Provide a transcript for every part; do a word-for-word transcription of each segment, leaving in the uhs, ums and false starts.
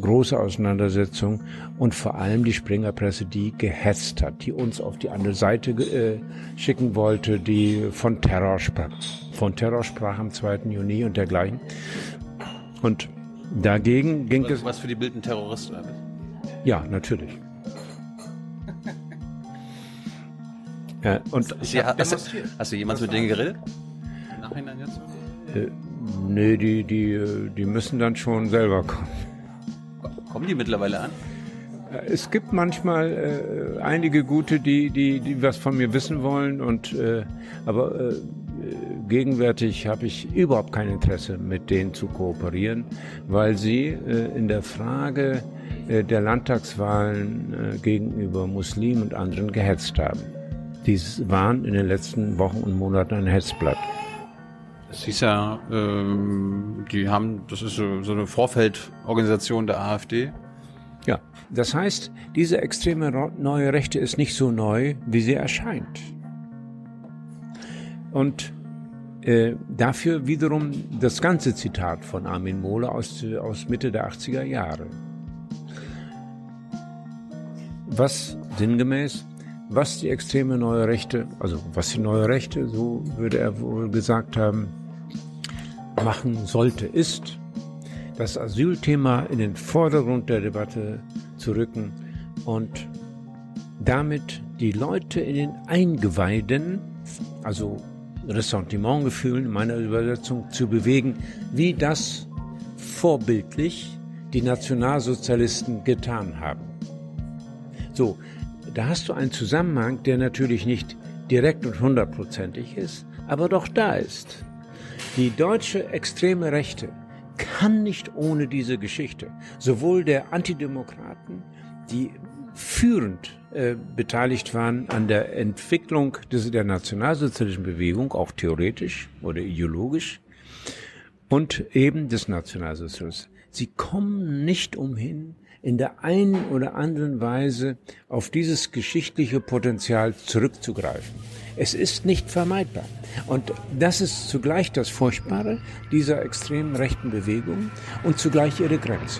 große Auseinandersetzung und vor allem die Springerpresse, die gehetzt hat, die uns auf die andere Seite äh, schicken wollte, die von Terror sprach, von Terror sprach am zweiten Juni und dergleichen. Und dagegen ging was, es... Was für die Bild ein Terrorist war? Ja, natürlich. Ja, und ich hab hast, du, hast du jemals mit denen geredet? Im Nachhinein jetzt? Äh, nee, die, die, die müssen dann schon selber kommen. Kommen die mittlerweile an? Es gibt manchmal äh, einige gute, die, die, die was von mir wissen wollen, und äh, aber äh, gegenwärtig habe ich überhaupt kein Interesse, mit denen zu kooperieren, weil sie äh, in der Frage äh, der Landtagswahlen äh, gegenüber Muslimen und anderen gehetzt haben. Dies waren in den letzten Wochen und Monaten ein Hetzblatt. Es hieß ja, ähm, die haben, das ist so, so eine Vorfeldorganisation der AfD. Ja, das heißt, diese extreme neue Rechte ist nicht so neu, wie sie erscheint. Und äh, dafür wiederum das ganze Zitat von Armin Mohler aus, aus Mitte der achtziger Jahre. Was sinngemäß, was die extreme neue Rechte, also was die neue Rechte, so würde er wohl gesagt haben, machen sollte, ist, das Asylthema in den Vordergrund der Debatte zu rücken und damit die Leute in den Eingeweiden, also Ressentimentgefühlen in meiner Übersetzung, zu bewegen, wie das vorbildlich die Nationalsozialisten getan haben. So, da hast du einen Zusammenhang, der natürlich nicht direkt und hundertprozentig ist, aber doch da ist. Die deutsche extreme Rechte kann nicht ohne diese Geschichte, sowohl der Antidemokraten, die führend äh, beteiligt waren an der Entwicklung des, der nationalsozialistischen Bewegung, auch theoretisch oder ideologisch, und eben des Nationalsozialismus. Sie kommen nicht umhin, in der einen oder anderen Weise auf dieses geschichtliche Potenzial zurückzugreifen. Es ist nicht vermeidbar. Und das ist zugleich das Furchtbare dieser extremen rechten Bewegung und zugleich ihre Grenze.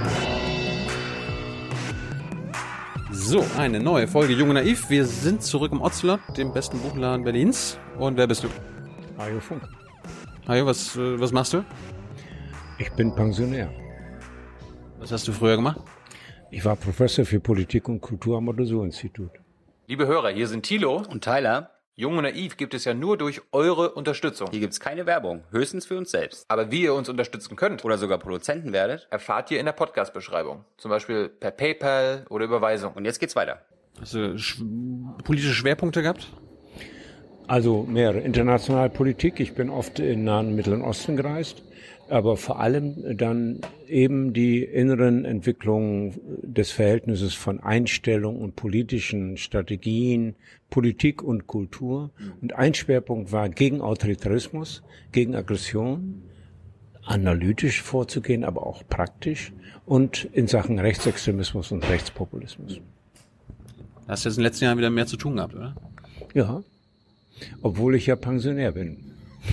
So, eine neue Folge Jung und Naiv. Wir sind zurück im Ocelot, dem besten Buchladen Berlins. Und wer bist du? Hajo Funk. Hajo, was, was machst du? Ich bin Pensionär. Was hast du früher gemacht? Ich war Professor für Politik und Kultur am Otto-Suhr-Institut. Liebe Hörer, hier sind Thilo und Tyler. Jung und Naiv gibt es ja nur durch eure Unterstützung. Hier gibt's keine Werbung, höchstens für uns selbst. Aber wie ihr uns unterstützen könnt oder sogar Produzenten werdet, erfahrt ihr in der Podcast-Beschreibung. Zum Beispiel per PayPal oder Überweisung. Und jetzt geht's weiter. Hast du sch- politische Schwerpunkte gehabt? Also mehrere. Internationale Politik. Ich bin oft in Nahen und Mittleren Osten gereist. Aber vor allem dann eben die inneren Entwicklungen des Verhältnisses von Einstellung und politischen Strategien, Politik und Kultur. Und ein Schwerpunkt war gegen Autoritarismus, gegen Aggression, analytisch vorzugehen, aber auch praktisch, und in Sachen Rechtsextremismus und Rechtspopulismus. Da hast du jetzt in den letzten Jahren wieder mehr zu tun gehabt, oder? Ja, obwohl ich ja Pensionär bin.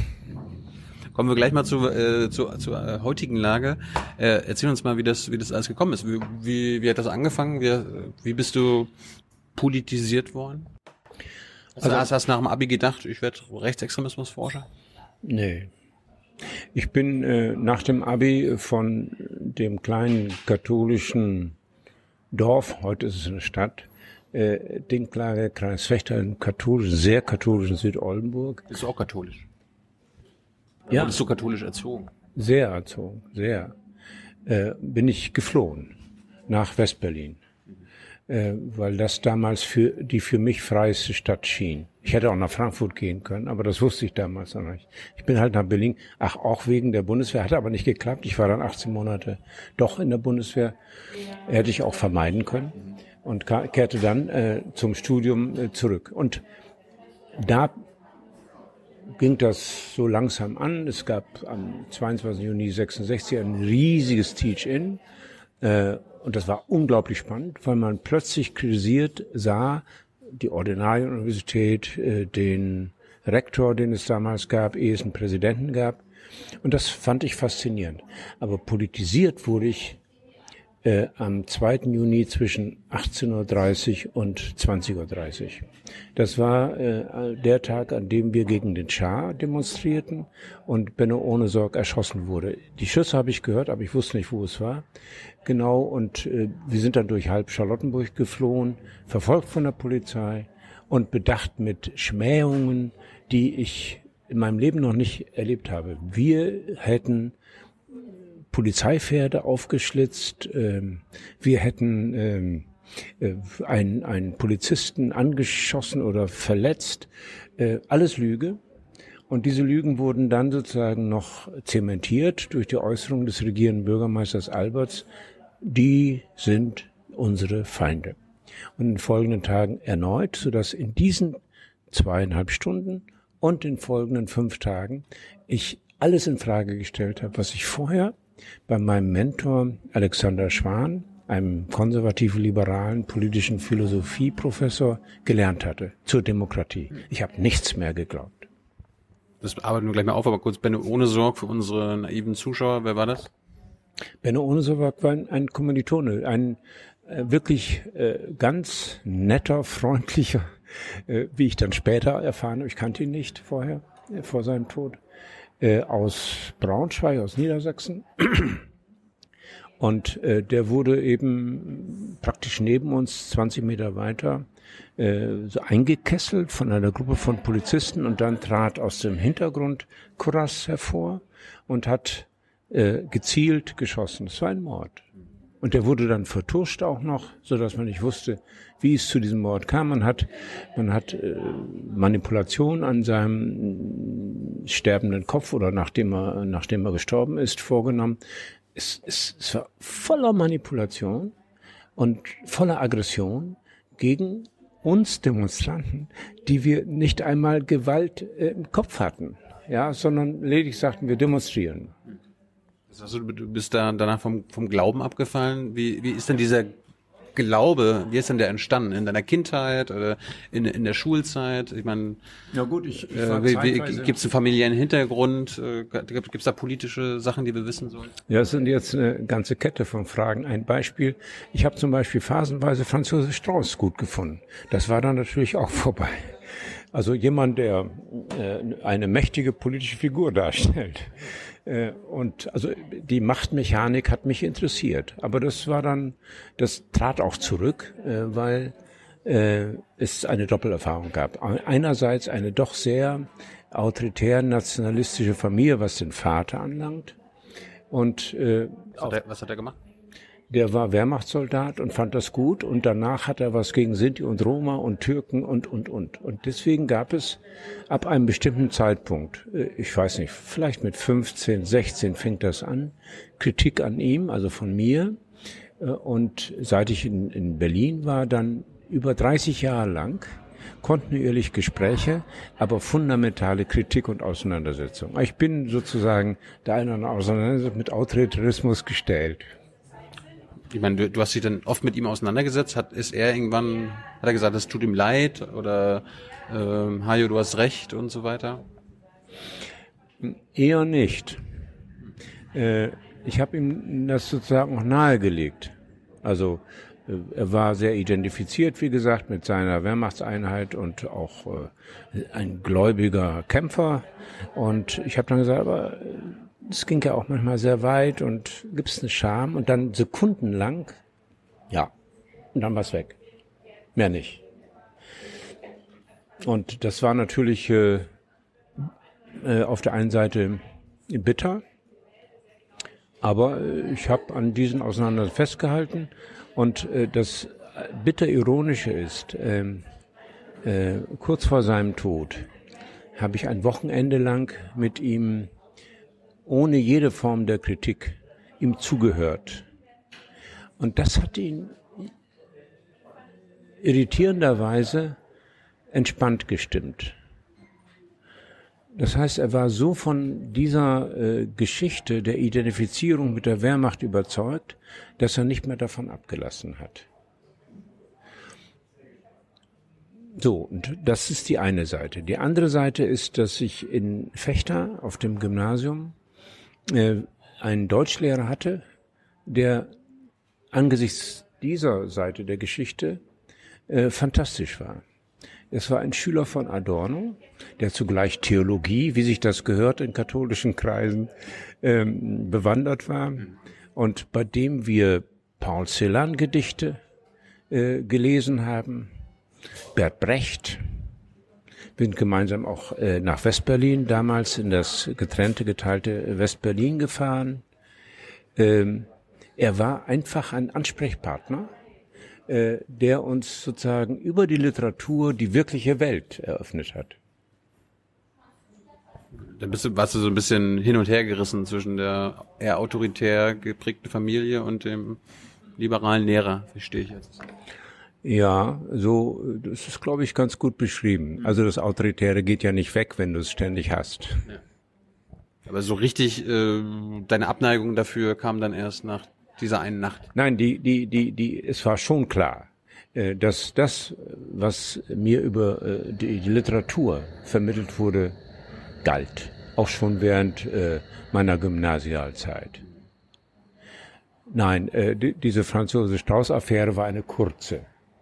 Kommen wir gleich mal zu, äh, zu, zur äh, heutigen Lage. Äh, erzähl uns mal, wie das, wie das alles gekommen ist. Wie, wie, wie hat das angefangen? Wie, wie bist du politisiert worden? Also, also hast du hast nach dem Abi gedacht, ich werde Rechtsextremismusforscher? Nee. Ich bin äh, nach dem Abi von dem kleinen katholischen Dorf, heute ist es eine Stadt, äh, Dinklage, Kreis Vechta, im katholischen, sehr katholischen Südoldenburg. Bist du auch katholisch? Ja. Wurdest du katholisch erzogen? Sehr erzogen, sehr. Äh, bin ich geflohen nach Westberlin, äh, weil das damals für die für mich freieste Stadt schien. Ich hätte auch nach Frankfurt gehen können, aber das wusste ich damals noch nicht. Ich bin halt nach Berlin, ach auch wegen der Bundeswehr, hat aber nicht geklappt. Ich war dann achtzehn Monate doch in der Bundeswehr, hätte ich auch vermeiden können, und kehrte dann äh, zum Studium äh, zurück. Und da ging das so langsam an. Es gab am zweiundzwanzigsten Juni sechsundsechzig ein riesiges Teach-In. Äh, und das war unglaublich spannend, weil man plötzlich kritisiert sah, die Ordinarienuniversität, äh, den Rektor, den es damals gab, ehe es einen Präsidenten gab. Und das fand ich faszinierend. Aber politisiert wurde ich äh, am zweiten Juni zwischen achtzehn Uhr dreißig und zwanzig Uhr dreißig. Das war äh, der Tag, an dem wir gegen den Schah demonstrierten und Benno Ohnesorg erschossen wurde. Die Schüsse habe ich gehört, aber ich wusste nicht, wo es war. Genau, und äh, wir sind dann durch halb Charlottenburg geflohen, verfolgt von der Polizei und bedacht mit Schmähungen, die ich in meinem Leben noch nicht erlebt habe. Wir hätten Polizeipferde aufgeschlitzt, ähm, wir hätten ähm, äh, einen, einen Polizisten angeschossen oder verletzt, äh, alles Lüge. Und diese Lügen wurden dann sozusagen noch zementiert durch die Äußerung des regierenden Bürgermeisters Alberts, die sind unsere Feinde. Und in den folgenden Tagen erneut, sodass in diesen zweieinhalb Stunden und in folgenden fünf Tagen ich alles in Frage gestellt habe, was ich vorher bei meinem Mentor Alexander Schwan, einem konservativ-liberalen politischen Philosophieprofessor, gelernt hatte zur Demokratie. Ich habe nichts mehr geglaubt. Das arbeiten wir gleich mal auf, aber kurz Benno Ohnesorg für unsere naiven Zuschauer. Wer war das? Benno Ohnesorg war ein, ein Kommilitone, ein äh, wirklich äh, ganz netter, freundlicher, äh, wie ich dann später erfahren habe, ich kannte ihn nicht vorher, äh, vor seinem Tod, äh, aus Braunschweig, aus Niedersachsen. Und äh, der wurde eben praktisch neben uns, zwanzig Meter weiter, äh, so eingekesselt von einer Gruppe von Polizisten, und dann trat aus dem Hintergrund Kurras hervor und hat äh, gezielt geschossen. Es war ein Mord. Und der wurde dann vertuscht auch noch, so dass man nicht wusste, wie es zu diesem Mord kam. Man hat, man hat äh, Manipulation an seinem sterbenden Kopf oder nachdem er, nachdem er gestorben ist, vorgenommen. Es, es, es war voller Manipulation und voller Aggression gegen uns Demonstranten, die wir nicht einmal Gewalt äh, im Kopf hatten, ja, sondern lediglich sagten, wir demonstrieren. Also du bist da danach vom, vom Glauben abgefallen. Wie, wie ist denn dieser Glaube, wie ist denn der entstanden? In deiner Kindheit oder in, in der Schulzeit? Ich meine, ja gut, ich, ich äh, gibt es einen familiären Hintergrund? Äh, gibt es da politische Sachen, die wir wissen sollen? Ja, es sind jetzt eine ganze Kette von Fragen. Ein Beispiel, ich habe zum Beispiel phasenweise Franz Josef Strauß gut gefunden. Das war dann natürlich auch vorbei. Also jemand, der äh, eine mächtige politische Figur darstellt. Äh, und also die Machtmechanik hat mich interessiert. Aber das war dann, das trat auch zurück, äh, weil äh, es eine Doppelerfahrung gab. Einerseits eine doch sehr autoritär nationalistische Familie, was den Vater anlangt. Und äh, was hat er, was hat er gemacht? Der war Wehrmachtssoldat und fand das gut, und danach hat er was gegen Sinti und Roma und Türken und, und, und. Und deswegen gab es ab einem bestimmten Zeitpunkt, ich weiß nicht, vielleicht mit fünfzehn, sechzehn fängt das an, Kritik an ihm, also von mir. Und seit ich in, in Berlin war, dann über dreißig Jahre lang kontinuierlich Gespräche, aber fundamentale Kritik und Auseinandersetzung. Ich bin sozusagen da in einer Auseinandersetzung mit Autoritarismus gestellt. Ich meine, du, du hast dich dann oft mit ihm auseinandergesetzt. Hat ist er irgendwann, hat er gesagt, es tut ihm leid oder ähm, Hajo, du hast recht und so weiter? Eher nicht. Äh, ich habe ihm das sozusagen auch nahegelegt. Also äh, er war sehr identifiziert, wie gesagt, mit seiner Wehrmachtseinheit und auch äh, ein gläubiger Kämpfer. Und ich habe dann gesagt, aber es ging ja auch manchmal sehr weit, und gibt's eine Scham, und dann sekundenlang, ja, und dann war's weg. Mehr nicht. Und das war natürlich äh, äh, auf der einen Seite bitter, aber äh, ich habe an diesen Auseinandersetzungen festgehalten, und äh, das bitter Ironische ist, äh, äh, kurz vor seinem Tod habe ich ein Wochenende lang mit ihm ohne jede Form der Kritik ihm zugehört. Und das hat ihn irritierenderweise entspannt gestimmt. Das heißt, er war so von dieser äh, Geschichte der Identifizierung mit der Wehrmacht überzeugt, dass er nicht mehr davon abgelassen hat. So, und das ist die eine Seite. Die andere Seite ist, dass ich in Vechta auf dem Gymnasium einen Deutschlehrer hatte, der angesichts dieser Seite der Geschichte äh, fantastisch war. Es war ein Schüler von Adorno, der zugleich Theologie, wie sich das gehört in katholischen Kreisen, ähm, bewandert war und bei dem wir Paul Celan-Gedichte äh, gelesen haben, Bert Brecht. Wir sind gemeinsam auch äh, nach Westberlin, damals in das getrennte, geteilte Westberlin gefahren. Ähm, er war einfach ein Ansprechpartner, äh, der uns sozusagen über die Literatur die wirkliche Welt eröffnet hat. Dann bist du, warst du so ein bisschen hin und her gerissen zwischen der eher autoritär geprägten Familie und dem liberalen Lehrer, verstehe ich jetzt. Ja, so, das ist, glaube ich, ganz gut beschrieben. Also das Autoritäre geht ja nicht weg, wenn du es ständig hast. Ja. Aber so richtig, äh, deine Abneigung dafür kam dann erst nach dieser einen Nacht. Nein, die, die, die, die, es war schon klar, äh, dass das, was mir über äh, die, die Literatur vermittelt wurde, galt. Auch schon während äh, meiner Gymnasialzeit. Nein, äh, die, diese Franz-Josef-Strauß-Affäre war eine kurze.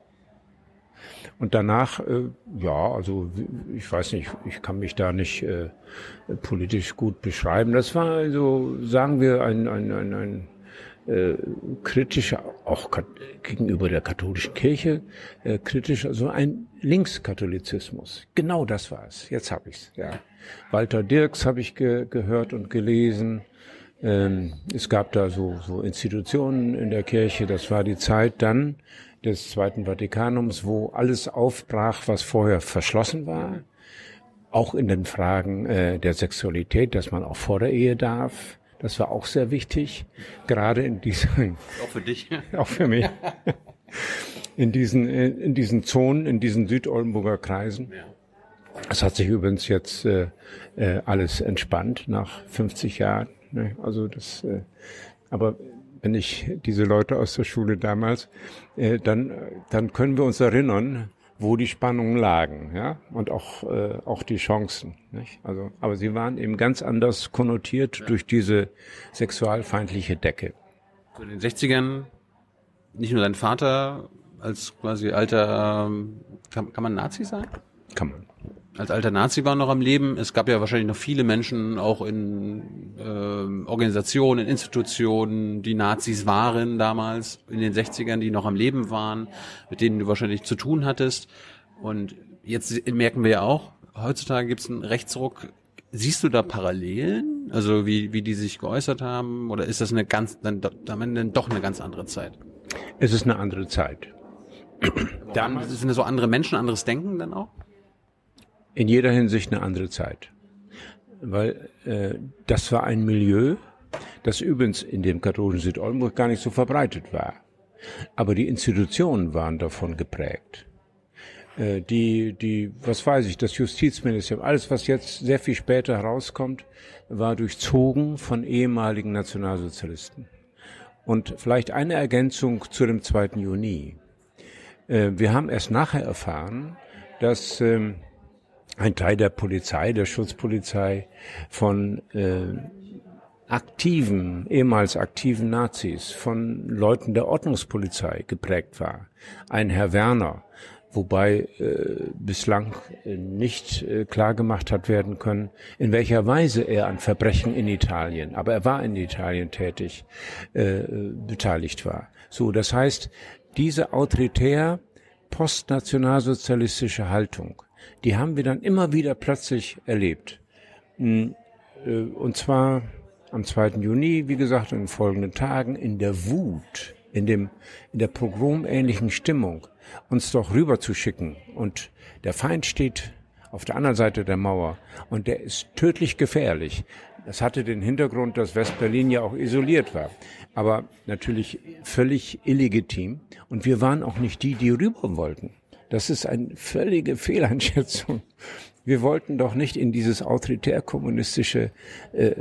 Und danach, äh, ja, also ich weiß nicht, ich kann mich da nicht äh, politisch gut beschreiben. Das war also, sagen wir, ein, ein, ein, ein äh, kritischer, auch kat- gegenüber der katholischen Kirche, äh, kritisch, also ein Linkskatholizismus. Genau das war es. Jetzt habe ich's. Ja. Walter Dirks habe ich ge- gehört und gelesen. Ähm, es gab da so, so Institutionen in der Kirche. Das war die Zeit dann des Zweiten Vatikanums, wo alles aufbrach, was vorher verschlossen war. Auch in den Fragen äh, der Sexualität, dass man auch vor der Ehe darf. Das war auch sehr wichtig, gerade in diesen... Auch für dich. Auch für mich. In diesen, in diesen Zonen, in diesen Südoldenburger Kreisen. Es hat sich übrigens jetzt äh, äh, alles entspannt nach fünfzig Jahren. Ne? Also das, äh, aber wenn ich diese Leute aus der Schule damals, äh, dann, dann können wir uns erinnern, wo die Spannungen lagen, ja, und auch äh, auch die Chancen, nicht? Also, aber sie waren eben ganz anders konnotiert ja. durch diese sexualfeindliche Decke. So in den sechzigern nicht nur dein Vater als quasi alter, ähm, kann, kann man Nazi sagen? Kann man. Als alter Nazi war noch am Leben. Es gab ja wahrscheinlich noch viele Menschen, auch in äh, Organisationen, in Institutionen, die Nazis waren damals, in den sechzigern, die noch am Leben waren, mit denen du wahrscheinlich zu tun hattest. Und jetzt merken wir ja auch, heutzutage gibt es einen Rechtsruck. Siehst du da Parallelen? Also wie wie die sich geäußert haben? Oder ist das eine ganz, dann, dann doch eine ganz andere Zeit? Es ist eine andere Zeit. Dann sind das so andere Menschen, anderes Denken dann auch? In jeder Hinsicht eine andere Zeit. Weil äh, das war ein Milieu, das übrigens in dem katholischen Südoldenburg gar nicht so verbreitet war. Aber die Institutionen waren davon geprägt. Äh, die, die, was weiß ich, das Justizministerium, alles, was jetzt sehr viel später herauskommt, war durchzogen von ehemaligen Nationalsozialisten. Und vielleicht eine Ergänzung zu dem zweiten Juni. Äh, wir haben erst nachher erfahren, dass ähm, ein Teil der Polizei, der Schutzpolizei, von äh, aktiven, ehemals aktiven Nazis, von Leuten der Ordnungspolizei geprägt war. Ein Herr Werner, wobei äh, bislang äh, nicht äh, klar gemacht hat werden können, in welcher Weise er an Verbrechen in Italien, aber er war in Italien tätig, äh, beteiligt war. So, das heißt, diese autoritär postnationalsozialistische Haltung, die haben wir dann immer wieder plötzlich erlebt. Und zwar am zweiten Juni, wie gesagt, in den folgenden Tagen, in der Wut, in dem, in der pogromähnlichen Stimmung, uns doch rüberzuschicken. Und der Feind steht auf der anderen Seite der Mauer und der ist tödlich gefährlich. Das hatte den Hintergrund, dass Westberlin ja auch isoliert war. Aber natürlich völlig illegitim. Und wir waren auch nicht die, die rüber wollten. Das ist eine völlige Fehleinschätzung. Wir wollten doch nicht in dieses autoritär-kommunistische äh,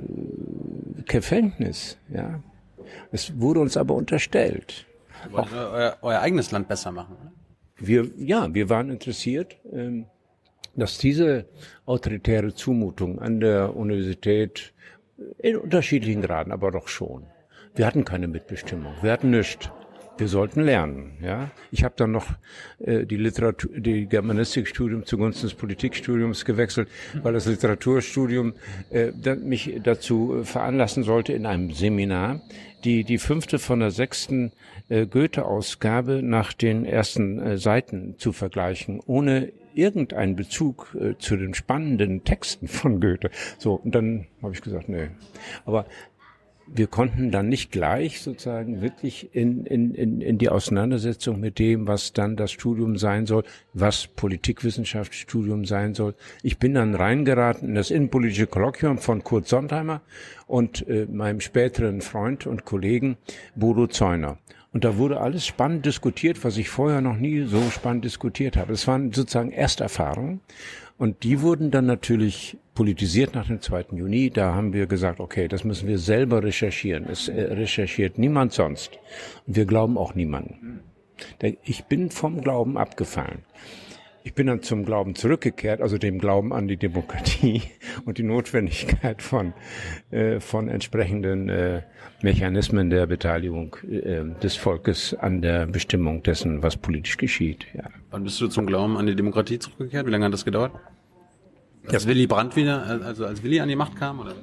Gefängnis. Ja, es wurde uns aber unterstellt. Ihr wollt euer, euer eigenes Land besser machen, oder? Wir, ja, wir waren interessiert, ähm, dass diese autoritäre Zumutung an der Universität in unterschiedlichen Graden, aber doch schon, Wir hatten keine Mitbestimmung, wir hatten nichts. Wir sollten lernen. Ja, ich habe dann noch äh, die Literatur, die Germanistikstudium zugunsten des Politikstudiums gewechselt, weil das Literaturstudium äh, dann mich dazu veranlassen sollte, in einem Seminar die die fünfte von der sechsten äh, Goethe-Ausgabe nach den ersten äh, Seiten zu vergleichen, ohne irgendeinen Bezug äh, zu den spannenden Texten von Goethe. So, und dann habe ich gesagt, nee. Aber wir konnten dann nicht gleich sozusagen wirklich in, in, in, in die Auseinandersetzung mit dem, was dann das Studium sein soll, was Politikwissenschaftsstudium sein soll. Ich bin dann reingeraten in das innenpolitische Kolloquium von Kurt Sontheimer und äh, meinem späteren Freund und Kollegen Bodo Zeuner. Und da wurde alles spannend diskutiert, was ich vorher noch nie so spannend diskutiert habe. Es waren sozusagen Ersterfahrungen. Und die wurden dann natürlich politisiert nach dem zweiten Juni. Da haben wir gesagt, okay, das müssen wir selber recherchieren. Es äh, recherchiert niemand sonst. Und wir glauben auch niemanden. Ich bin vom Glauben abgefallen. Ich bin dann zum Glauben zurückgekehrt, also dem Glauben an die Demokratie und die Notwendigkeit von äh, von entsprechenden äh, Mechanismen der Beteiligung äh, des Volkes an der Bestimmung dessen, was politisch geschieht. Ja. Wann bist du zum Glauben an die Demokratie zurückgekehrt? Wie lange hat das gedauert? Als Willy Brandt wieder, also als Willy an die Macht kam, oder was?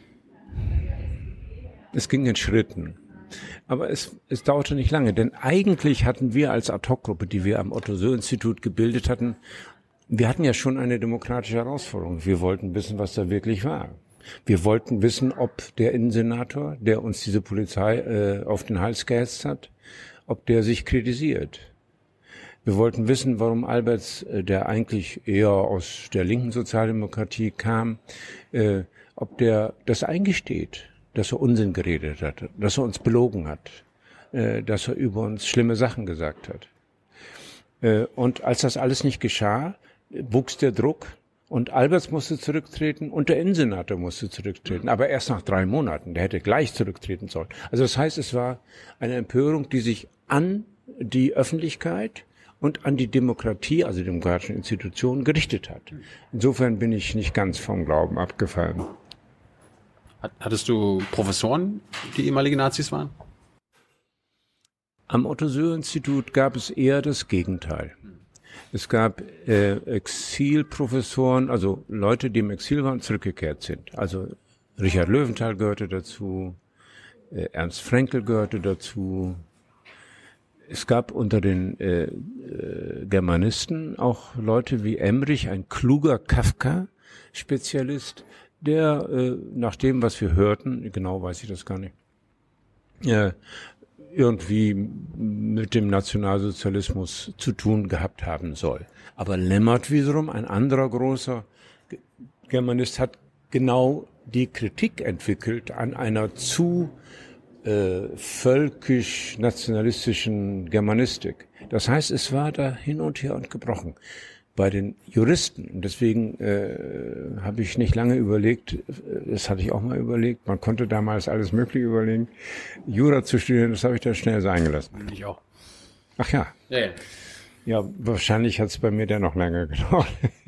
Es ging in Schritten. Aber es, es dauerte nicht lange, denn eigentlich hatten wir als Ad-Hoc-Gruppe, die wir am Otto-Suhr-Institut gebildet hatten, wir hatten ja schon eine demokratische Herausforderung. Wir wollten wissen, was da wirklich war. Wir wollten wissen, ob der Innensenator, der uns diese Polizei äh, auf den Hals gehetzt hat, ob der sich kritisiert. Wir wollten wissen, warum Alberts, äh, der eigentlich eher aus der linken Sozialdemokratie kam, äh, ob der das eingesteht, dass er Unsinn geredet hat, dass er uns belogen hat, äh, dass er über uns schlimme Sachen gesagt hat. Äh, und als das alles nicht geschah, wuchs der Druck und Alberts musste zurücktreten und der Innensenator musste zurücktreten, aber erst nach drei Monaten. Der hätte gleich zurücktreten sollen. Also das heißt, es war eine Empörung, die sich an die Öffentlichkeit und an die Demokratie, also die demokratischen Institutionen, gerichtet hat. Insofern bin ich nicht ganz vom Glauben abgefallen. Hattest du Professoren, die ehemalige Nazis waren? Am Otto-Suhr-Institut gab es eher das Gegenteil. Es gab äh, Exilprofessoren, also Leute, die im Exil waren, zurückgekehrt sind. Also Richard Löwenthal gehörte dazu, äh, Ernst Fraenkel gehörte dazu. Es gab unter den äh, äh, Germanisten auch Leute wie Emmerich, ein kluger Kafka-Spezialist, der, äh, nach dem, was wir hörten, genau weiß ich das gar nicht, äh, irgendwie mit dem Nationalsozialismus zu tun gehabt haben soll. Aber Lemmert wiederum, ein anderer großer Germanist, hat genau die Kritik entwickelt an einer zu äh, völkisch-nationalistischen Germanistik. Das heißt, es war da hin und her und gebrochen. Bei den Juristen, und deswegen äh, habe ich nicht lange überlegt, das hatte ich auch mal überlegt, man konnte damals alles Mögliche überlegen, Jura zu studieren, das habe ich dann schnell sein gelassen. Ich auch. Ach ja. Ja, ja. Ja, wahrscheinlich hat es bei mir dann noch länger gedauert.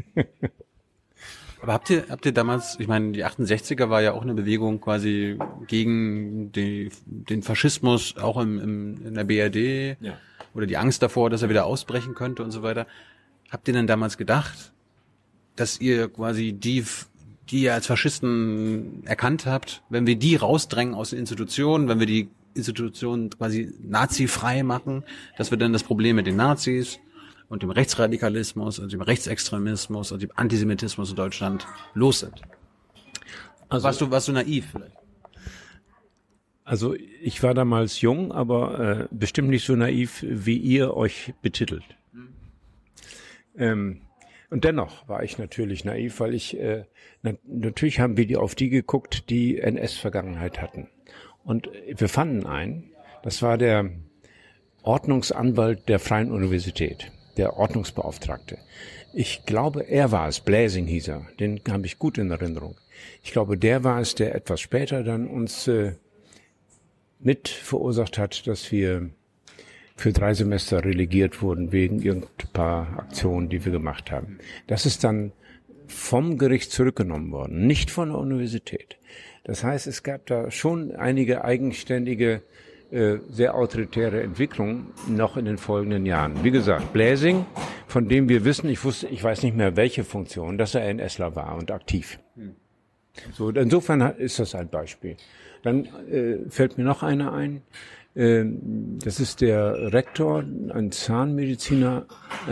Aber habt ihr, habt ihr damals, ich meine, die achtundsechziger war ja auch eine Bewegung quasi gegen die, den Faschismus, auch im, im, in der B R D, ja. Oder die Angst davor, dass er wieder ausbrechen könnte und so weiter. Habt ihr denn damals gedacht, dass ihr quasi die, die ihr als Faschisten erkannt habt, wenn wir die rausdrängen aus den Institutionen, wenn wir die Institutionen quasi nazifrei machen, dass wir dann das Problem mit den Nazis und dem Rechtsradikalismus und dem Rechtsextremismus und dem Antisemitismus in Deutschland los sind? Also, warst du, warst du naiv vielleicht? Also ich war damals jung, aber äh, bestimmt nicht so naiv, wie ihr euch betitelt. Ähm, und dennoch war ich natürlich naiv, weil ich, äh, na, natürlich haben wir die auf die geguckt, die N S-Vergangenheit hatten. Und wir fanden einen, das war der Ordnungsanwalt der Freien Universität, der Ordnungsbeauftragte. Ich glaube, er war es, Bläsing hieß er, den habe ich gut in Erinnerung. Ich glaube, der war es, der etwas später dann uns äh, mit verursacht hat, dass wir für drei Semester relegiert wurden wegen irgendein paar Aktionen, die wir gemacht haben. Das ist dann vom Gericht zurückgenommen worden, nicht von der Universität. Das heißt, es gab da schon einige eigenständige, äh, sehr autoritäre Entwicklungen noch in den folgenden Jahren. Wie gesagt, Bläsing, von dem wir wissen, ich wusste, ich weiß nicht mehr welche Funktion, dass er NSler war und aktiv. So, insofern ist das ein Beispiel. Dann äh, fällt mir noch einer ein. Äh, das ist der Rektor, ein Zahnmediziner,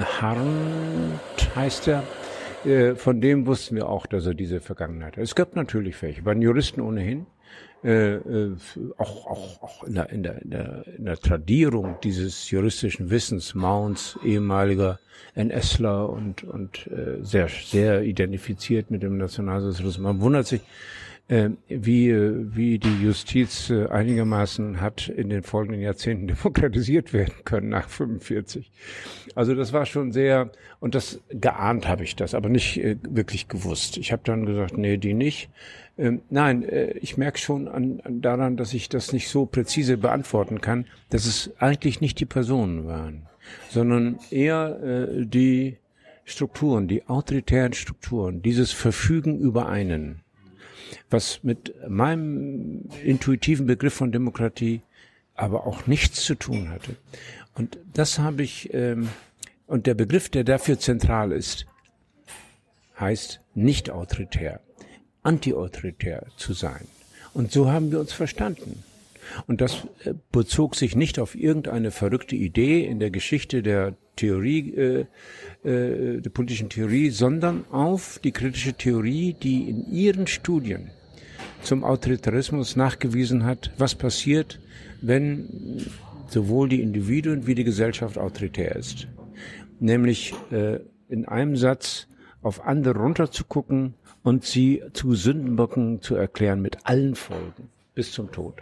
Harnt heißt er. Äh, von dem wussten wir auch, dass er diese Vergangenheit hat. Es gab natürlich welche, bei den Juristen ohnehin. Äh, äh, auch auch auch in der, in der in der in der Tradierung dieses juristischen Wissens, Mounds, ehemaliger NSler und und äh, sehr sehr identifiziert mit dem Nationalsozialismus. Man wundert sich, äh, wie wie die Justiz äh, einigermaßen hat in den folgenden Jahrzehnten demokratisiert werden können nach fünfundvierzig. Also das war schon sehr, und das geahnt habe ich das, aber nicht äh, wirklich gewusst. Ich habe dann gesagt, nee, die nicht. Ähm, nein, äh, ich merke schon an, an daran, dass ich das nicht so präzise beantworten kann, dass es eigentlich nicht die Personen waren, sondern eher äh, die Strukturen, die autoritären Strukturen, dieses Verfügen über einen, was mit meinem intuitiven Begriff von Demokratie aber auch nichts zu tun hatte. Und das habe ich, ähm, und der Begriff, der dafür zentral ist, heißt nicht autoritär, antiautoritär zu sein. Und so haben wir uns verstanden. Und das äh, bezog sich nicht auf irgendeine verrückte Idee in der Geschichte der Theorie, äh, äh, der politischen Theorie, sondern auf die kritische Theorie, die in ihren Studien zum Autoritarismus nachgewiesen hat, was passiert, wenn sowohl die Individuen wie die Gesellschaft autoritär ist. Nämlich äh, in einem Satz auf andere runterzugucken und sie zu Sündenböcken zu erklären mit allen Folgen bis zum Tod.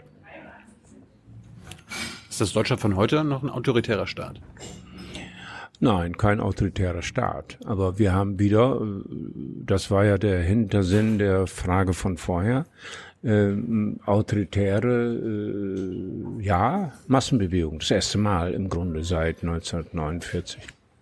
Ist das Deutschland von heute noch ein autoritärer Staat? Nein, kein autoritärer Staat. Aber wir haben wieder, das war ja der Hintersinn der Frage von vorher, äh, autoritäre, äh, ja, Massenbewegung. Das erste Mal im Grunde seit neunzehnhundertneunundvierzig.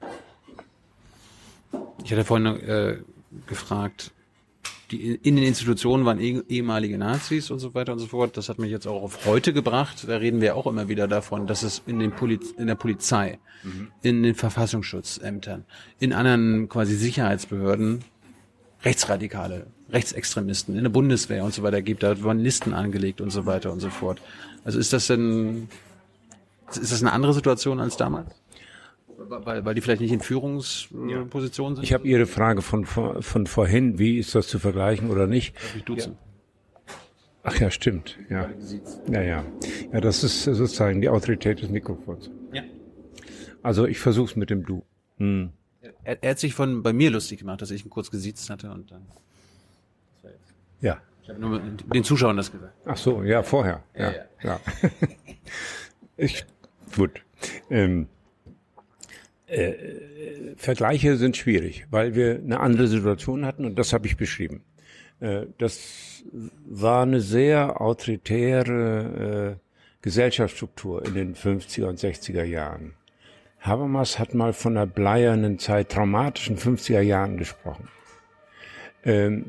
Ich hatte vorhin äh, gefragt, die in den Institutionen waren eh, ehemalige Nazis und so weiter und so fort. Das hat mich jetzt auch auf heute gebracht. Da reden wir auch immer wieder davon, dass es in den Poliz- in der Polizei, mhm. in den Verfassungsschutzämtern, in anderen quasi Sicherheitsbehörden Rechtsradikale, Rechtsextremisten, in der Bundeswehr und so weiter gibt. Da wurden Listen angelegt und so weiter und so fort. Also ist das denn, ist das eine andere Situation als damals? Weil, weil die vielleicht nicht in Führungspositionen sind? Ich habe Ihre Frage von, von vorhin, wie ist das zu vergleichen oder nicht? Darf ich duzen? Ach ja, stimmt. Ja, ja, ja. Ja, das ist sozusagen die Autorität des Mikrofons. Ja. Also ich versuche es mit dem Du. Hm. Er, er hat sich von bei mir lustig gemacht, dass ich ihn kurz gesiezt hatte und dann. Das war jetzt. Ja. Ich habe nur den Zuschauern das gesagt. Ach so, ja, vorher. Ja, ja. ja. ich, gut. Ähm, Äh, Vergleiche sind schwierig, weil wir eine andere Situation hatten und das habe ich beschrieben. Äh, das war eine sehr autoritäre äh, Gesellschaftsstruktur in den fünfziger und sechziger Jahren. Habermas hat mal von der bleiernen Zeit, traumatischen fünfziger Jahren gesprochen. Ähm,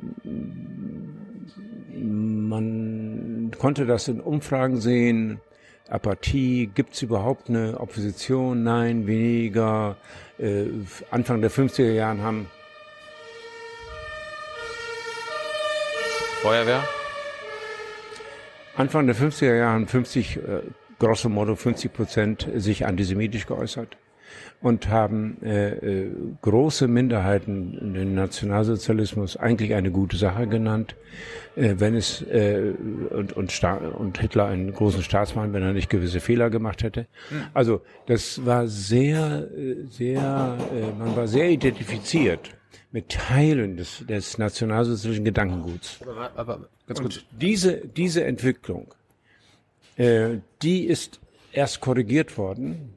man konnte das in Umfragen sehen. Apathie, gibt es überhaupt eine Opposition? Nein, weniger. Äh, Anfang der fünfziger Jahren haben Feuerwehr? Anfang der fünfziger Jahre haben fünfzig, äh, grosso modo fünfzig Prozent sich antisemitisch geäußert und haben äh, äh, große Minderheiten in den Nationalsozialismus eigentlich eine gute Sache genannt, äh, wenn es äh, und und, Sta- und Hitler einen großen Staatsmann, wenn er nicht gewisse Fehler gemacht hätte. Also das war sehr, sehr, äh, man war sehr identifiziert mit Teilen des, des nationalsozialistischen Gedankenguts. Aber, aber ganz gut. Und diese diese Entwicklung, äh, die ist erst korrigiert worden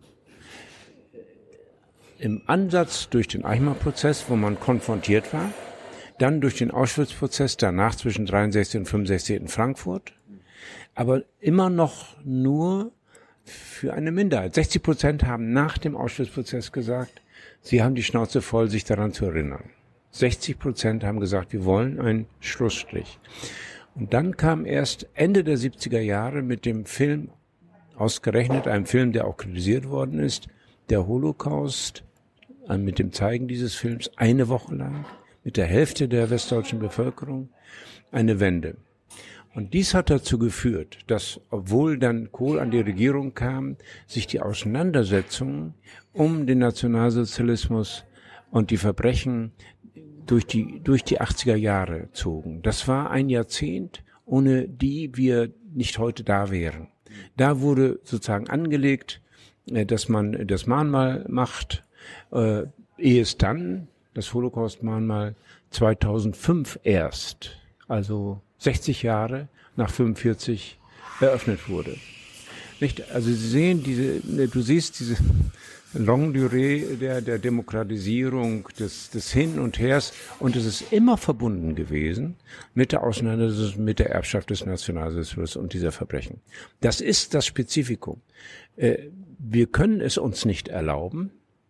im Ansatz durch den Eichmann-Prozess, wo man konfrontiert war, dann durch den Auschwitz-Prozess, danach zwischen dreiundsechzig und fünfundsechzig in Frankfurt, aber immer noch nur für eine Minderheit. sechzig Prozent haben nach dem Auschwitz-Prozess gesagt, sie haben die Schnauze voll, sich daran zu erinnern. sechzig Prozent haben gesagt, wir wollen einen Schlussstrich. Und dann kam erst Ende der siebziger Jahre mit dem Film, ausgerechnet einem Film, der auch kritisiert worden ist, der Holocaust, mit dem Zeigen dieses Films eine Woche lang, mit der Hälfte der westdeutschen Bevölkerung, eine Wende. Und dies hat dazu geführt, dass, obwohl dann Kohl an die Regierung kam, sich die Auseinandersetzungen um den Nationalsozialismus und die Verbrechen durch die, durch die achtziger Jahre zogen. Das war ein Jahrzehnt, ohne die wir nicht heute da wären. Da wurde sozusagen angelegt, dass man das Mahnmal macht, äh, ehe es dann, das Holocaust-Mahnmal, zweitausendfünf erst, also sechzig Jahre nach fünfundvierzig, eröffnet wurde. Nicht? Also Sie sehen diese, du siehst diese Longue Durée der, der Demokratisierung, des, des Hin und Hers, und es ist immer verbunden gewesen mit der Auseinandersetzung mit der Erbschaft des Nationalsozialismus und dieser Verbrechen. Das ist das Spezifikum. Äh, wir können es uns nicht erlauben,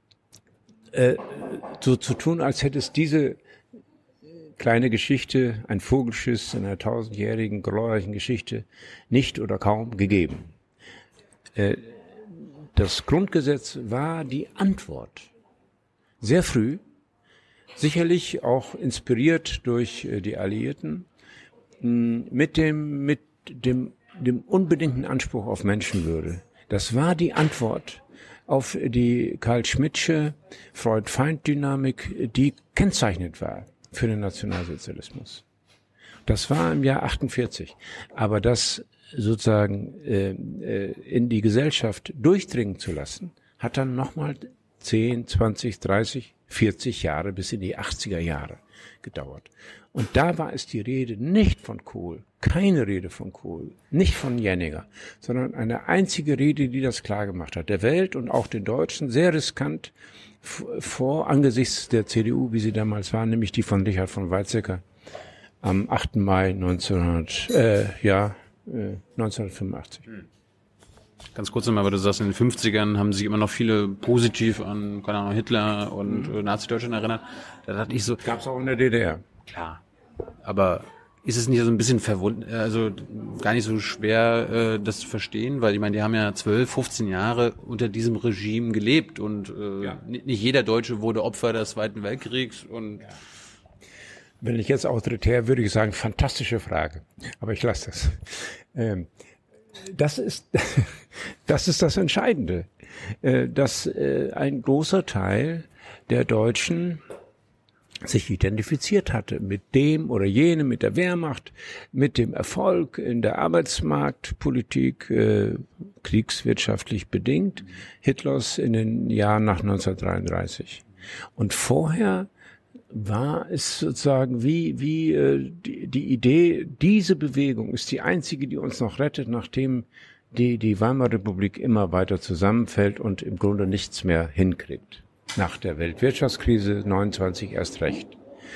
äh, so zu tun, als hätte es diese kleine Geschichte, ein Vogelschiss in einer tausendjährigen glorreichen Geschichte nicht oder kaum gegeben. Äh, Das Grundgesetz war die Antwort. Sehr früh, sicherlich auch inspiriert durch die Alliierten, mit dem, mit dem, dem unbedingten Anspruch auf Menschenwürde. Das war die Antwort auf die Carl-Schmittsche Freund-Feind-Dynamik, die kennzeichnend war für den Nationalsozialismus. Das war im Jahr achtundvierzig. Aber das sozusagen äh, äh, in die Gesellschaft durchdringen zu lassen, hat dann nochmal zehn, zwanzig, dreißig, vierzig Jahre bis in die achtziger Jahre gedauert. Und da war es die Rede nicht von Kohl, keine Rede von Kohl, nicht von Jenninger, sondern eine einzige Rede, die das klar gemacht hat. Der Welt und auch den Deutschen sehr riskant vor angesichts der C D U, wie sie damals war, nämlich die von Richard von Weizsäcker am achten Mai neunzehnhundert, äh, ja, äh, neunzehnhundertfünfundachtzig. Ganz kurz nochmal, weil du sagst, in den fünfzigern haben sich immer noch viele positiv an, keine Ahnung, Hitler und mhm. Nazi-Deutschland erinnert. Da dachte ich so... Gab's auch in der D D R. Klar. Aber ist es nicht so ein bisschen verwund, also gar nicht so schwer, äh, das zu verstehen? Weil ich meine, die haben ja zwölf, fünfzehn Jahre unter diesem Regime gelebt und äh, ja. nicht, nicht jeder Deutsche wurde Opfer des Zweiten Weltkriegs und... Ja. Wenn ich jetzt autoritär, würde ich sagen, fantastische Frage. Aber ich lasse das. Ähm, das ist, das ist das Entscheidende, äh, dass äh, ein großer Teil der Deutschen sich identifiziert hatte mit dem oder jenem, mit der Wehrmacht, mit dem Erfolg in der Arbeitsmarktpolitik, äh, kriegswirtschaftlich bedingt, Hitlers in den Jahren nach neunzehnhundertdreiunddreißig. Und vorher war es sozusagen wie wie äh, die, die Idee, diese Bewegung ist die einzige, die uns noch rettet, nachdem die die Weimarer Republik immer weiter zusammenfällt und im Grunde nichts mehr hinkriegt. Nach der Weltwirtschaftskrise neunundzwanzig erst recht.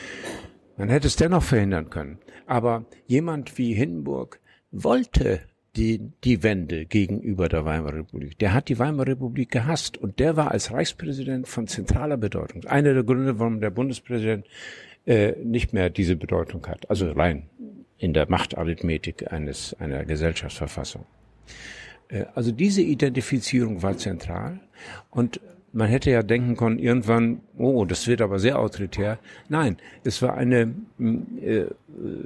Man hätte es dennoch verhindern können. Aber jemand wie Hindenburg wollte die, die Wende gegenüber der Weimarer Republik. Der hat die Weimarer Republik gehasst und der war als Reichspräsident von zentraler Bedeutung. Einer der Gründe, warum der Bundespräsident äh, nicht mehr diese Bedeutung hat. Also rein in der Machtarithmetik eines einer Gesellschaftsverfassung. Äh, also diese Identifizierung war zentral und man hätte ja denken können, irgendwann, oh, das wird aber sehr autoritär. Nein, es war eine äh, äh,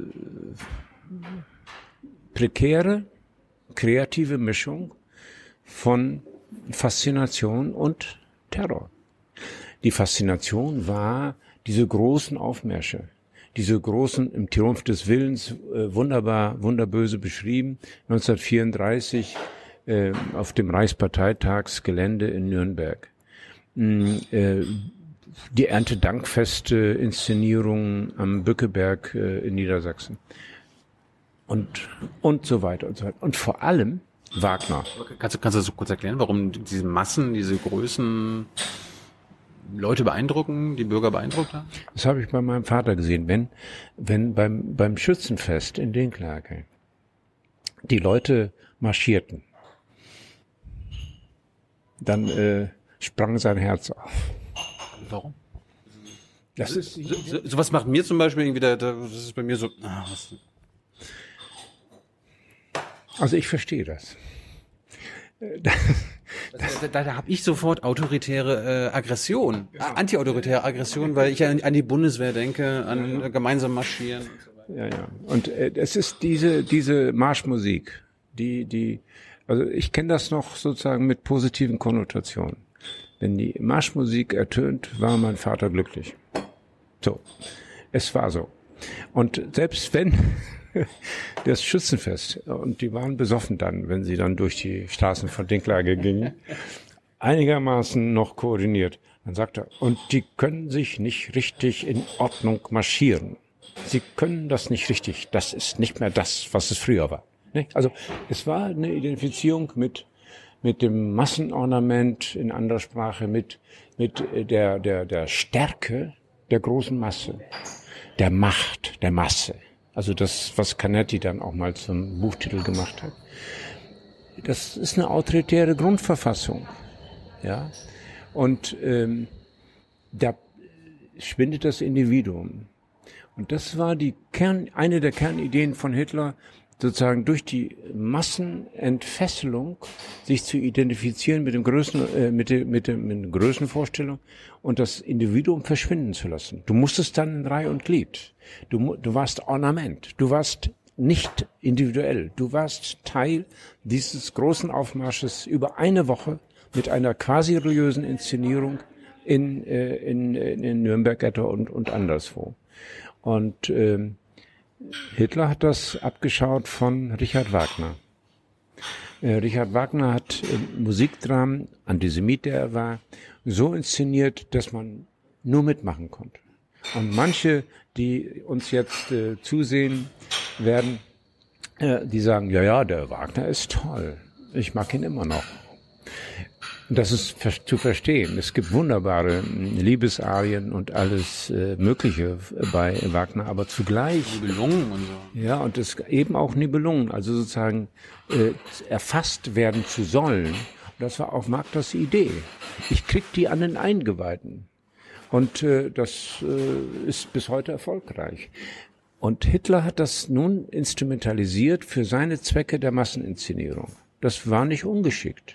prekäre, kreative Mischung von Faszination und Terror. Die Faszination war diese großen Aufmärsche, diese großen, im Triumph des Willens, äh, wunderbar, wunderböse beschrieben, neunzehnhundertvierunddreißig äh, auf dem Reichsparteitagsgelände in Nürnberg. Äh, die Erntedankfeste, Inszenierungen am Bückeberg äh, in Niedersachsen. Und, und so weiter und so weiter. Und vor allem Wagner. Kannst du, kannst du das so kurz erklären, warum diese Massen, diese Größen Leute beeindrucken, die Bürger beeindruckt haben? Das habe ich bei meinem Vater gesehen. Wenn, wenn beim, beim Schützenfest in Dinklage die Leute marschierten, dann äh, sprang sein Herz auf. Warum? Das ist so, so, sowas macht mir zum Beispiel irgendwie, da, da, das ist bei mir so, ah, was. Also ich verstehe das. Da, da, da habe ich sofort autoritäre äh, Aggression, ja. antiautoritäre Aggression, weil ich an, an die Bundeswehr denke, an ja. gemeinsam marschieren. Und so weiter. Ja, ja. Und äh, es ist diese diese Marschmusik, die die, also ich kenne das noch sozusagen mit positiven Konnotationen. Wenn die Marschmusik ertönt, war mein Vater glücklich. So, es war so. Und selbst wenn das Schützenfest, und die waren besoffen dann, wenn sie dann durch die Straßen von Dinklage gingen, einigermaßen noch koordiniert. Dann sagt er, und die können sich nicht richtig in Ordnung marschieren. Sie können das nicht richtig. Das ist nicht mehr das, was es früher war. Also es war eine Identifizierung mit mit dem Massenornament in anderer Sprache, mit mit der der der Stärke der großen Masse, der Macht der Masse. Also das, was Canetti dann auch mal zum Buchtitel gemacht hat. Das ist eine autoritäre Grundverfassung, ja. Und ähm, da schwindet das Individuum. Und das war die Kern, eine der Kernideen von Hitler, sozusagen durch die Massenentfesselung sich zu identifizieren mit dem Größen, äh, mit der, mit der, mit der Größenvorstellung und das Individuum verschwinden zu lassen. Du musstest dann in Reihe und Glied. Du, du warst Ornament. Du warst nicht individuell. Du warst Teil dieses großen Aufmarsches über eine Woche mit einer quasi religiösen Inszenierung in, äh, in, in Nürnberg etwa und, und anderswo. Und ähm, Hitler hat das abgeschaut von Richard Wagner. Äh, Richard Wagner hat äh, Musikdramen, Antisemit der er war, so inszeniert, dass man nur mitmachen konnte. Und manche, die uns jetzt äh, zusehen werden, äh, die sagen, ja, ja, der Wagner ist toll. Ich mag ihn immer noch. Und das ist zu verstehen. Es gibt wunderbare Liebesarien und alles äh, Mögliche bei Wagner, aber zugleich Nibelungen und so. Ja, und es eben auch Nibelungen, also sozusagen äh, erfasst werden zu sollen. Das war auch Wagners Idee. Ich krieg die an den Eingeweiden. Und äh, das äh, ist bis heute erfolgreich. Und Hitler hat das nun instrumentalisiert für seine Zwecke der Masseninszenierung. Das war nicht ungeschickt.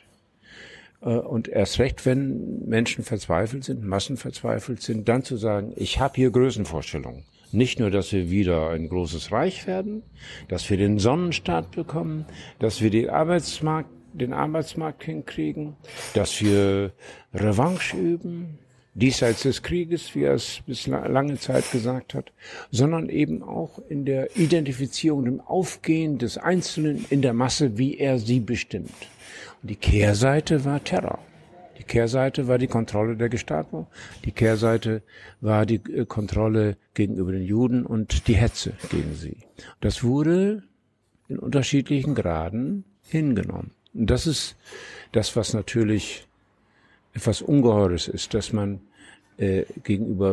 Und erst recht, wenn Menschen verzweifelt sind, Massen verzweifelt sind, dann zu sagen, ich habe hier Größenvorstellungen. Nicht nur, dass wir wieder ein großes Reich werden, dass wir den Sonnenstaat bekommen, dass wir den Arbeitsmarkt, den Arbeitsmarkt hinkriegen, dass wir Revanche üben, diesseits des Krieges, wie er es bis lange Zeit gesagt hat, sondern eben auch in der Identifizierung, dem Aufgehen des Einzelnen in der Masse, wie er sie bestimmt. Und die Kehrseite war Terror. Die Kehrseite war die Kontrolle der Gestapo. Die Kehrseite war die äh, Kontrolle gegenüber den Juden und die Hetze gegen sie. Das wurde in unterschiedlichen Graden hingenommen. Und das ist das, was natürlich etwas Ungeheures ist, dass man äh, gegenüber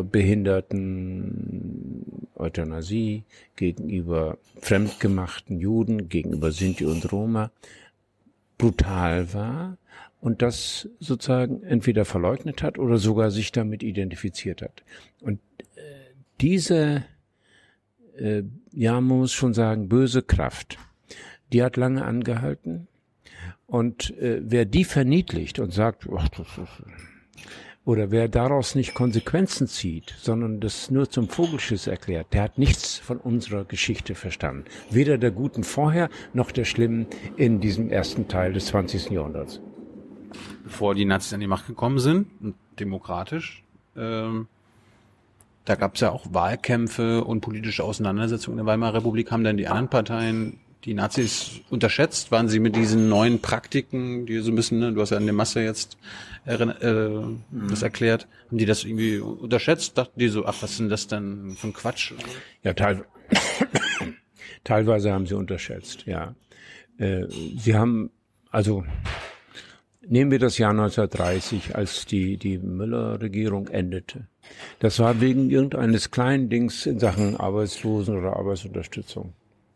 Behinderten, Euthanasie, gegenüber fremdgemachten Juden, gegenüber Sinti und Roma brutal war und das sozusagen entweder verleugnet hat oder sogar sich damit identifiziert hat. Und äh, diese, äh, ja, man muss schon sagen, böse Kraft, die hat lange angehalten. Und äh, wer die verniedlicht und sagt, ach, das ist, oder wer daraus nicht Konsequenzen zieht, sondern das nur zum Vogelschiss erklärt, der hat nichts von unserer Geschichte verstanden. Weder der Guten vorher, noch der Schlimmen in diesem ersten Teil des zwanzigsten Jahrhunderts. Bevor die Nazis an die Macht gekommen sind, demokratisch, ähm, da gab es ja auch Wahlkämpfe und politische Auseinandersetzungen in der Weimarer Republik. Haben dann die anderen Parteien die Nazis unterschätzt? Waren sie mit diesen neuen Praktiken, die so ein bisschen, ne, du hast ja an der Masse jetzt äh, äh, das erklärt, haben die das irgendwie unterschätzt? Dachten die so, ach, was ist denn das denn für ein Quatsch? Ja, teil teilweise haben sie unterschätzt, ja. Äh, sie haben, also nehmen wir das Jahr neunzehnhundertdreißig, als die die Müller-Regierung endete. Das war wegen irgendeines kleinen Dings in Sachen Arbeitslosen- oder Arbeitsunterstützung.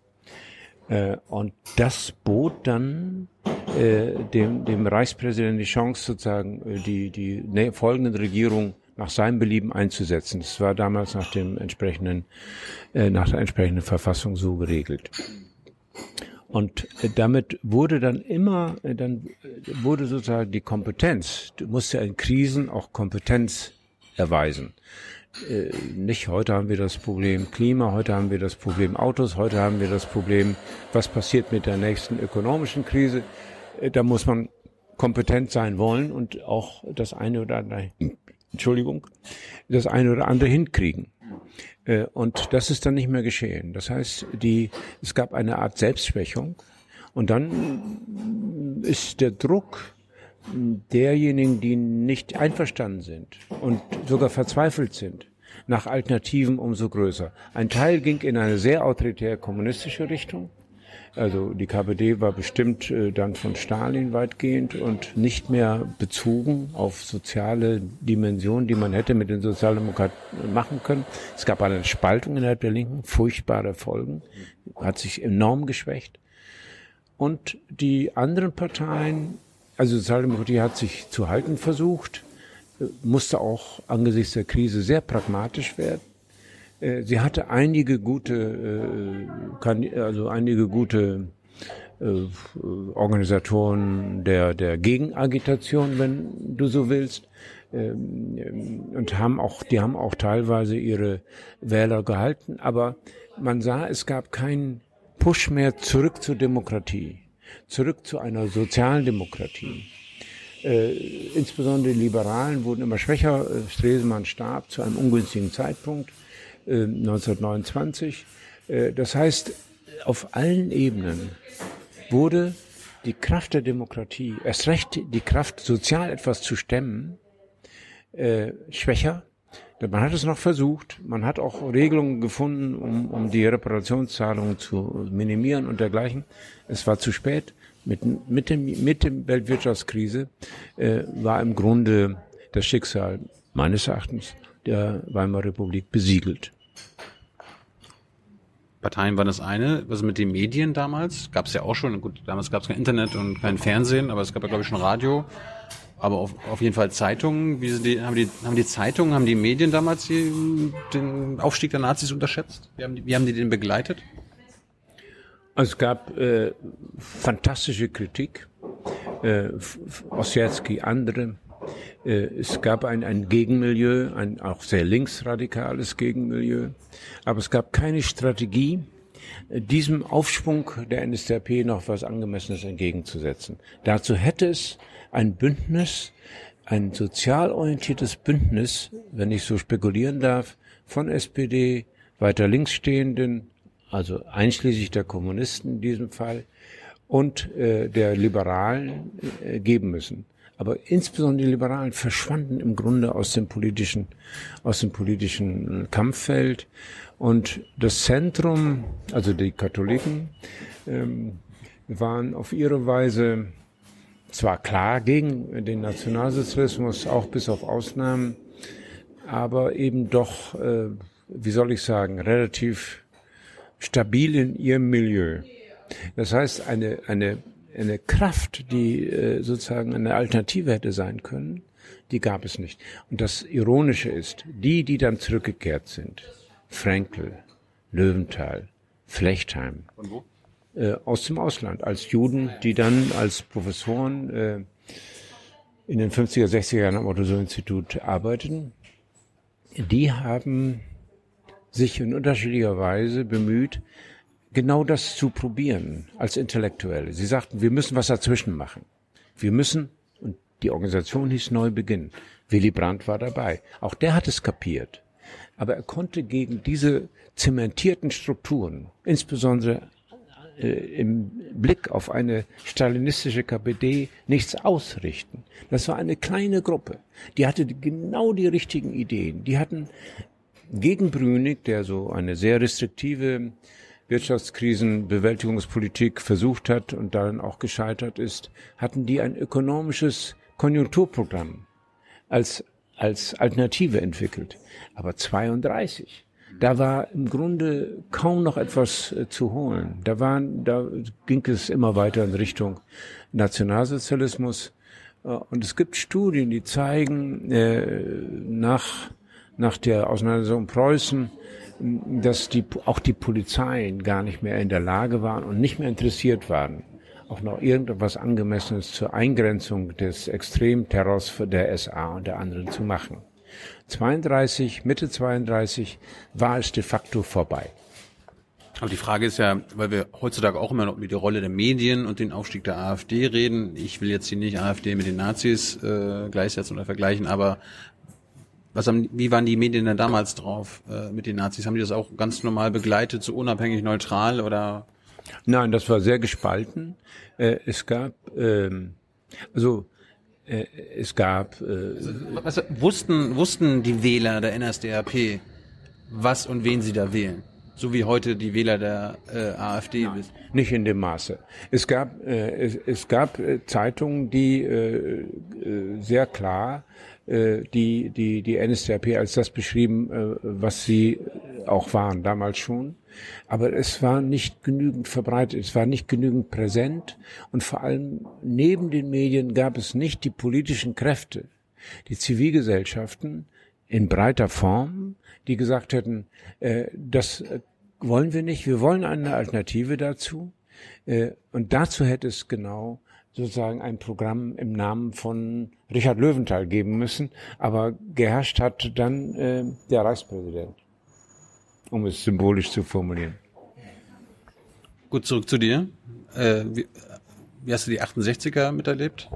Äh, und das bot dann äh, dem dem Reichspräsidenten die Chance, sozusagen äh, die die ne, folgenden Regierungen nach seinem Belieben einzusetzen. Das war damals nach dem entsprechenden, äh, nach der entsprechenden Verfassung so geregelt. Und äh, damit wurde dann immer, äh, dann äh, wurde sozusagen die Kompetenz, du musst ja in Krisen auch Kompetenz erweisen. Äh, nicht heute haben wir das Problem Klima, heute haben wir das Problem Autos, heute haben wir das Problem, was passiert mit der nächsten ökonomischen Krise. Äh, da muss man kompetent sein wollen und auch das eine oder andere, Entschuldigung, das eine oder andere hinkriegen. Äh, und das ist dann nicht mehr geschehen. Das heißt, die, es gab eine Art Selbstschwächung und dann ist der Druck derjenigen, die nicht einverstanden sind und sogar verzweifelt sind, nach Alternativen umso größer. Ein Teil ging in eine sehr autoritär kommunistische Richtung. Also die K P D war bestimmt äh, dann von Stalin weitgehend und nicht mehr bezogen auf soziale Dimensionen, die man hätte mit den Sozialdemokraten machen können. Es gab eine Spaltung innerhalb der Linken, furchtbare Folgen, hat sich enorm geschwächt. Und die anderen Parteien, also die Sozialdemokratie hat sich zu halten versucht, äh, musste auch angesichts der Krise sehr pragmatisch werden. Sie hatte einige gute, also einige gute Organisatoren der der Gegenagitation, wenn du so willst, und haben auch, die haben auch teilweise ihre Wähler gehalten. Aber man sah, es gab keinen Push mehr zurück zur Demokratie, zurück zu einer sozialen Demokratie. Äh, insbesondere die Liberalen wurden immer schwächer. Stresemann starb zu einem ungünstigen Zeitpunkt. neunzehnhundertneunundzwanzig. Das heißt, auf allen Ebenen wurde die Kraft der Demokratie, erst recht die Kraft, sozial etwas zu stemmen, äh, schwächer. Man hat es noch versucht, man hat auch Regelungen gefunden, um, um die Reparationszahlungen zu minimieren und dergleichen. Es war zu spät. Mit, mit dem, mit dem Weltwirtschaftskrise äh, war im Grunde das Schicksal meines Erachtens der Weimarer Republik besiegelt. Parteien waren das eine. Was mit den Medien damals? Gab es ja auch schon. Gut, damals gab es kein Internet und kein Fernsehen, aber es gab ja, glaube ich, schon Radio. Aber auf, auf jeden Fall Zeitungen. Wie sind die, haben die, haben die Zeitungen, haben die Medien damals die, den Aufstieg der Nazis unterschätzt? Wie haben die, wie haben die den begleitet? Also es gab äh, fantastische Kritik. Äh, Ossietzky, andere. Es gab ein, ein Gegenmilieu, ein auch sehr linksradikales Gegenmilieu, aber es gab keine Strategie, diesem Aufschwung der N S D A P noch was Angemessenes entgegenzusetzen. Dazu hätte es ein Bündnis, ein sozial orientiertes Bündnis, wenn ich so spekulieren darf, von S P D, weiter links stehenden, also einschließlich der Kommunisten in diesem Fall, und äh, der Liberalen äh, geben müssen. Aber insbesondere die Liberalen verschwanden im Grunde aus dem politischen, aus dem politischen Kampffeld. Und das Zentrum, also die Katholiken, ähm, waren auf ihre Weise zwar klar gegen den Nationalsozialismus, auch bis auf Ausnahmen, aber eben doch, äh, wie soll ich sagen, relativ stabil in ihrem Milieu. Das heißt, eine, eine, eine Kraft, die äh, sozusagen eine Alternative hätte sein können, die gab es nicht. Und das Ironische ist, die, die dann zurückgekehrt sind, Frankl, Löwenthal, Flechtheim, von wo? Äh, aus dem Ausland, als Juden, die dann als Professoren äh, in den fünfziger, sechziger Jahren am Otto-Suhr-Institut arbeiteten, die haben sich in unterschiedlicher Weise bemüht, genau das zu probieren als Intellektuelle. Sie sagten, wir müssen was dazwischen machen. Wir müssen, und die Organisation hieß Neu Beginn. Willy Brandt war dabei. Auch der hat es kapiert. Aber er konnte gegen diese zementierten Strukturen, insbesondere äh, im Blick auf eine stalinistische K P D, nichts ausrichten. Das war eine kleine Gruppe. Die hatte genau die richtigen Ideen. Die hatten gegen Brünig, der so eine sehr restriktive Wirtschaftskrisenbewältigungspolitik versucht hat und darin auch gescheitert ist, hatten die ein ökonomisches Konjunkturprogramm als als Alternative entwickelt. Aber zweiunddreißig, da war im Grunde kaum noch etwas äh, zu holen. Da waren, da ging es immer weiter in Richtung Nationalsozialismus Und es gibt Studien, die zeigen, äh, nach, nach der Auseinandersetzung Preußen, dass die, auch die Polizeien gar nicht mehr in der Lage waren und nicht mehr interessiert waren, auch noch irgendetwas Angemessenes zur Eingrenzung des Extremterrors der S A und der anderen zu machen. zweiunddreißig, Mitte zweiunddreißig war es de facto vorbei. Aber die Frage ist ja, weil wir heutzutage auch immer noch über die Rolle der Medien und den Aufstieg der AfD reden. Ich will jetzt hier nicht AfD mit den Nazis äh, gleichsetzen oder vergleichen, aber was haben, wie waren die Medien denn damals drauf äh, mit den Nazis? Haben die das auch ganz normal begleitet, so unabhängig, neutral oder? Nein, das war sehr gespalten. Äh, es gab, ähm, also äh, es gab. Äh, was, wussten wussten die Wähler der N S D A P, was und wen sie da wählen? So wie heute die Wähler der äh, AfD wissen. Nicht in dem Maße. Es gab äh, es, es gab äh, Zeitungen, die äh, äh, sehr klar äh, die die die N S D A P als das beschrieben, äh, was sie auch waren damals schon. Aber es war nicht genügend verbreitet, es war nicht genügend präsent und vor allem neben den Medien gab es nicht die politischen Kräfte, die Zivilgesellschaften in breiter Form, die gesagt hätten, äh, das wollen wir nicht, wir wollen eine Alternative dazu. Äh, und dazu hätte es genau sozusagen ein Programm im Namen von Richard Löwenthal geben müssen. Aber geherrscht hat dann äh, der Reichspräsident, um es symbolisch zu formulieren. Gut, zurück zu dir. Äh, wie, wie hast du die achtundsechziger miterlebt?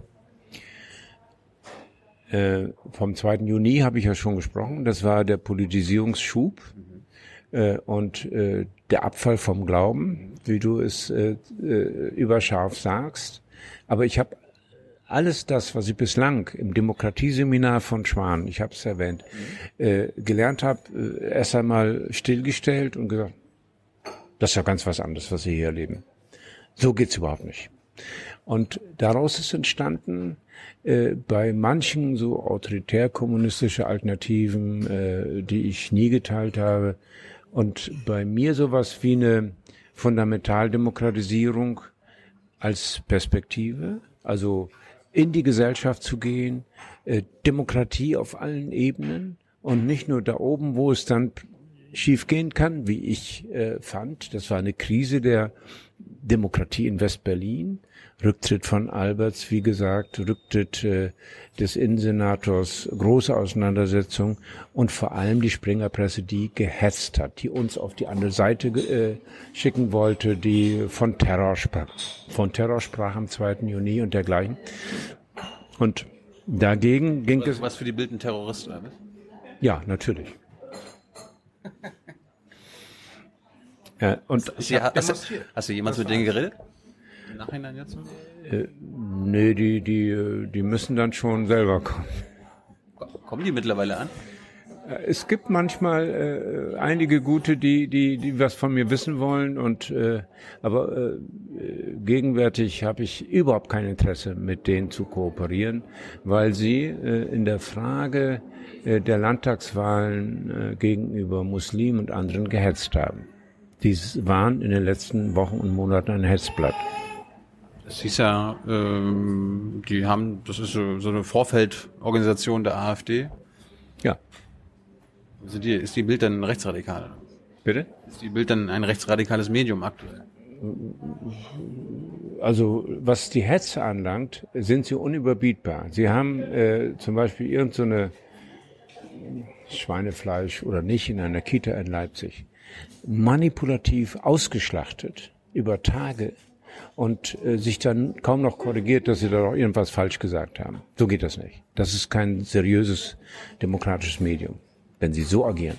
Äh, vom zweiten Juni habe ich ja schon gesprochen. Das war der Politisierungsschub mhm. äh, und äh, der Abfall vom Glauben, wie du es äh, äh, überscharf sagst. Aber ich habe alles das, was ich bislang im Demokratieseminar von Schwan, ich habe es erwähnt, mhm. äh, gelernt habe, äh, erst einmal stillgestellt und gesagt, das ist ja ganz was anderes, was Sie hier erleben. So geht's überhaupt nicht. Und daraus ist entstanden, äh, bei manchen so autoritär-kommunistische Alternativen, äh, die ich nie geteilt habe, und bei mir sowas wie eine Fundamentaldemokratisierung als Perspektive, also in die Gesellschaft zu gehen, äh, Demokratie auf allen Ebenen und nicht nur da oben, wo es dann schief gehen kann, wie ich äh, fand. Das war eine Krise der Demokratie in West-Berlin, Rücktritt von Alberts, wie gesagt, Rücktritt äh, des Innensenators, große Auseinandersetzung und vor allem die Springerpresse, die gehetzt hat, die uns auf die andere Seite äh, schicken wollte, die von Terror sprach, von Terror sprach am zweiten Juni und dergleichen. Und dagegen ging was, es... Was für die Bild ein Terrorist war, ne? Ja, natürlich. Ja, und hast, du, hast, du, hast du jemals mit denen geredet? Im Nachhinein jetzt? Äh, nee, die, die, die müssen dann schon selber kommen. Kommen die mittlerweile an? Es gibt manchmal äh, einige gute, die, die, die was von mir wissen wollen und äh, aber äh, gegenwärtig habe ich überhaupt kein Interesse, mit denen zu kooperieren, weil sie äh, in der Frage äh, der Landtagswahlen äh, gegenüber Muslimen und anderen gehetzt haben. Die waren in den letzten Wochen und Monaten ein Hetzblatt. Es hieß ja, ähm, die haben, das ist so, so eine Vorfeldorganisation der AfD. Ja. Also die, ist die Bild dann rechtsradikal? Bitte? Ist die Bild dann ein rechtsradikales Medium aktuell? Also was die Hetze anlangt, sind sie unüberbietbar. Sie haben äh, zum Beispiel irgend so eine Schweinefleisch oder nicht in einer Kita in Leipzig manipulativ ausgeschlachtet über Tage und äh, sich dann kaum noch korrigiert, dass sie da noch irgendwas falsch gesagt haben. So geht das nicht. Das ist kein seriöses demokratisches Medium, wenn sie so agieren.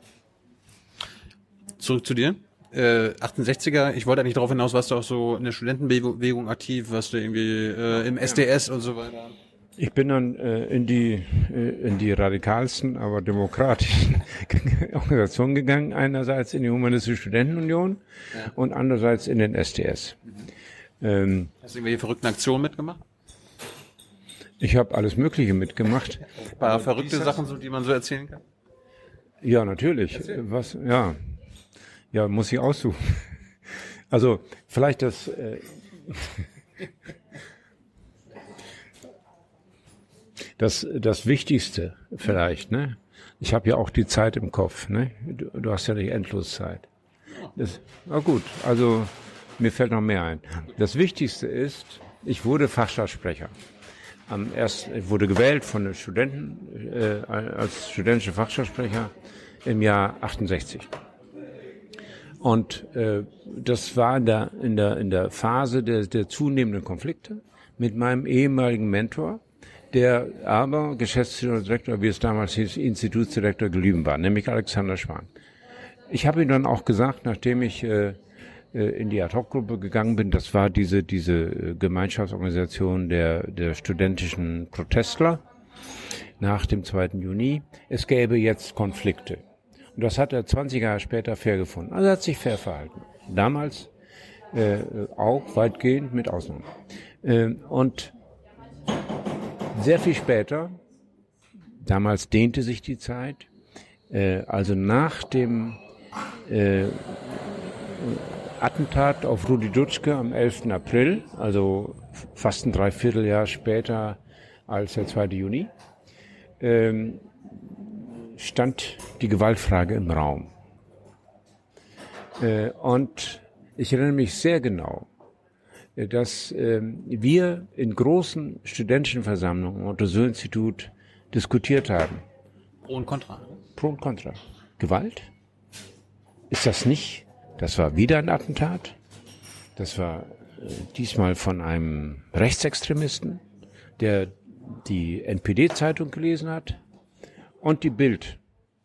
Zurück zu dir. Äh, achtundsechziger, ich wollte eigentlich darauf hinaus, warst du auch so in der Studentenbewegung aktiv, warst du irgendwie äh, im S D S und so weiter? Ich bin dann äh, in die äh, in die radikalsten, aber demokratischen Organisationen gegangen. Einerseits in die Humanistische Studentenunion ja. und andererseits in den S D S. Mhm. Ähm, Hast du irgendwelche verrückten Aktionen mitgemacht? Ich habe alles Mögliche mitgemacht. Ein paar verrückte Sachen, so, die man so erzählen kann? Ja, natürlich. Erzähl. Was? Ja, ja, muss ich aussuchen. Also vielleicht das. Äh, Das, das Wichtigste vielleicht, ne? Ich habe ja auch die Zeit im Kopf, ne? Du, du hast ja nicht endlos Zeit. Das, na gut, also mir fällt noch mehr ein. Das Wichtigste ist, ich wurde Fachschaftssprecher. Am ersten, ich wurde gewählt von den Studenten äh, als studentischer Fachschaftssprecher im Jahr achtundsechzig. Und äh, das war in der, in der, in der Phase der, der zunehmenden Konflikte mit meinem ehemaligen Mentor, der aber Geschäftsführer und Direktor, wie es damals hieß, Institutsdirektor geblieben war, nämlich Alexander Schwan. Ich habe ihm dann auch gesagt, nachdem ich äh, in die Ad-Hoc-Gruppe gegangen bin, das war diese diese Gemeinschaftsorganisation der der studentischen Protestler nach dem zweiten Juni. Es gäbe jetzt Konflikte. Und das hat er zwanzig Jahre später fair gefunden. Also er hat sich fair verhalten. Damals äh, auch weitgehend mit Ausnahmen. Äh, und sehr viel später, damals dehnte sich die Zeit, äh, also nach dem äh, Attentat auf Rudi Dutschke am elften April, also fast ein Dreivierteljahr später als der zweite Juni, ähm, stand die Gewaltfrage im Raum. Äh, und ich erinnere mich sehr genau, dass äh, wir in großen studentischen Versammlungen im Otto-Suhr-Institut diskutiert haben. Pro und Contra. Pro und Contra. Gewalt? Ist das nicht? Das war wieder ein Attentat. Das war äh, diesmal von einem Rechtsextremisten, der die N P D-Zeitung gelesen hat und die Bild.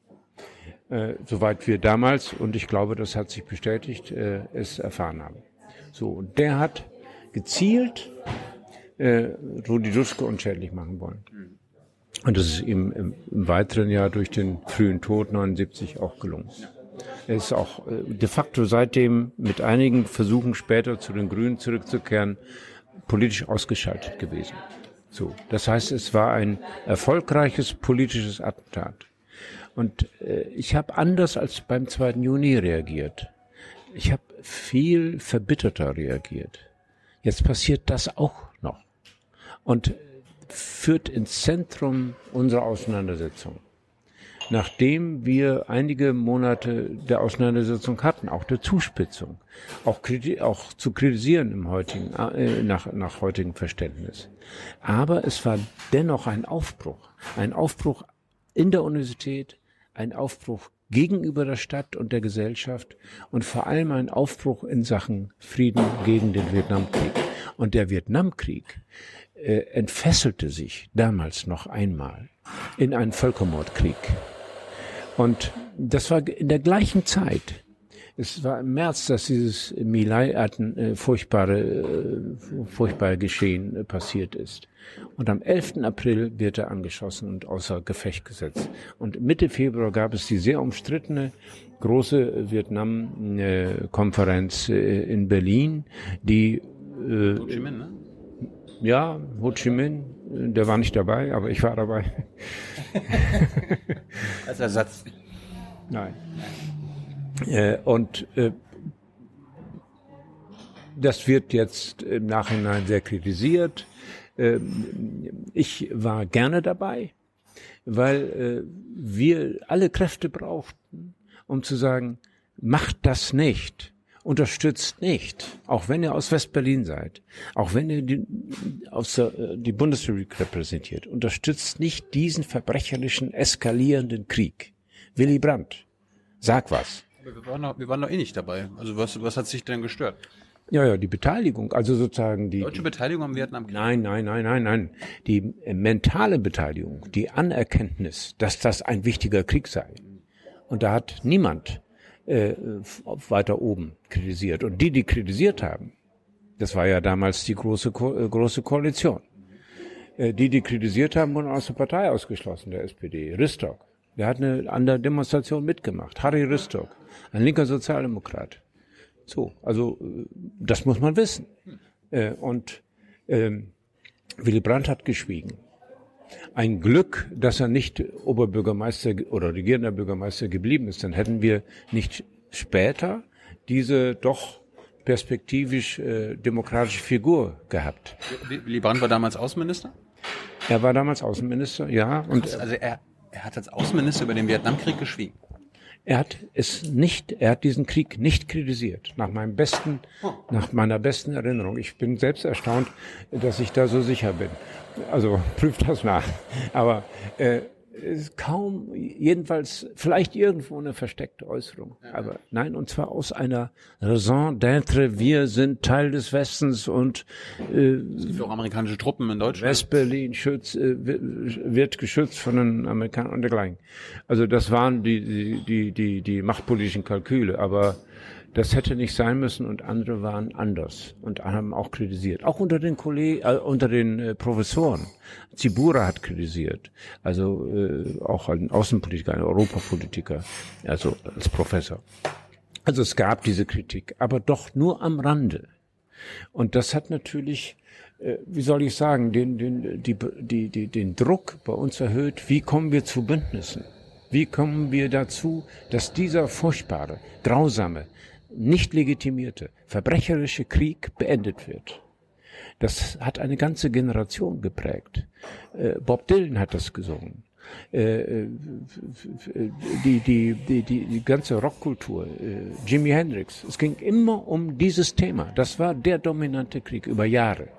Äh, soweit wir damals, und ich glaube, das hat sich bestätigt, äh, es erfahren haben. So, und der hat gezielt äh, Rudi Dutschke unschädlich machen wollen. Und das ist ihm im, im weiteren Jahr durch den frühen Tod neunundsiebzig auch gelungen. Er ist auch äh, de facto seitdem mit einigen Versuchen später zu den Grünen zurückzukehren, politisch ausgeschaltet gewesen. So, das heißt, es war ein erfolgreiches politisches Attentat. Und äh, ich habe anders als beim zweiten Juni reagiert. Ich habe viel verbitterter reagiert. Jetzt passiert das auch noch und führt ins Zentrum unserer Auseinandersetzung. Nachdem wir einige Monate der Auseinandersetzung hatten, auch der Zuspitzung, auch, kriti- auch zu kritisieren im heutigen, äh, nach, nach heutigem Verständnis. Aber es war dennoch ein Aufbruch, ein Aufbruch in der Universität, ein Aufbruch gegenüber der Stadt und der Gesellschaft und vor allem ein Aufbruch in Sachen Frieden gegen den Vietnamkrieg. Und der Vietnamkrieg äh, entfesselte sich damals noch einmal in einen Völkermordkrieg. Und das war in der gleichen Zeit. Es war im März, dass dieses My Lai äh, furchtbare, äh, furchtbare Geschehen äh, passiert ist. Und am elften April wird er angeschossen und außer Gefecht gesetzt. Und Mitte Februar gab es die sehr umstrittene große Vietnam-Konferenz äh, in Berlin, die äh, Ho Chi Minh, ne? Ja, Ho Chi Minh, der war nicht dabei, aber ich war dabei. Als Ersatz. Nein. Äh, und äh, das wird jetzt im Nachhinein sehr kritisiert. Äh, ich war gerne dabei, weil äh, wir alle Kräfte brauchten, um zu sagen, macht das nicht. Unterstützt nicht, auch wenn ihr aus West-Berlin seid, auch wenn ihr die, aus der, die Bundesrepublik repräsentiert, unterstützt nicht diesen verbrecherischen, eskalierenden Krieg. Willy Brandt, sag was. Aber wir waren doch, wir waren doch eh nicht dabei. Also was, was hat sich denn gestört? Ja, ja, die Beteiligung, also sozusagen die... Deutsche Beteiligung am Vietnamkrieg? Nein, nein, nein, nein, nein. Die mentale Beteiligung, die Anerkenntnis, dass das ein wichtiger Krieg sei. Und da hat niemand Äh, weiter oben kritisiert. Und die, die kritisiert haben, das war ja damals die große Ko- äh, große Koalition. Äh, die, die kritisiert haben, wurden aus der Partei ausgeschlossen, der S P D. Ristock, der hat eine, an der Demonstration mitgemacht. Harry Ristock, ein linker Sozialdemokrat. So, also das muss man wissen. Äh, und ähm, Willy Brandt hat geschwiegen. Ein Glück, dass er nicht Oberbürgermeister oder regierender Bürgermeister geblieben ist. Dann hätten wir nicht später diese doch perspektivisch äh, demokratische Figur gehabt. Willy Brandt war damals Außenminister? Er war damals Außenminister, ja. Und Krass, also er, er hat als Außenminister über den Vietnamkrieg geschwiegen. er hat es nicht, er hat diesen Krieg nicht kritisiert. Nach meinem besten, nach meiner besten Erinnerung. Ich bin selbst erstaunt, dass ich da so sicher bin. Also prüft das nach. Aber äh, ist kaum, jedenfalls vielleicht irgendwo eine versteckte Äußerung. Aber nein, und zwar aus einer Raison d'être, wir sind Teil des Westens und äh, Es gibt auch amerikanische Truppen in Deutschland. West-Berlin schützt, äh, wird geschützt von den Amerikanern und dergleichen. Also das waren die, die, die, die, die machtpolitischen Kalküle, aber das hätte nicht sein müssen und andere waren anders und haben auch kritisiert. Auch unter den Kollegen, äh, unter den äh, Professoren. Zibura hat kritisiert, also äh, auch ein Außenpolitiker, ein Europapolitiker, also als Professor. Also es gab diese Kritik, aber doch nur am Rande. Und das hat natürlich, äh, wie soll ich sagen, den, den, die, die, die, den Druck bei uns erhöht. Wie kommen wir zu Bündnissen? Wie kommen wir dazu, dass dieser furchtbare, grausame, nicht legitimierte, verbrecherische Krieg beendet wird? Das hat eine ganze Generation geprägt. Äh, Bob Dylan hat das gesungen. Äh, die, die, die, die, die ganze Rockkultur, äh, Jimi Hendrix. Es ging immer um dieses Thema. Das war der dominante Krieg über Jahre.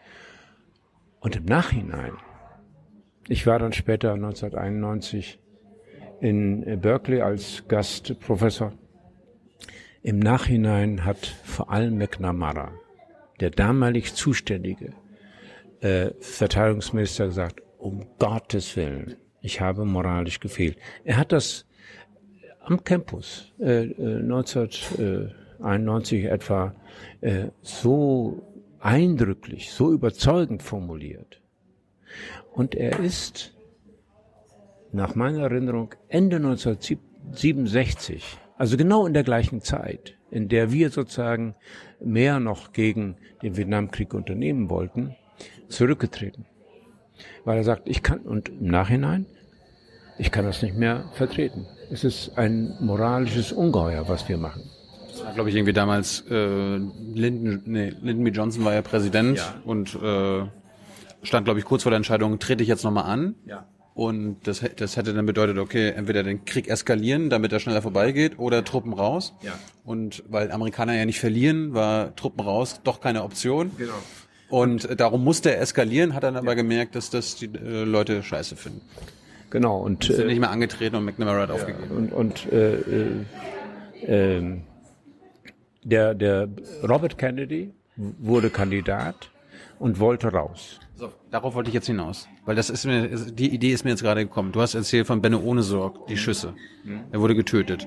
Und im Nachhinein, ich war dann später neunzehnhunderteinundneunzig in Berkeley als Gastprofessor. Im Nachhinein hat vor allem McNamara, der damalig zuständige äh, Verteidigungsminister, gesagt, um Gottes Willen, ich habe moralisch gefehlt. Er hat das am Campus äh, neunzehnhunderteinundneunzig etwa äh, so eindrücklich, so überzeugend formuliert. Und er ist nach meiner Erinnerung Ende neunzehnhundertsiebenundsechzig, also genau in der gleichen Zeit, in der wir sozusagen mehr noch gegen den Vietnamkrieg unternehmen wollten, zurückgetreten. Weil er sagt, ich kann, und im Nachhinein, ich kann das nicht mehr vertreten. Es ist ein moralisches Ungeheuer, was wir machen. Das war, glaube ich, irgendwie damals, äh, Lyndon, nee, Lyndon B. Johnson war ja Präsident Ja. und äh, stand, glaube ich, kurz vor der Entscheidung, trete ich jetzt nochmal an. Ja. Und das, das hätte dann bedeutet, okay, entweder den Krieg eskalieren, damit er schneller vorbeigeht, oder Truppen raus. Ja. Und weil Amerikaner ja nicht verlieren, war Truppen raus doch keine Option. Genau. Und äh, darum musste er eskalieren, hat dann aber gemerkt, dass das die äh, Leute scheiße finden. Genau. Und, Sind äh, nicht mehr angetreten und McNamara hat aufgegeben. und, und äh, äh, äh, der, der Robert Kennedy wurde Kandidat und wollte raus. So, darauf wollte ich jetzt hinaus, weil das ist mir, die Idee ist mir jetzt gerade gekommen. Du hast erzählt von Benno Ohnesorg, die Schüsse. Er wurde getötet.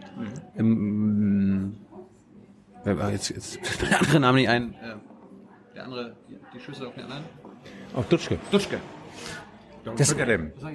Im, wer war jetzt, jetzt fällt der andere Name nicht ein. Äh, der andere, die, die Schüsse auf den anderen? Auf Dutschke. Dutschke. Das, Aber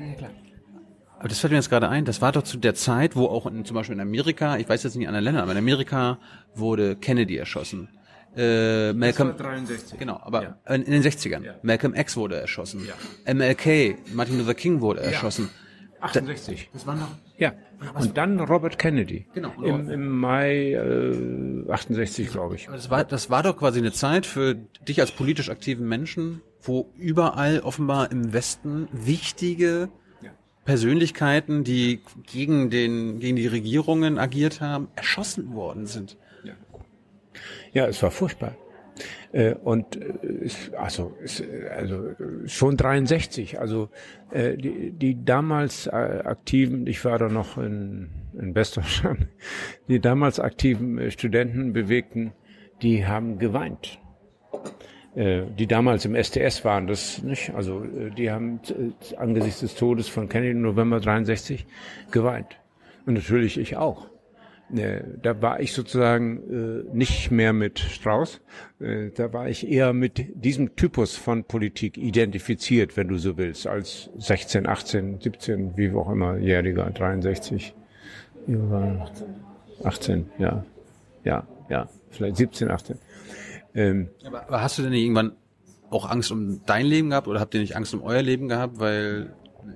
das fällt mir jetzt gerade ein, das war doch zu der Zeit, wo auch in, zum Beispiel in Amerika, ich weiß jetzt nicht in anderen Ländern, aber in Amerika wurde Kennedy erschossen. Äh, Malcolm, dreiundsechzig. genau, aber Ja. in, in den sechzigern. Ja. Malcolm X wurde erschossen. Ja. M L K, Martin Luther King wurde erschossen. achtundsechzig. Das war noch, Ja. Und dann Robert Kennedy. Genau. Im, im Mai äh, achtundsechzig, glaube ich. aber das war, das war doch quasi eine Zeit für dich als politisch aktiven Menschen, wo überall offenbar im Westen wichtige Persönlichkeiten, die gegen den, gegen die Regierungen agiert haben, erschossen worden sind. Ja, es war furchtbar. Äh, und äh, es, also, es, äh, also äh, schon dreiundsechzig. Also äh, die, die damals äh, aktiven, ich war da noch in, in Westdeutschland, die damals aktiven äh, Studenten bewegten, die haben geweint. Äh, die damals im S T S waren, das nicht. Also äh, die haben äh, angesichts des Todes von Kennedy im November dreiundsechzig geweint. Und natürlich ich auch. Da war ich sozusagen äh, nicht mehr mit Strauß, äh, da war ich eher mit diesem Typus von Politik identifiziert, wenn du so willst, als sechzehn, achtzehn, siebzehn, wie auch immer, Jähriger, dreiundsechzig, achtzehn, ja, ja, ja, vielleicht siebzehn, achtzehn. Ähm, Aber, aber hast du denn nicht irgendwann auch Angst um dein Leben gehabt oder habt ihr nicht Angst um euer Leben gehabt, weil...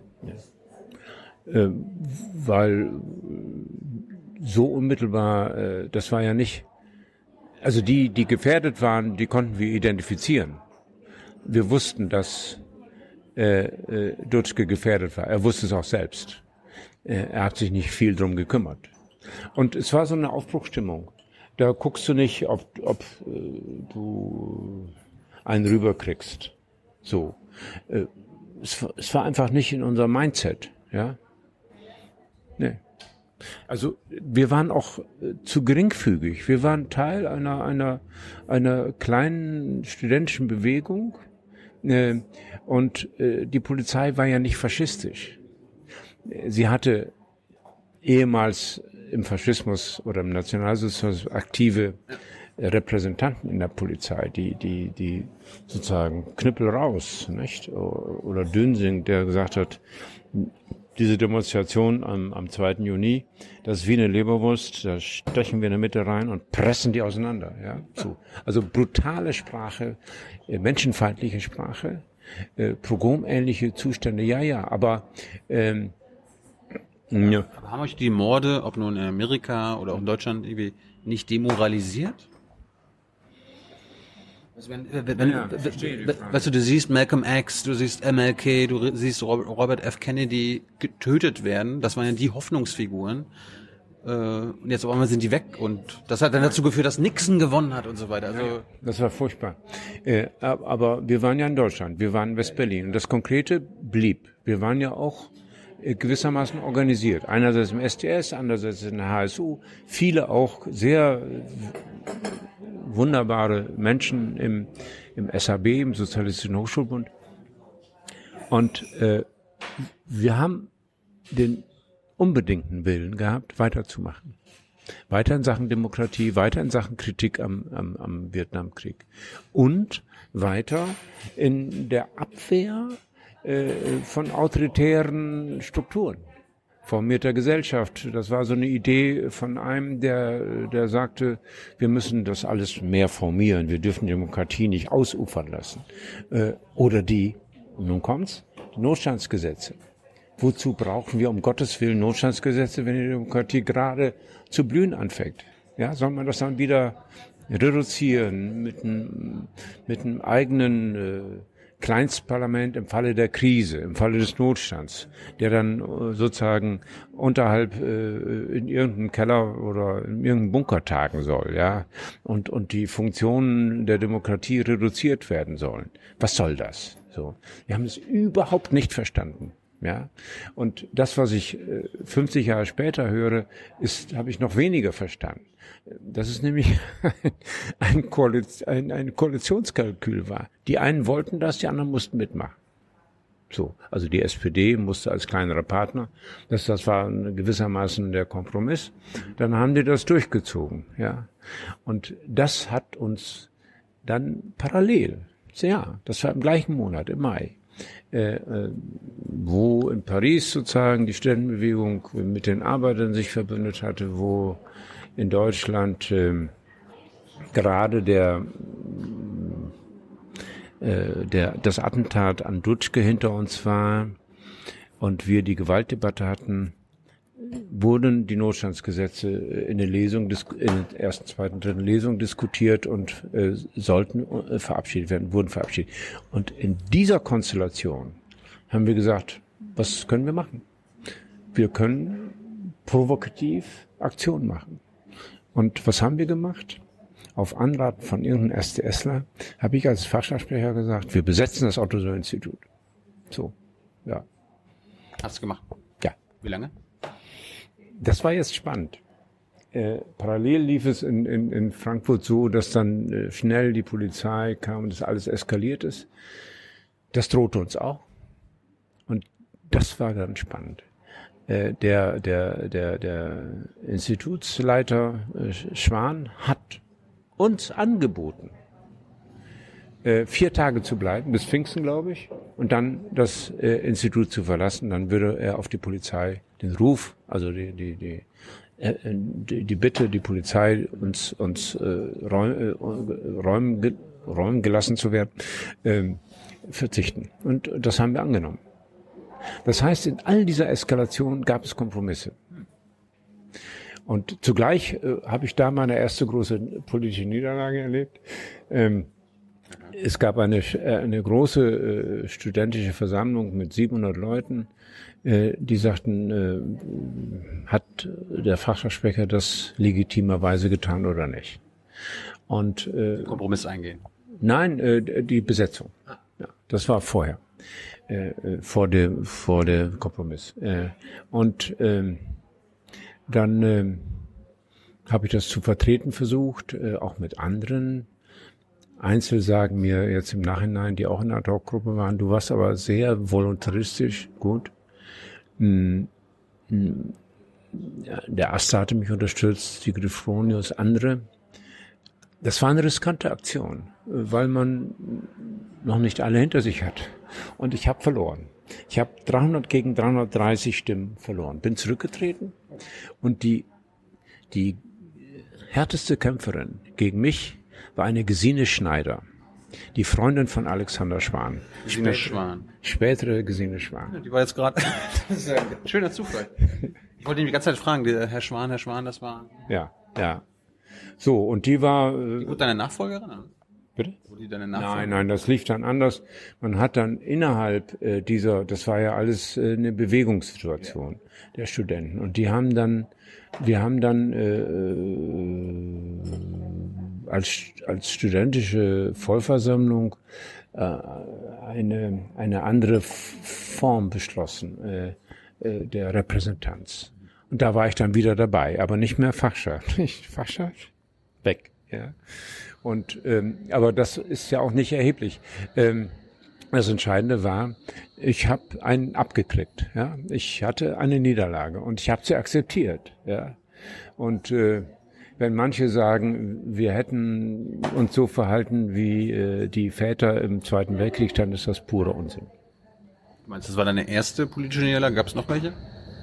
äh, weil so unmittelbar, äh, das war ja nicht, also die, die gefährdet waren, die konnten wir identifizieren. Wir wussten, dass äh, äh, Dutschke gefährdet war. Er wusste es auch selbst. Äh, er hat sich nicht viel drum gekümmert. Und es war so eine Aufbruchstimmung. Da guckst du nicht, ob, ob äh, du einen rüberkriegst. So. Äh, es, es war einfach nicht in unserem Mindset. Ja. Nee. Also wir waren auch äh, zu geringfügig. Wir waren Teil einer einer einer kleinen studentischen Bewegung äh, und äh, die Polizei war ja nicht faschistisch. Sie hatte ehemals im Faschismus oder im Nationalsozialismus aktive Repräsentanten in der Polizei, die die die sozusagen Knüppel raus, nicht? Oder Dünsing, der gesagt hat, diese Demonstration am, am zweiten Juni, das ist wie eine Leberwurst, da stechen wir in der Mitte rein und pressen die auseinander. Ja, so. Also brutale Sprache, äh, menschenfeindliche Sprache, äh, pogromähnliche Zustände, ja, ja, aber ähm, ja. Aber haben euch die Morde, ob nun in Amerika oder auch in Deutschland, irgendwie nicht demoralisiert? Also wenn, wenn, wenn, Ja, wenn, wenn, weißt du, du siehst Malcolm X, du siehst M L K, du siehst Robert F. Kennedy getötet werden, das waren ja die Hoffnungsfiguren, äh, und jetzt auf einmal sind die weg und das hat dann dazu geführt, dass Nixon gewonnen hat und so weiter. Also das war furchtbar. Äh, aber wir waren ja in Deutschland, wir waren in West-Berlin und das Konkrete blieb. Wir waren ja auch äh, gewissermaßen organisiert. Einerseits im S D S, andererseits in der H S U, viele auch sehr wunderbare Menschen im, im S H B, im Sozialistischen Hochschulbund. Und äh, wir haben den unbedingten Willen gehabt, weiterzumachen. Weiter in Sachen Demokratie, weiter in Sachen Kritik am, am, am Vietnamkrieg. Und weiter in der Abwehr äh, von autoritären Strukturen. Formierter Gesellschaft. Das war so eine Idee von einem, der, der sagte, wir müssen das alles mehr formieren. Wir dürfen Demokratie nicht ausufern lassen. Äh, oder die, und nun kommt's, die Notstandsgesetze. Wozu brauchen wir um Gottes Willen Notstandsgesetze, wenn die Demokratie gerade zu blühen anfängt? Ja, soll man das dann wieder reduzieren mit einem, mit einem eigenen, äh, Kleinstparlament im Falle der Krise, im Falle des Notstands, der dann sozusagen unterhalb äh, in irgendeinem Keller oder in irgendeinem Bunker tagen soll, ja, und und die Funktionen der Demokratie reduziert werden sollen. Was soll das? So, wir haben es überhaupt nicht verstanden, ja. Und das, was ich äh, fünfzig Jahre später höre, ist, habe ich noch weniger verstanden. Das ist nämlich ein, Koalition, ein, ein Koalitionskalkül war. Die einen wollten das, die anderen mussten mitmachen. So, also die S P D musste als kleinerer Partner. Das, das war gewissermaßen der Kompromiss. Dann haben die das durchgezogen, ja. Und das hat uns dann parallel, ja, das war im gleichen Monat, im Mai, äh, äh, wo in Paris sozusagen die Studentenbewegung mit den Arbeitern sich verbündet hatte, wo in Deutschland äh, gerade der, äh, der das Attentat an Dutschke hinter uns war und wir die Gewaltdebatte hatten, wurden die Notstandsgesetze in der Lesung, in der ersten, zweiten, dritten Lesung diskutiert und äh, sollten äh, verabschiedet werden, wurden verabschiedet. Und in dieser Konstellation haben wir gesagt, was können wir machen? Wir können provokativ Aktionen machen. Und was haben wir gemacht? Auf Anraten von irgendeinem StSler habe ich als Fachsprecher gesagt, wir besetzen das Otto-Suhr-Institut. So, ja. Hast du gemacht? Ja. Wie lange? Das war jetzt spannend. Äh, parallel lief es in, in, in Frankfurt so, dass dann äh, schnell die Polizei kam und das alles eskaliert ist. Das drohte uns auch. Und das war dann spannend. Äh, der, der, der, der Institutsleiter äh, Schwan hat uns angeboten, äh, vier Tage zu bleiben, bis Pfingsten, glaube ich, und dann das äh, Institut zu verlassen. Dann würde er auf die Polizei den Ruf, also die, die, die, äh, die, die Bitte, die Polizei uns, uns äh, räum, äh, räumen, ge, räumen gelassen zu werden, äh, verzichten. Und das haben wir angenommen. Das heißt, in all dieser Eskalation gab es Kompromisse. Und zugleich äh, habe ich da meine erste große politische Niederlage erlebt. Ähm, Es gab eine, eine große äh, studentische Versammlung mit siebenhundert Leuten, äh, die sagten, äh, hat der Fachsprecher das legitimerweise getan oder nicht? Und äh, Kompromiss eingehen. Nein, äh, die Besetzung. Ja, das war vorher, äh, vor der vor der Kompromiss. Äh, und ähm, dann äh, habe ich das zu vertreten versucht, äh, auch mit anderen. Einzel sagen mir jetzt im Nachhinein, die auch in der Ad-Hoc-Gruppe waren, du warst aber sehr voluntaristisch, gut. Der Asta hatte mich unterstützt, Sigrid Fronius, andere. Das war eine riskante Aktion, weil man noch nicht alle hinter sich hat. Und ich habe verloren. Ich habe dreihundert gegen dreihundertdreißig Stimmen verloren. Bin zurückgetreten und die, die härteste Kämpferin gegen mich war eine Gesine Schneider, die Freundin von Alexander Schwan. Gesine Schwan. Spätere Gesine Schwan. Ja, die war jetzt gerade, das ist ein schöner Zufall. Ich wollte ihn die ganze Zeit fragen, der Herr Schwan, Herr Schwan, das war... Ja, ja. So, und die war... Die wurde deine Nachfolgerin? Bitte? Wurde die deine Nachfolgerin? Nein, nein, das lief dann anders. Man hat dann innerhalb äh, dieser, das war ja alles äh, eine Bewegungssituation ja. der Studenten. Und die haben dann, wir haben dann äh, als als studentische Vollversammlung äh, eine eine andere Form beschlossen äh, äh, der Repräsentanz. Und da war ich dann wieder dabei, aber nicht mehr Fachschaft. Nicht Fachschaft? Weg, ja. Und ähm, aber das ist ja auch nicht erheblich. Ähm, das Entscheidende war, ich habe einen abgekriegt. Ja, ich hatte eine Niederlage und ich habe sie akzeptiert. Ja, und äh, wenn manche sagen, wir hätten uns so verhalten wie äh, die Väter im Zweiten Weltkrieg, dann ist das purer Unsinn. Du meinst, das war deine erste politische Niederlage? Gab es noch welche?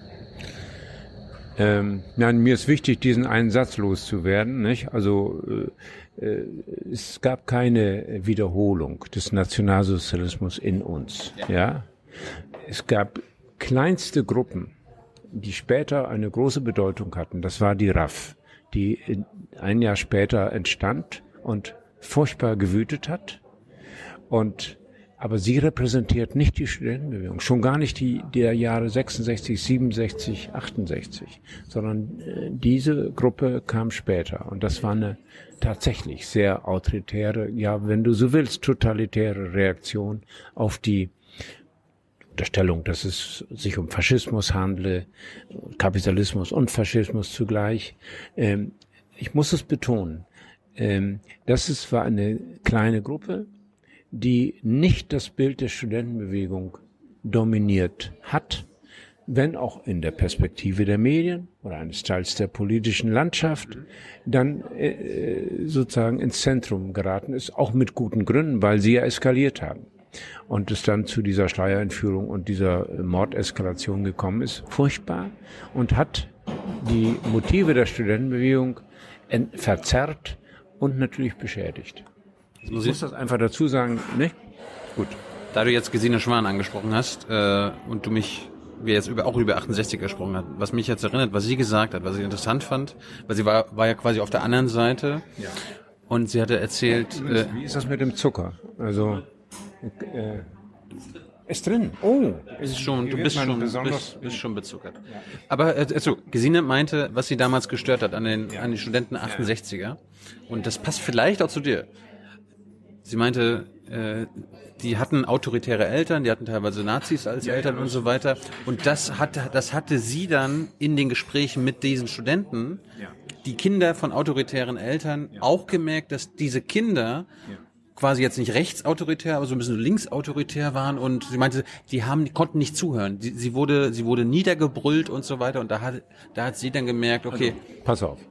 Ähm, nein, mir ist wichtig, diesen einen Satz loszuwerden, nicht? Also äh, äh, es gab keine Wiederholung des Nationalsozialismus in uns. Ja. ja, es gab kleinste Gruppen, die später eine große Bedeutung hatten. Das war die R A F, die in, ein Jahr später entstand und furchtbar gewütet hat. Und aber sie repräsentiert nicht die Studentenbewegung, schon gar nicht die der Jahre sechsundsechzig, siebenundsechzig, achtundsechzig, sondern äh, diese Gruppe kam später. Und das war eine tatsächlich sehr autoritäre, ja, wenn du so willst, totalitäre Reaktion auf die Unterstellung, dass es sich um Faschismus handle, Kapitalismus und Faschismus zugleich. Ähm, ich muss es betonen, ähm, das ist, war eine kleine Gruppe, die nicht das Bild der Studentenbewegung dominiert hat, wenn auch in der Perspektive der Medien oder eines Teils der politischen Landschaft, dann äh, sozusagen ins Zentrum geraten ist, auch mit guten Gründen, weil sie ja eskaliert haben. Und es dann zu dieser Steuerentführung und dieser Mordeskalation gekommen ist, furchtbar, und hat die Motive der Studentenbewegung ent- verzerrt und natürlich beschädigt. Ich muss das einfach dazu sagen, nicht? Gut. Da du jetzt Gesine Schwan angesprochen hast äh, und du mich, wir jetzt über, auch über achtundsechzig gesprochen hat, was mich jetzt erinnert, was sie gesagt hat, was ich interessant fand, weil sie war, war ja quasi auf der anderen Seite ja. und sie hatte erzählt... Ja, äh, wie ist das mit dem Zucker? Also, äh, ist drin. Oh, ist schon, du bist schon, bist, bist schon bezuckert. Ja. Aber äh, also, Gesine meinte, was sie damals gestört hat an den, ja. an den Studenten achtundsechziger. Und das passt vielleicht auch zu dir. Sie meinte, äh, die hatten autoritäre Eltern, die hatten teilweise Nazis als ja, Eltern ja, und so weiter. Und das hatte, das hatte sie dann in den Gesprächen mit diesen Studenten, ja. die Kinder von autoritären Eltern, ja. auch gemerkt, dass diese Kinder ja. quasi jetzt nicht rechtsautoritär, aber so ein bisschen linksautoritär waren. Und sie meinte, die haben, die konnten nicht zuhören. Sie, sie wurde, sie wurde niedergebrüllt und so weiter. Und da hat, da hat sie dann gemerkt, okay. Also, pass auf.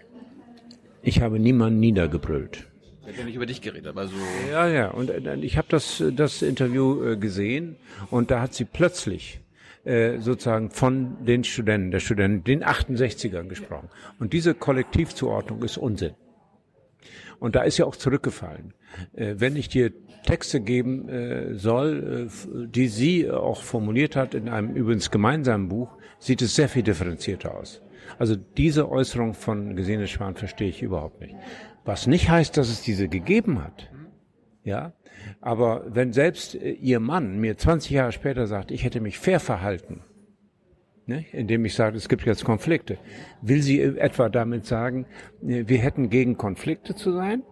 Ich habe niemanden niedergebrüllt. Ich habe ja nicht über dich geredet, aber so... Ja, ja, und äh, ich habe das das Interview äh, gesehen und da hat sie plötzlich äh, sozusagen von den Studenten, der Studenten, den achtundsechzigern gesprochen. Und diese Kollektivzuordnung ist Unsinn. Und da ist ja auch zurückgefallen. Äh, wenn ich dir Texte geben äh, soll, äh, die sie auch formuliert hat in einem übrigens gemeinsamen Buch, sieht es sehr viel differenzierter aus. Also diese Äußerung von Gesine Schwan verstehe ich überhaupt nicht. Was nicht heißt, dass es diese gegeben hat. Ja, aber wenn selbst äh, ihr Mann mir zwanzig Jahre später sagt, ich hätte mich fair verhalten, ne, indem ich sage, es gibt jetzt Konflikte, will sie etwa damit sagen, äh, wir hätten gegen Konflikte zu sein?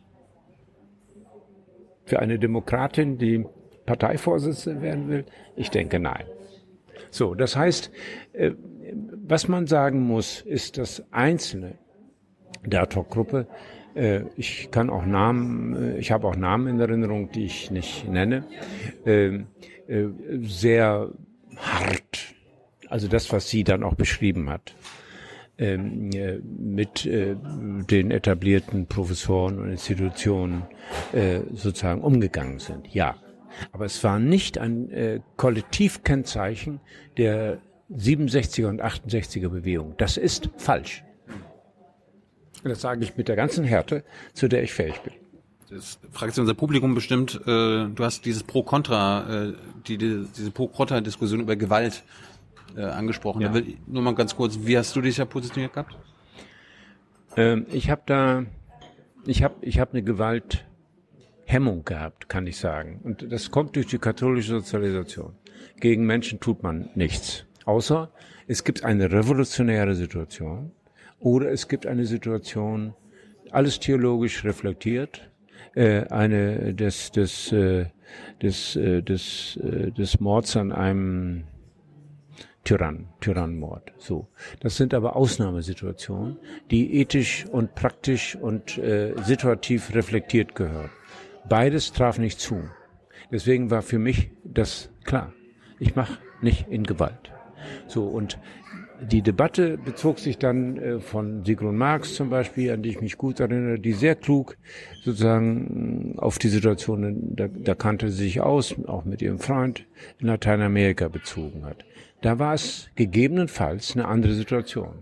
Für eine Demokratin, die Parteivorsitzende werden will? Ich denke, nein. So, das heißt, äh, was man sagen muss, ist, dass Einzelne der Ad-Hoc-Gruppe, äh, ich kann auch Namen, äh, ich habe auch Namen in Erinnerung, die ich nicht nenne, äh, äh, sehr hart, also das, was sie dann auch beschrieben hat, äh, mit äh, den etablierten Professoren und Institutionen äh, sozusagen umgegangen sind. Ja, aber es war nicht ein äh, Kollektivkennzeichen der siebenundsechziger und achtundsechziger Bewegung. Das ist falsch. Das sage ich mit der ganzen Härte, zu der ich fähig bin. Das fragt sich unser Publikum bestimmt. Äh, du hast dieses Pro-Contra, äh, die, die, diese Pro-Contra-Diskussion über Gewalt äh, angesprochen. Ja. Da will ich nur mal ganz kurz, wie hast du dich ja positioniert gehabt? Ähm, ich habe da, ich habe, ich habe eine Gewalthemmung gehabt, kann ich sagen. Und das kommt durch die katholische Sozialisation. Gegen Menschen tut man nichts, außer es gibt eine revolutionäre Situation. Oder es gibt eine Situation, alles theologisch reflektiert, äh, eine des des äh, des äh, des äh, des Mords an einem Tyrann, Tyrannenmord. So, das sind aber Ausnahmesituationen, die ethisch und praktisch und äh, situativ reflektiert gehören. Beides traf nicht zu. Deswegen war für mich das klar. Ich mache nicht in Gewalt. So, und die Debatte bezog sich dann äh, von Sigrun Marx zum Beispiel, an die ich mich gut erinnere, die sehr klug sozusagen auf die Situation, da, da kannte sie sich aus, auch mit ihrem Freund in Lateinamerika bezogen hat. Da war es gegebenenfalls eine andere Situation,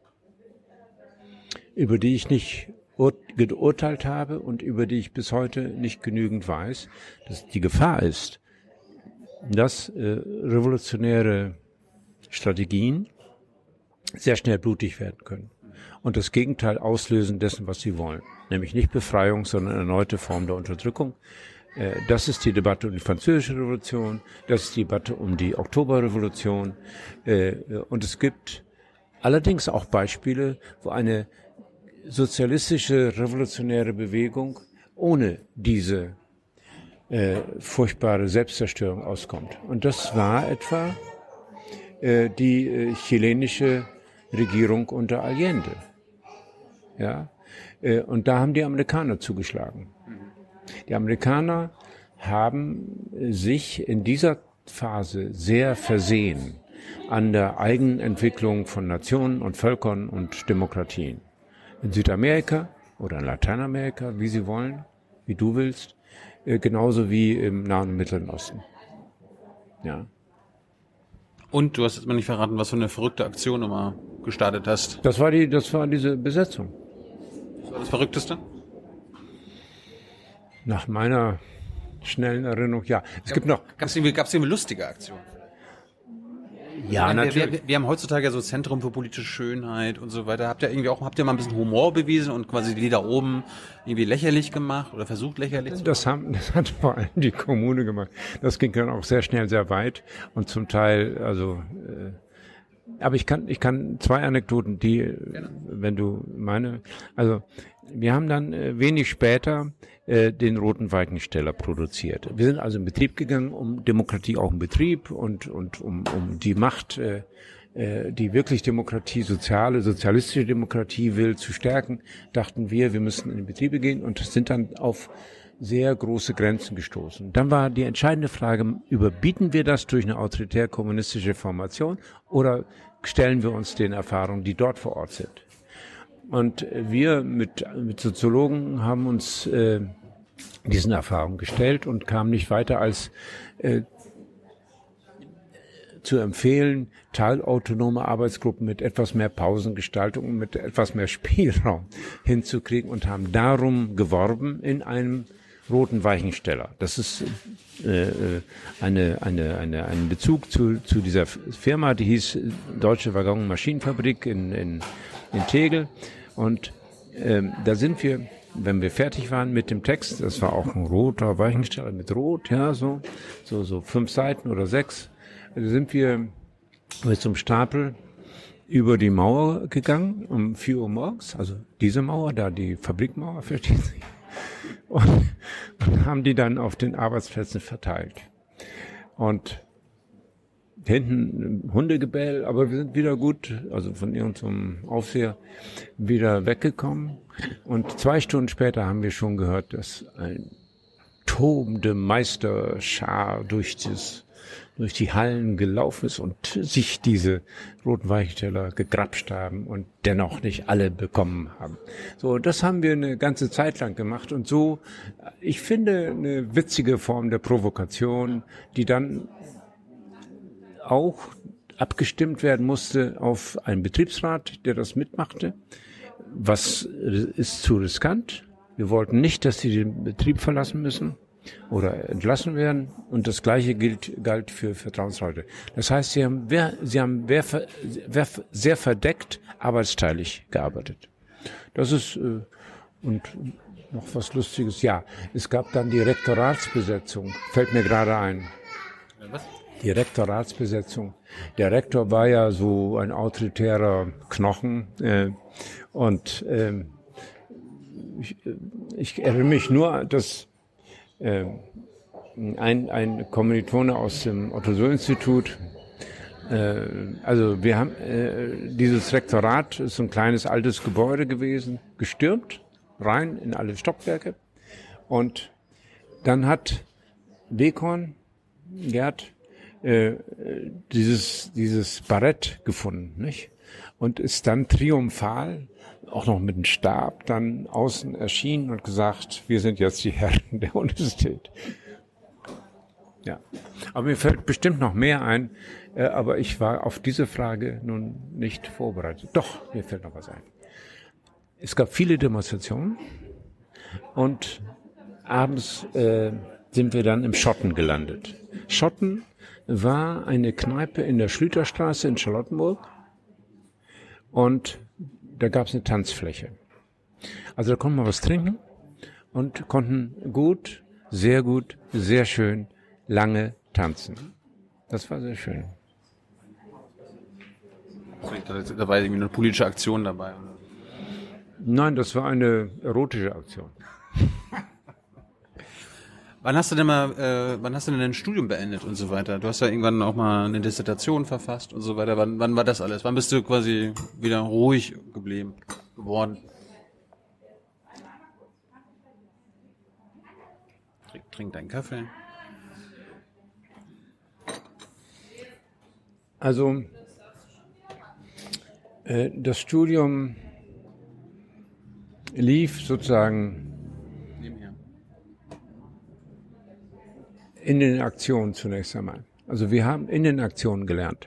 über die ich nicht ur- geurteilt habe und über die ich bis heute nicht genügend weiß, dass die Gefahr ist, dass äh, revolutionäre Strategien sehr schnell blutig werden können und das Gegenteil auslösen dessen, was sie wollen, nämlich nicht Befreiung, sondern eine erneute Form der Unterdrückung. Das ist die Debatte um die Französische Revolution, das ist die Debatte um die Oktoberrevolution und es gibt allerdings auch Beispiele, wo eine sozialistische revolutionäre Bewegung ohne diese äh, furchtbare Selbstzerstörung auskommt. Und das war etwa äh, die äh, chilenische Regierung unter Allende. Ja, äh, und da haben die Amerikaner zugeschlagen. Die Amerikaner haben sich in dieser Phase sehr versehen an der Eigenentwicklung von Nationen und Völkern und Demokratien. In Südamerika oder in Lateinamerika, wie sie wollen, wie du willst, äh, genauso wie im Nahen und Mittleren Osten. Ja. Und du hast jetzt mal nicht verraten, was für eine verrückte Aktion du mal gestartet hast. Das war die, das war diese Besetzung. Was war das Verrückteste? Nach meiner schnellen Erinnerung, ja. Es gibt noch. Gab es irgendwie, gab's irgendwie lustige Aktionen? Ja, wir, natürlich. Wir, wir haben heutzutage ja so Zentrum für politische Schönheit und so weiter. Habt ihr irgendwie auch, habt ihr mal ein bisschen Humor bewiesen und quasi die da oben irgendwie lächerlich gemacht oder versucht lächerlich zu Das haben, das hat vor allem die Kommune gemacht. Das ging dann auch sehr schnell, sehr weit und zum Teil, also, äh, aber ich kann, ich kann zwei Anekdoten, die, genau. Wenn du meine, also, wir haben dann äh, wenig später äh, den Roten Weichensteller produziert. Wir sind also in Betrieb gegangen, um Demokratie auch im Betrieb und und um um die Macht, äh, äh, die wirklich Demokratie, soziale, sozialistische Demokratie will, zu stärken, dachten wir, wir müssen in die Betriebe gehen und sind dann auf sehr große Grenzen gestoßen. Dann war die entscheidende Frage, überbieten wir das durch eine autoritär-kommunistische Formation oder stellen wir uns den Erfahrungen, die dort vor Ort sind? Und wir mit, mit Soziologen haben uns äh, diesen Erfahrungen gestellt und kamen nicht weiter als äh, zu empfehlen, teilautonome Arbeitsgruppen mit etwas mehr Pausengestaltung und mit etwas mehr Spielraum hinzukriegen und haben darum geworben in einem Roten Weichensteller. Das ist äh, eine, eine, eine, ein Bezug zu, zu dieser Firma, die hieß Deutsche Waggon- und Maschinenfabrik in, in, in Tegel. Und ähm, da sind wir wenn wir fertig waren mit dem Text, das war auch ein roter Weichensteller mit Rot, ja, so, so, so fünf Seiten oder sechs, da sind wir mit so einem Stapel über die Mauer gegangen, um vier Uhr morgens, also diese Mauer, da die Fabrikmauer, verstehen Sie, und, und haben die dann auf den Arbeitsplätzen verteilt. Und hinten Hundegebell, aber wir sind wieder gut, also von irgendeinem Aufseher, wieder weggekommen. Und zwei Stunden später haben wir schon gehört, dass ein tobende Meisterschar durch das, durch die Hallen gelaufen ist und sich diese roten Weichensteller gegrapscht haben und dennoch nicht alle bekommen haben. So, das haben wir eine ganze Zeit lang gemacht und so, ich finde, eine witzige Form der Provokation, die dann auch abgestimmt werden musste auf einen Betriebsrat, der das mitmachte. Was ist zu riskant? Wir wollten nicht, dass sie den Betrieb verlassen müssen oder entlassen werden. Und das Gleiche gilt, galt für Vertrauensleute. Das heißt, sie haben, wer, sie haben wer, wer, sehr verdeckt arbeitsteilig gearbeitet. Das ist, äh, und noch was Lustiges. Ja, es gab dann die Rektoratsbesetzung. Fällt mir gerade ein. Was? Die Rektoratsbesetzung. Der Rektor war ja so ein autoritärer Knochen äh, und äh, ich, ich erinnere mich nur, dass äh, ein, ein Kommilitone aus dem Otto-Suhr-Institut, äh, also wir haben äh, dieses Rektorat, ist so ein kleines altes Gebäude gewesen, gestürmt, rein in alle Stockwerke und dann hat Weghorn, Gerd, Äh, dieses dieses Barett gefunden, nicht? Und ist dann triumphal, auch noch mit dem Stab, dann außen erschienen und gesagt, wir sind jetzt die Herren der Universität. Ja, aber mir fällt bestimmt noch mehr ein, äh, aber ich war auf diese Frage nun nicht vorbereitet. Doch, mir fällt noch was ein. Es gab viele Demonstrationen und abends äh, sind wir dann im Schotten gelandet. Schotten war eine Kneipe in der Schlüterstraße in Charlottenburg und da gab es eine Tanzfläche. Also da konnten wir was trinken und konnten gut, sehr gut, sehr schön lange tanzen. Das war sehr schön. Da war irgendwie eine politische Aktion dabei. Nein, das war eine erotische Aktion. Wann hast du denn mal, äh, wann hast du denn dein Studium beendet und so weiter? Du hast ja irgendwann auch mal eine Dissertation verfasst und so weiter. Wann, wann war das alles? Wann bist du quasi wieder ruhig geblieben, geworden? Trink, trink deinen Kaffee. Also, äh, das Studium lief sozusagen in den Aktionen zunächst einmal. Also wir haben in den Aktionen gelernt.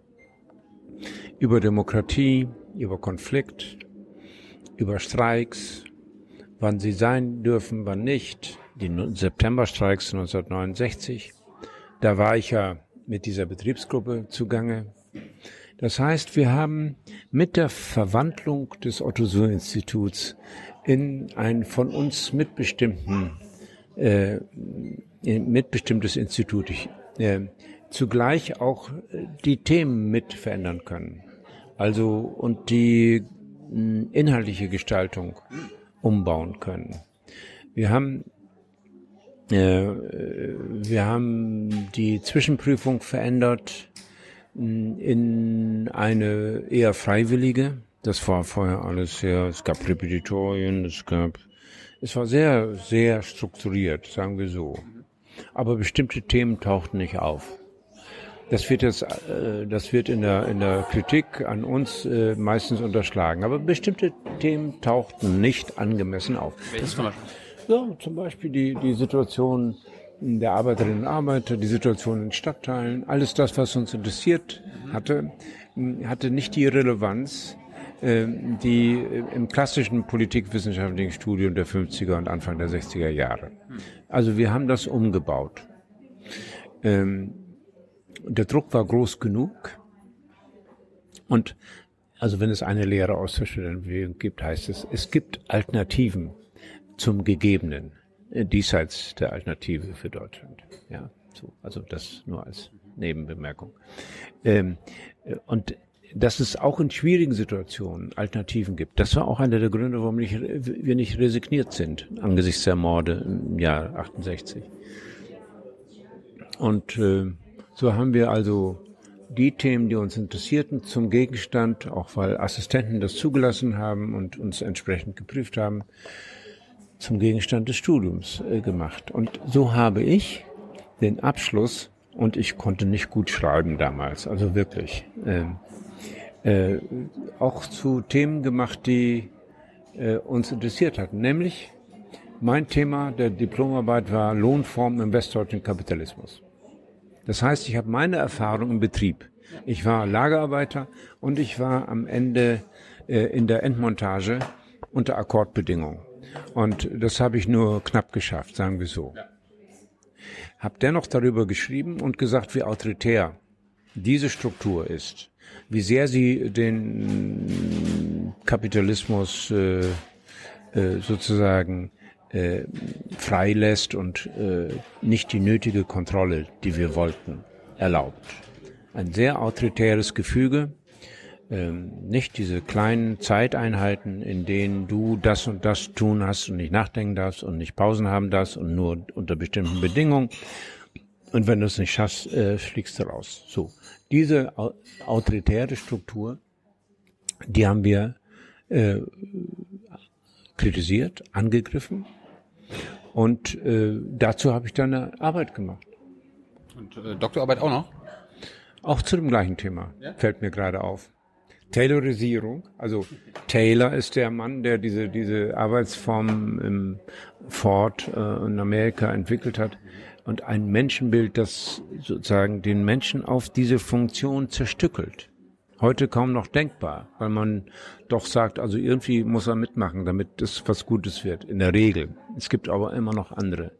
Über Demokratie, über Konflikt, über Streiks, wann sie sein dürfen, wann nicht. Die Septemberstreiks neunzehnhundertneunundsechzig. Da war ich ja mit dieser Betriebsgruppe zugange. Das heißt, wir haben mit der Verwandlung des Otto-Suhr-Instituts in ein von uns mitbestimmten äh, mitbestimmtes Institut, ich, äh, zugleich auch äh, die Themen mit verändern können. Also und die mh, inhaltliche Gestaltung umbauen können. Wir haben äh, wir haben die Zwischenprüfung verändert mh, in eine eher freiwillige. Das war vorher alles sehr, es gab Repetitorien, es gab Es war sehr, sehr strukturiert, sagen wir so. Aber bestimmte Themen tauchten nicht auf. Das wird jetzt, äh, das wird in der, in der Kritik an uns äh, meistens unterschlagen. Aber bestimmte Themen tauchten nicht angemessen auf. Welches zum Beispiel? Ja, zum Beispiel die, die Situation der Arbeiterinnen und Arbeiter, die Situation in Stadtteilen, alles das, was uns interessiert hatte, hatte nicht die Relevanz, die im klassischen politikwissenschaftlichen Studium der fünfziger und Anfang der sechziger Jahre. Also wir haben das umgebaut. Ähm, der Druck war groß genug und also wenn es eine Lehre aus der Studentenbewegung gibt, heißt es, es gibt Alternativen. zum Gegebenen, äh, diesseits der Alternative für Deutschland. Ja, so, also das nur als Nebenbemerkung. Ähm, und dass es auch in schwierigen Situationen Alternativen gibt. Das war auch einer der Gründe, warum nicht, wir nicht resigniert sind angesichts der Morde im Jahr achtundsechzig. Und äh, so haben wir also die Themen, die uns interessierten, zum Gegenstand, auch weil Assistenten das zugelassen haben und uns entsprechend geprüft haben, zum Gegenstand des Studiums äh, gemacht. Und so habe ich den Abschluss, und ich konnte nicht gut schreiben damals, also wirklich, äh, äh, auch zu Themen gemacht, die äh, uns interessiert hatten. Nämlich, mein Thema der Diplomarbeit war Lohnformen im westdeutschen Kapitalismus. Das heißt, ich habe meine Erfahrung im Betrieb. Ich war Lagerarbeiter und ich war am Ende äh, in der Endmontage unter Akkordbedingungen. Und das habe ich nur knapp geschafft, sagen wir so. Habe dennoch darüber geschrieben und gesagt, wie autoritär diese Struktur ist, wie sehr sie den Kapitalismus äh, äh, sozusagen äh, freilässt und äh, nicht die nötige Kontrolle, die wir wollten, erlaubt. Ein sehr autoritäres Gefüge, ähm, nicht diese kleinen Zeiteinheiten, in denen du das und das tun hast und nicht nachdenken darfst und nicht Pausen haben darfst und nur unter bestimmten Bedingungen. Und wenn du es nicht schaffst, äh, fliegst du raus. So, diese au- autoritäre Struktur, die haben wir äh, kritisiert, angegriffen. Und äh, dazu habe ich dann eine Arbeit gemacht. Und äh, Doktorarbeit auch noch? Auch zu dem gleichen Thema, ja? Fällt mir gerade auf. Taylorisierung, also Taylor ist der Mann, der diese diese Arbeitsform im Ford äh, in Amerika entwickelt hat. Und ein Menschenbild, das sozusagen den Menschen auf diese Funktion zerstückelt. Heute kaum noch denkbar, weil man doch sagt, also irgendwie muss er mitmachen, damit das was Gutes wird, in der Regel. Es gibt aber immer noch andere.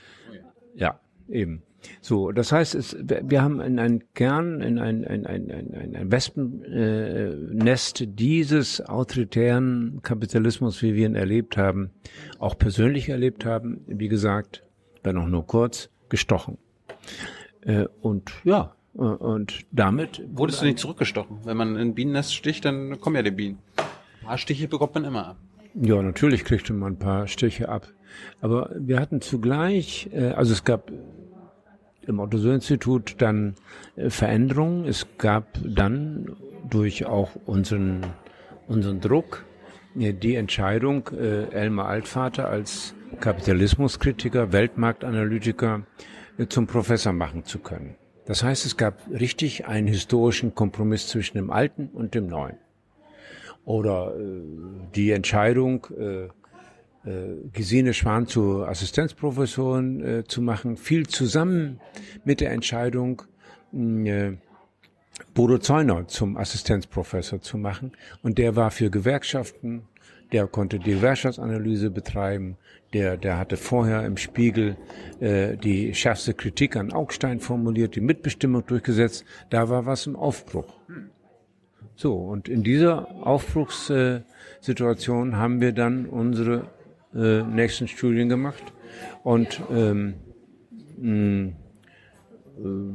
Ja, eben. So, das heißt, es, wir haben in ein Kern, in ein, ein, ein, ein, ein Wespennest dieses autoritären Kapitalismus, wie wir ihn erlebt haben, auch persönlich erlebt haben, wie gesagt, wenn auch nur kurz, gestochen. Äh, und ja, äh, und damit... Wurdest du nicht zurückgestochen? Wenn man in ein Bienennest sticht, dann kommen ja die Bienen. Ein paar Stiche bekommt man immer ab. Ja, natürlich kriegte man ein paar Stiche ab. Aber wir hatten zugleich, äh, also es gab im Otto-Suhr-Institut dann äh, Veränderungen. Es gab dann durch auch unseren, unseren Druck äh, die Entscheidung, äh, Elmar Altvater als Kapitalismuskritiker, Weltmarktanalytiker äh, zum Professor machen zu können. Das heißt, es gab richtig einen historischen Kompromiss zwischen dem Alten und dem Neuen. Oder äh, die Entscheidung, äh, äh, Gesine Schwan zur Assistenzprofessorin äh, zu machen, fiel zusammen mit der Entscheidung, äh, Bodo Zeuner zum Assistenzprofessor zu machen. Und der war für Gewerkschaften, der konnte die Gewerkschaftsanalyse betreiben, der, der hatte vorher im Spiegel äh, die schärfste Kritik an Augstein formuliert, die Mitbestimmung durchgesetzt. Da war was im Aufbruch. So, und in dieser Aufbruchssituation äh, haben wir dann unsere äh, nächsten Studien gemacht und ähm, mh, äh,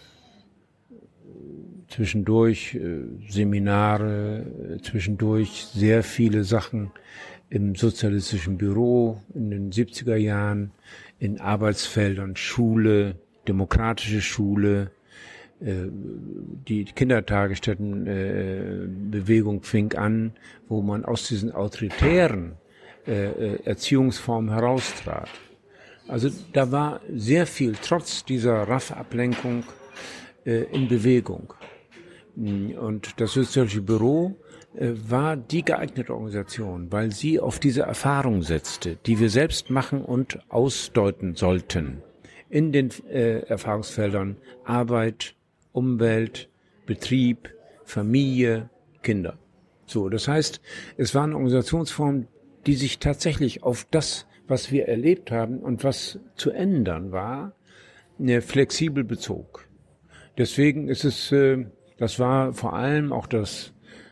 zwischendurch äh, Seminare, äh, zwischendurch sehr viele Sachen im sozialistischen Büro in den siebziger Jahren, in Arbeitsfeldern, Schule, demokratische Schule, äh, die Kindertagesstättenbewegung äh, fing an, wo man aus diesen autoritären äh, Erziehungsformen heraustrat. Also da war sehr viel, trotz dieser R A F-Ablenkung, äh, in Bewegung. Und das Sozialistische Büro äh, war die geeignete Organisation, weil sie auf diese Erfahrung setzte, die wir selbst machen und ausdeuten sollten in den äh, Erfahrungsfeldern Arbeit, Umwelt, Betrieb, Familie, Kinder. So, das heißt, es war eine Organisationsform, die sich tatsächlich auf das, was wir erlebt haben und was zu ändern war, äh, flexibel bezog. Deswegen ist es, äh, das war vor allem auch das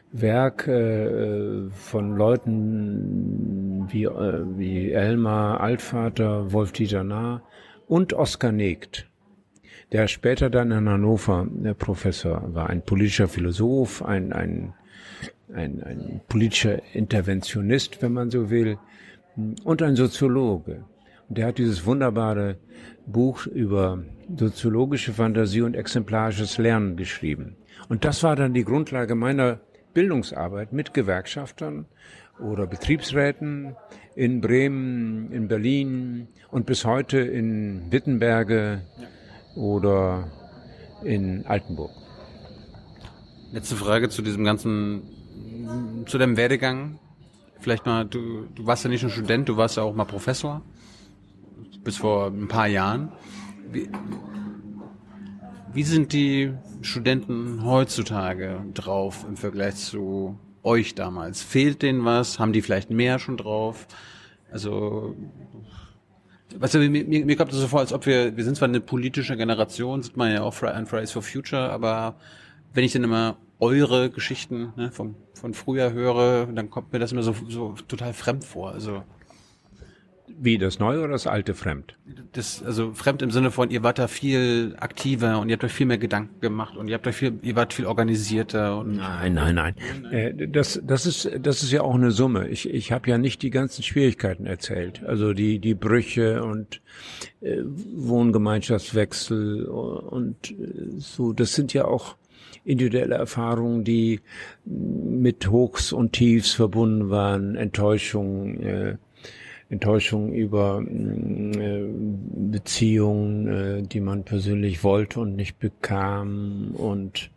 Werk äh, von Leuten wie, äh, wie Elmar Altvater, Wolf-Dieter Nahr und Oskar Negт, der später dann in Hannover der Professor war, ein politischer Philosoph, ein, ein, ein, ein politischer Interventionist, wenn man so will, und ein Soziologe. Und der hat dieses wunderbare Buch über soziologische Fantasie und exemplarisches Lernen geschrieben. Und das war dann die Grundlage meiner Bildungsarbeit mit Gewerkschaftern oder Betriebsräten in Bremen, in Berlin und bis heute in Wittenberge oder in Altenburg. Letzte Frage zu diesem ganzen, zu deinem Werdegang. Vielleicht mal, du, du warst ja nicht nur Student, du warst ja auch mal Professor. Bis vor ein paar Jahren. Wie, wie sind die Studenten heutzutage drauf im Vergleich zu euch damals? Fehlt denen was? Haben die vielleicht mehr schon drauf? Also, weißt du, mir, mir kommt es so vor, als ob wir, wir sind zwar eine politische Generation, sieht man ja auch an Fridays for Future, aber wenn ich dann immer eure Geschichten ne, von, von früher höre, dann kommt mir das immer so, so total fremd vor. Also Wie, das Neue oder das Alte fremd? Das, also fremd im Sinne von, ihr wart da viel aktiver und ihr habt euch viel mehr Gedanken gemacht und ihr habt euch viel, ihr wart viel organisierter und Nein, nein, nein. Äh, das, das ist, das ist ja auch eine Summe. Ich, ich habe ja nicht die ganzen Schwierigkeiten erzählt. Also die, die Brüche und äh, Wohngemeinschaftswechsel und äh, so. Das sind ja auch individuelle Erfahrungen, die mit Hochs und Tiefs verbunden waren, Enttäuschung, äh, Enttäuschung über äh, Beziehungen, äh, die man persönlich wollte und nicht bekam und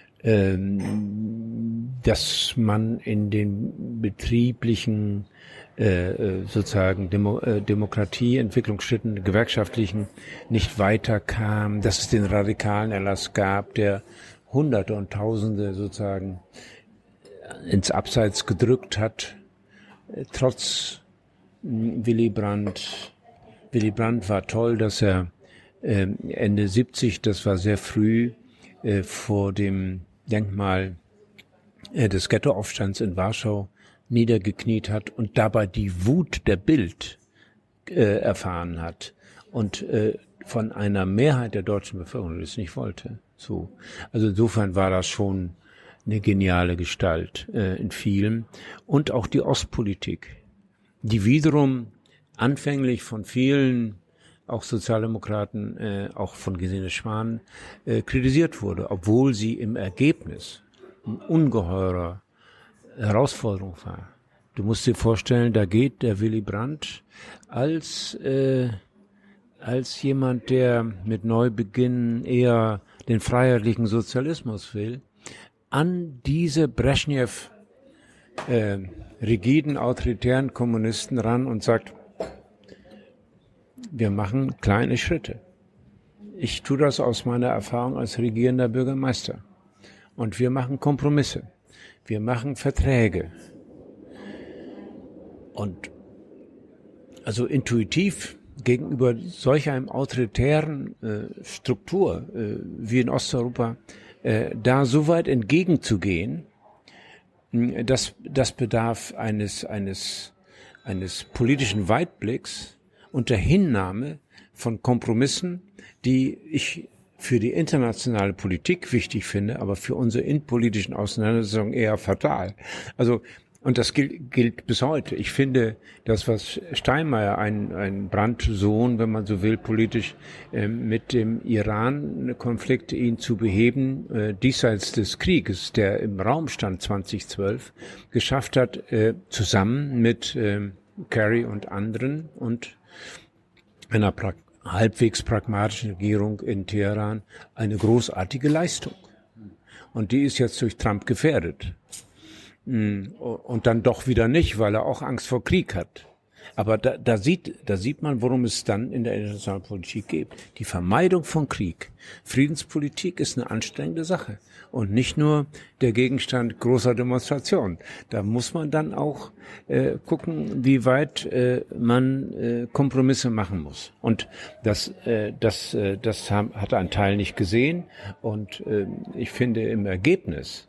ähm, dass man in den betrieblichen äh, sozusagen Demo, äh, Demokratie, Entwicklungsschritten, gewerkschaftlichen nicht weiterkam, dass es den radikalen Erlass gab, der Hunderte und Tausende sozusagen ins Abseits gedrückt hat, äh, trotz Willy Brandt. Willy Brandt war toll, dass er äh, Ende siebzig, das war sehr früh, äh, vor dem Denkmal äh, des Ghettoaufstands in Warschau niedergekniet hat und dabei die Wut der Bild äh, erfahren hat und äh, von einer Mehrheit der deutschen Bevölkerung das nicht wollte. So, also insofern war das schon eine geniale Gestalt äh, in vielem und auch die Ostpolitik, die wiederum anfänglich von vielen, auch Sozialdemokraten, äh, auch von Gesine Schwan, äh, kritisiert wurde, obwohl sie im Ergebnis eine ungeheure Herausforderung war. Du musst dir vorstellen, da geht der Willy Brandt als äh, als jemand, der mit Neubeginn eher den freiheitlichen Sozialismus will, an diese Brezhnev äh, rigiden, autoritären Kommunisten ran und sagt, wir machen kleine Schritte. Ich tue das aus meiner Erfahrung als regierender Bürgermeister. Und wir machen Kompromisse. Wir machen Verträge. Und also intuitiv gegenüber solch einem autoritären äh, Struktur äh, wie in Osteuropa, äh, da so weit entgegenzugehen, das, das bedarf eines, eines, eines politischen Weitblicks und der Hinnahme von Kompromissen, die ich für die internationale Politik wichtig finde, aber für unsere innenpolitischen Auseinandersetzungen eher fatal. Also, und das gilt, gilt bis heute. Ich finde, das, was Steinmeier, ein, ein Brandt-Sohn, wenn man so will, politisch äh, mit dem Iran-Konflikt ihn zu beheben, äh, diesseits des Krieges, der im Raum stand zweitausendzwölf, geschafft hat, äh, zusammen mit äh, Kerry und anderen und einer pra- halbwegs pragmatischen Regierung in Teheran eine großartige Leistung. Und die ist jetzt durch Trump gefährdet. Und dann doch wieder nicht, weil er auch Angst vor Krieg hat. Aber da, da sieht, da sieht man, worum es dann in der internationalen Politik geht. Die Vermeidung von Krieg. Friedenspolitik ist eine anstrengende Sache. Und nicht nur der Gegenstand großer Demonstrationen. Da muss man dann auch äh, gucken, wie weit äh, man äh, Kompromisse machen muss. Und das, äh, das, äh, das haben, hat ein Teil nicht gesehen. Und äh, ich finde im Ergebnis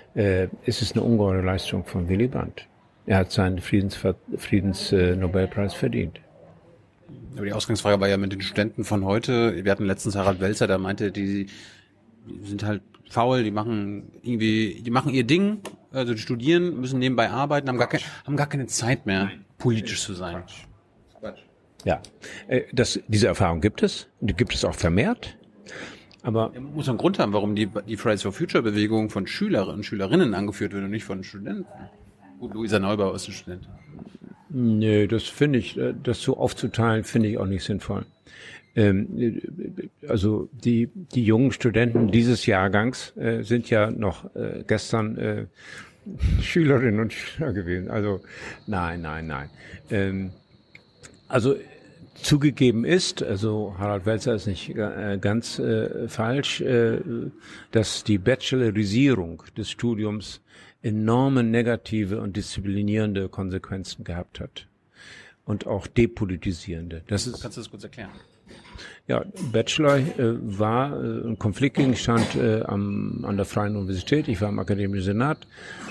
äh, ist es eine ungeheure Leistung von Willy Brandt. Er hat seinen Friedens, Friedens äh, Nobelpreis verdient. Aber die Ausgangsfrage war ja mit den Studenten von heute. Wir hatten letztens Harald Welzer, der meinte, die, die sind halt faul, die machen irgendwie, die machen ihr Ding, also die studieren, müssen nebenbei arbeiten, haben gar, kein, haben gar keine Zeit mehr, politisch zu sein. Quatsch. Ja, äh, das, diese Erfahrung gibt es, und die gibt es auch vermehrt. Aber Ja, man muss einen Grund haben, warum die, die Fridays for Future Bewegung von Schülerinnen und Schülerinnen angeführt wird und nicht von Studenten. Gut, Luisa Neubauer ist ein Student. nee, das finde ich, äh, das so aufzuteilen, finde ich auch nicht sinnvoll. Ähm, also die die jungen Studenten dieses Jahrgangs äh, sind ja noch äh, gestern äh, Schülerinnen und Schüler gewesen. Also nein, nein, nein. Ähm, also zugegeben ist, also Harald Welzer ist nicht äh, ganz äh, falsch, äh, dass die Bachelorisierung des Studiums enorme negative und disziplinierende Konsequenzen gehabt hat. Und auch depolitisierende. Das ist, Kannst du das kurz erklären? ja, Bachelor äh, war äh, ein Konfliktgegenstand äh, am, an der Freien Universität. Ich war im Akademischen Senat.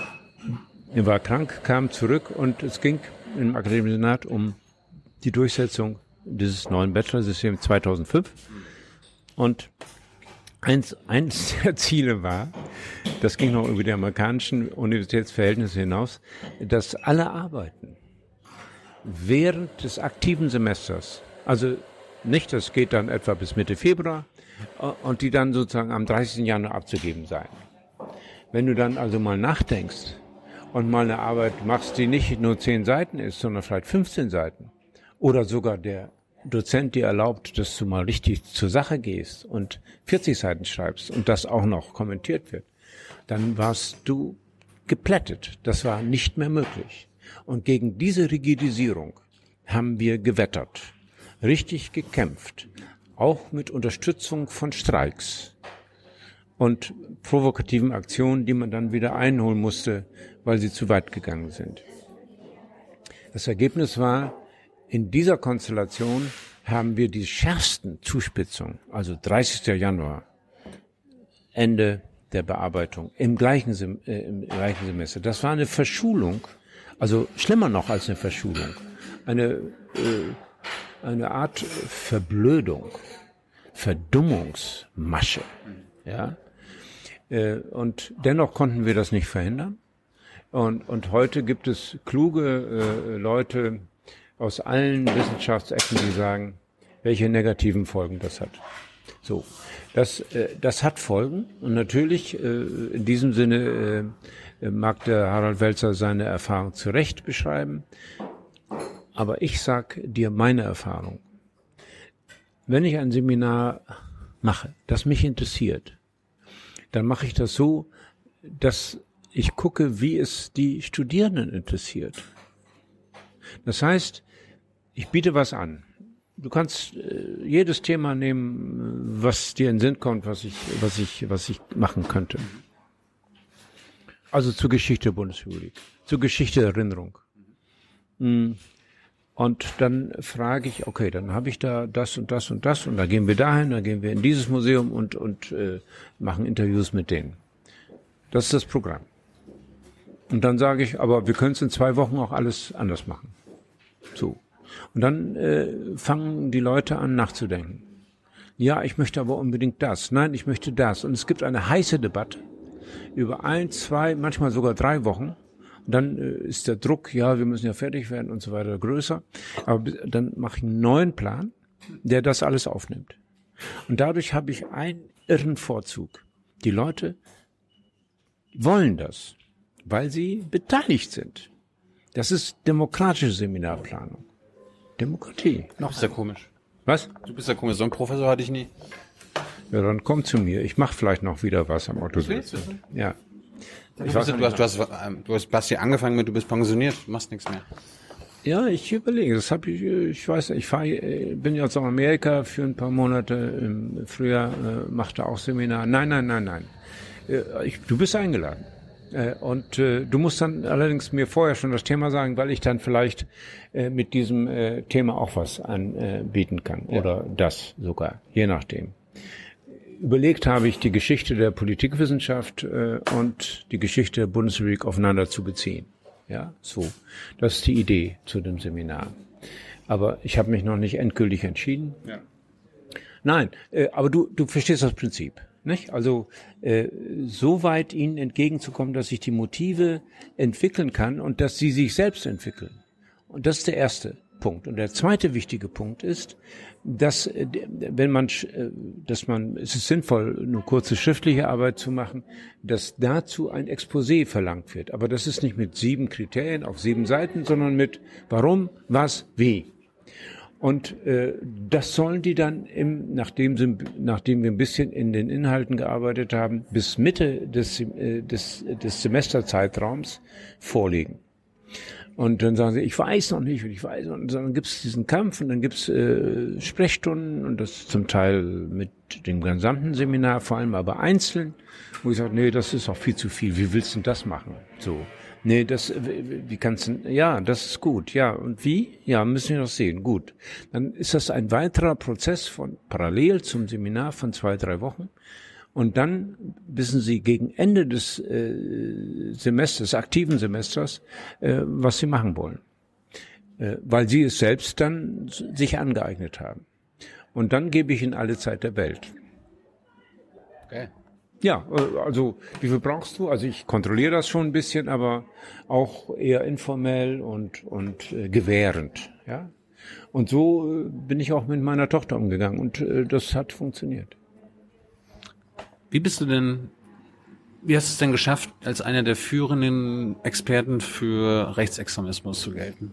Er war krank, kam zurück und es ging im Akademischen Senat um die Durchsetzung dieses neuen Bachelor-Systems zweitausendfünf. Und eins, eins der Ziele war, das ging noch über die amerikanischen Universitätsverhältnisse hinaus, dass alle Arbeiten während des aktiven Semesters, also nicht, das geht dann etwa bis Mitte Februar, und die dann sozusagen am dreißigsten Januar abzugeben seien. Wenn du dann also mal nachdenkst und mal eine Arbeit machst, die nicht nur zehn Seiten ist, sondern vielleicht fünfzehn Seiten, oder sogar der Dozent dir erlaubt, dass du mal richtig zur Sache gehst und vierzig Seiten schreibst und das auch noch kommentiert wird, dann warst du geplättet. Das war nicht mehr möglich. Und gegen diese Rigidisierung haben wir gewettert, richtig gekämpft, auch mit Unterstützung von Streiks und provokativen Aktionen, die man dann wieder einholen musste, weil sie zu weit gegangen sind. Das Ergebnis war, in dieser Konstellation haben wir die schärfsten Zuspitzungen, also dreißigsten Januar, Ende der Bearbeitung, im gleichen, Sem- äh, im gleichen Semester. Das war eine Verschulung, also schlimmer noch als eine Verschulung, eine, äh, eine Art Verblödung, Verdummungsmasche, ja. Äh, und dennoch konnten wir das nicht verhindern. Und, und heute gibt es kluge äh, Leute aus allen Wissenschaftsecken, die sagen, welche negativen Folgen das hat. So, das, äh, das hat Folgen und natürlich äh, in diesem Sinne äh, mag der Harald Welzer seine Erfahrung zu Recht beschreiben, aber ich sag dir meine Erfahrung. Wenn ich ein Seminar mache, das mich interessiert, dann mache ich das so, dass ich gucke, wie es die Studierenden interessiert. Das heißt, ich biete was an. Du kannst äh, jedes Thema nehmen, was dir in den Sinn kommt, was ich, was ich, was ich machen könnte. Also zur Geschichte der Bundesrepublik, zur Geschichte der Erinnerung. Und dann frage ich, okay, dann habe ich da das und das und das und da gehen wir dahin, da gehen wir in dieses Museum und und äh, machen Interviews mit denen. Das ist das Programm. Und dann sage ich, aber wir können es in zwei Wochen auch alles anders machen. So. Und dann äh, fangen die Leute an nachzudenken. Ja, ich möchte aber unbedingt das. Nein, ich möchte das. Und es gibt eine heiße Debatte über ein, zwei, manchmal sogar drei Wochen. Und dann äh, ist der Druck, ja, wir müssen ja fertig werden und so weiter, größer. Aber dann mache ich einen neuen Plan, der das alles aufnimmt. Und dadurch habe ich einen irren Vorzug. Die Leute wollen das, weil sie beteiligt sind. Das ist demokratische Seminarplanung. Demokratie. Du bist ja komisch. Was? Du bist ja komisch. So einen Professor hatte ich nie. Ja, dann komm zu mir. Ich mache vielleicht noch wieder was am Otto. willst du wissen? Ja. Du, bist, du, hast, du, hast, ähm, du hast Basti angefangen mit, du bist pensioniert, du machst nichts mehr. Ja, ich überlege. Das habe ich. Ich weiß. Ich fahr, bin jetzt in Amerika für ein paar Monate im Frühjahr. Äh, machte auch Seminar. Nein, nein, nein, nein. Äh, ich, du bist eingeladen. Äh, und äh, du musst dann allerdings mir vorher schon das Thema sagen, weil ich dann vielleicht äh, mit diesem äh, Thema auch was anbieten kann. Ja. Oder das sogar, je nachdem. überlegt habe ich, die Geschichte der Politikwissenschaft äh, und die Geschichte der Bundesrepublik aufeinander zu beziehen. Ja, so. Das ist die Idee zu dem Seminar. Aber ich habe mich noch nicht endgültig entschieden. Ja. Nein, äh, aber du, du verstehst das Prinzip, nicht? Also äh, so weit ihnen entgegenzukommen, dass ich die Motive entwickeln kann und dass sie sich selbst entwickeln. Und das ist der erste Punkt. Und der zweite wichtige Punkt ist, dass äh, wenn man, äh, dass man, es ist sinnvoll, eine kurze schriftliche Arbeit zu machen, dass dazu ein Exposé verlangt wird. Aber das ist nicht mit sieben Kriterien auf sieben Seiten, sondern mit warum, was, wie. Und äh, das sollen die dann, im, nachdem, sie, nachdem wir ein bisschen in den Inhalten gearbeitet haben, bis Mitte des, äh, des, des Semesterzeitraums vorlegen. Und dann sagen sie, ich weiß noch nicht, ich weiß noch nicht. Und dann gibt es diesen Kampf und dann gibt es äh, Sprechstunden und das zum Teil mit dem gesamten Seminar, vor allem aber einzeln, wo ich sage, nee, das ist auch viel zu viel. Wie willst du das machen? So. Nee, das, wie kannst du, ja, das ist gut, ja. Und wie? Ja, müssen wir noch sehen. Gut. Dann ist das ein weiterer Prozess von, parallel zum Seminar von zwei, drei Wochen. Und dann wissen Sie gegen Ende des äh, Semesters, aktiven Semesters, äh, was Sie machen wollen. Äh, weil Sie es selbst dann sich angeeignet haben. Und dann gebe ich Ihnen alle Zeit der Welt. Okay. Ja, also wie viel brauchst du? Also ich kontrolliere das schon ein bisschen, aber auch eher informell und und äh, gewährend, ja. Und so äh, bin ich auch mit meiner Tochter umgegangen und äh, das hat funktioniert. Wie bist du denn, wie hast du es denn geschafft, als einer der führenden Experten für Rechtsextremismus zu gelten?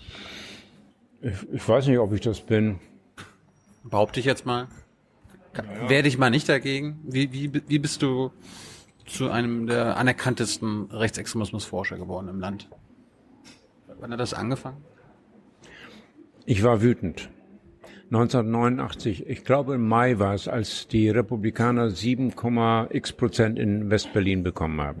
Ich, ich weiß nicht, ob ich das bin. Behaupte ich jetzt mal. Ja. Werde ich mal nicht dagegen. Wie, wie, wie bist du zu einem der anerkanntesten Rechtsextremismusforscher geworden im Land? Wann hat das angefangen? Ich war wütend. neunzehnhundertneunundachtzig, ich glaube im Mai war es, als die Republikaner sieben Komma x Prozent in Westberlin bekommen haben.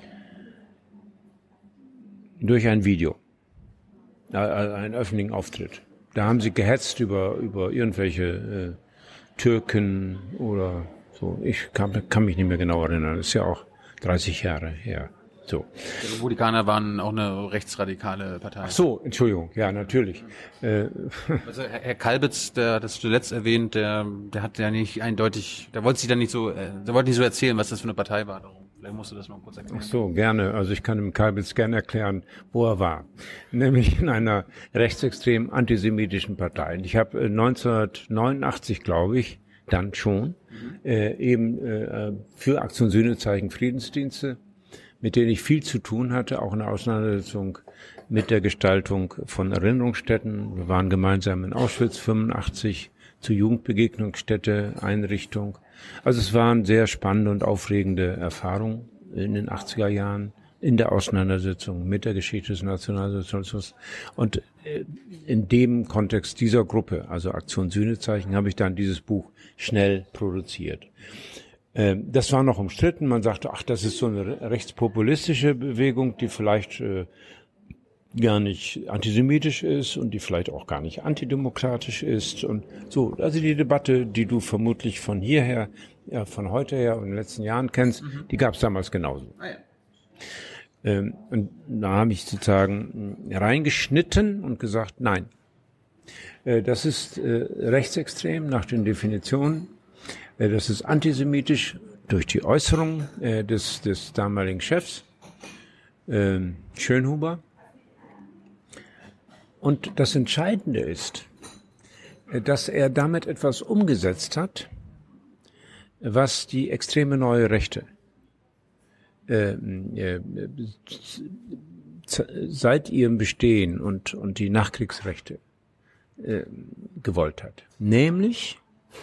Durch ein Video. Einen öffentlichen Auftritt. Da haben sie gehetzt über, über irgendwelche äh, Türken oder so. Ich kann, kann mich nicht mehr genau erinnern. Das ist ja auch dreißig Jahre her. So. Die Republikaner waren auch eine rechtsradikale Partei. Ach so, Entschuldigung. Ja, natürlich. Äh, also Herr Kalbitz, der das zuletzt erwähnt, der, der hat ja nicht eindeutig, der wollte sich dann nicht so, der wollte nicht so erzählen, was das für eine Partei war. Darum. Vielleicht musst du das noch kurz erklären. Ach so, gerne. Also ich kann dem Kalbitz gerne erklären, wo er war. Nämlich in einer rechtsextrem antisemitischen Partei. Ich habe neunzehnhundertneunundachtzig, glaube ich, dann schon, mhm. äh, eben äh, für Aktion Sühnezeichen Friedensdienste, mit denen ich viel zu tun hatte, auch in der Auseinandersetzung mit der Gestaltung von Erinnerungsstätten. Wir waren gemeinsam in Auschwitz fünfundachtzig zur Jugendbegegnungsstätte, Einrichtung. Also es waren sehr spannende und aufregende Erfahrungen in den achtziger Jahren in der Auseinandersetzung mit der Geschichte des Nationalsozialismus. Und in dem Kontext dieser Gruppe, also Aktion Sühnezeichen, habe ich dann dieses Buch schnell produziert. Das war noch umstritten. Man sagte, ach, das ist so eine rechtspopulistische Bewegung, die vielleicht äh, gar nicht antisemitisch ist und die vielleicht auch gar nicht antidemokratisch ist und so. Also die Debatte, die du vermutlich von hierher, ja, von heute her und in den letzten Jahren kennst, mhm. die gab es damals genauso. Ah, ja. ähm, und da habe ich sozusagen reingeschnitten und gesagt, nein, äh, das ist äh, rechtsextrem nach den Definitionen. Das ist antisemitisch durch die Äußerung äh, des, des damaligen Chefs, äh, Schönhuber. Und das Entscheidende ist, äh, dass er damit etwas umgesetzt hat, was die extreme neue Rechte äh, äh, seit ihrem Bestehen und, und die Nachkriegsrechte äh, gewollt hat. Nämlich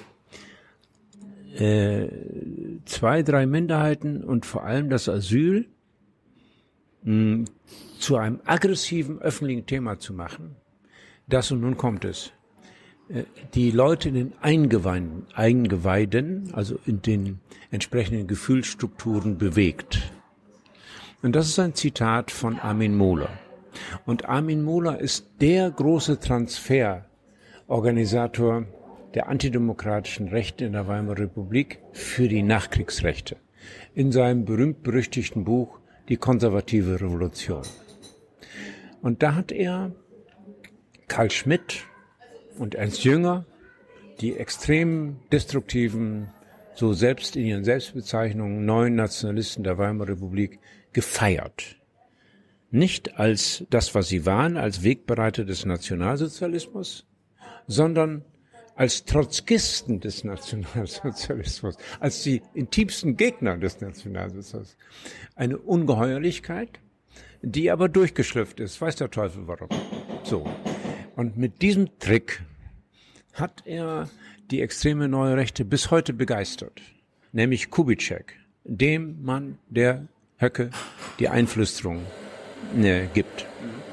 Äh, zwei, drei Minderheiten und vor allem das Asyl mh, zu einem aggressiven öffentlichen Thema zu machen. Das und nun kommt es. Äh, die Leute in den Eingeweiden, Eingeweiden, also in den entsprechenden Gefühlsstrukturen bewegt. Und das ist ein Zitat von Armin Mohler. Und Armin Mohler ist der große Transferorganisator der antidemokratischen Rechte in der Weimarer Republik für die Nachkriegsrechte in seinem berühmt-berüchtigten Buch Die konservative Revolution. Und da hat er Carl Schmitt und Ernst Jünger, die extrem destruktiven, so selbst in ihren Selbstbezeichnungen neuen Nationalisten der Weimarer Republik gefeiert. Nicht als das, was sie waren, als Wegbereiter des Nationalsozialismus, sondern als Trotzkisten des Nationalsozialismus, als die intimsten Gegner des Nationalsozialismus. Eine Ungeheuerlichkeit, die aber durchgeschlüpft ist, weiß der Teufel warum. So. Und mit diesem Trick hat er die extreme neue Rechte bis heute begeistert, nämlich Kubitschek, dem Mann, der Höcke die Einflüsterung äh, gibt.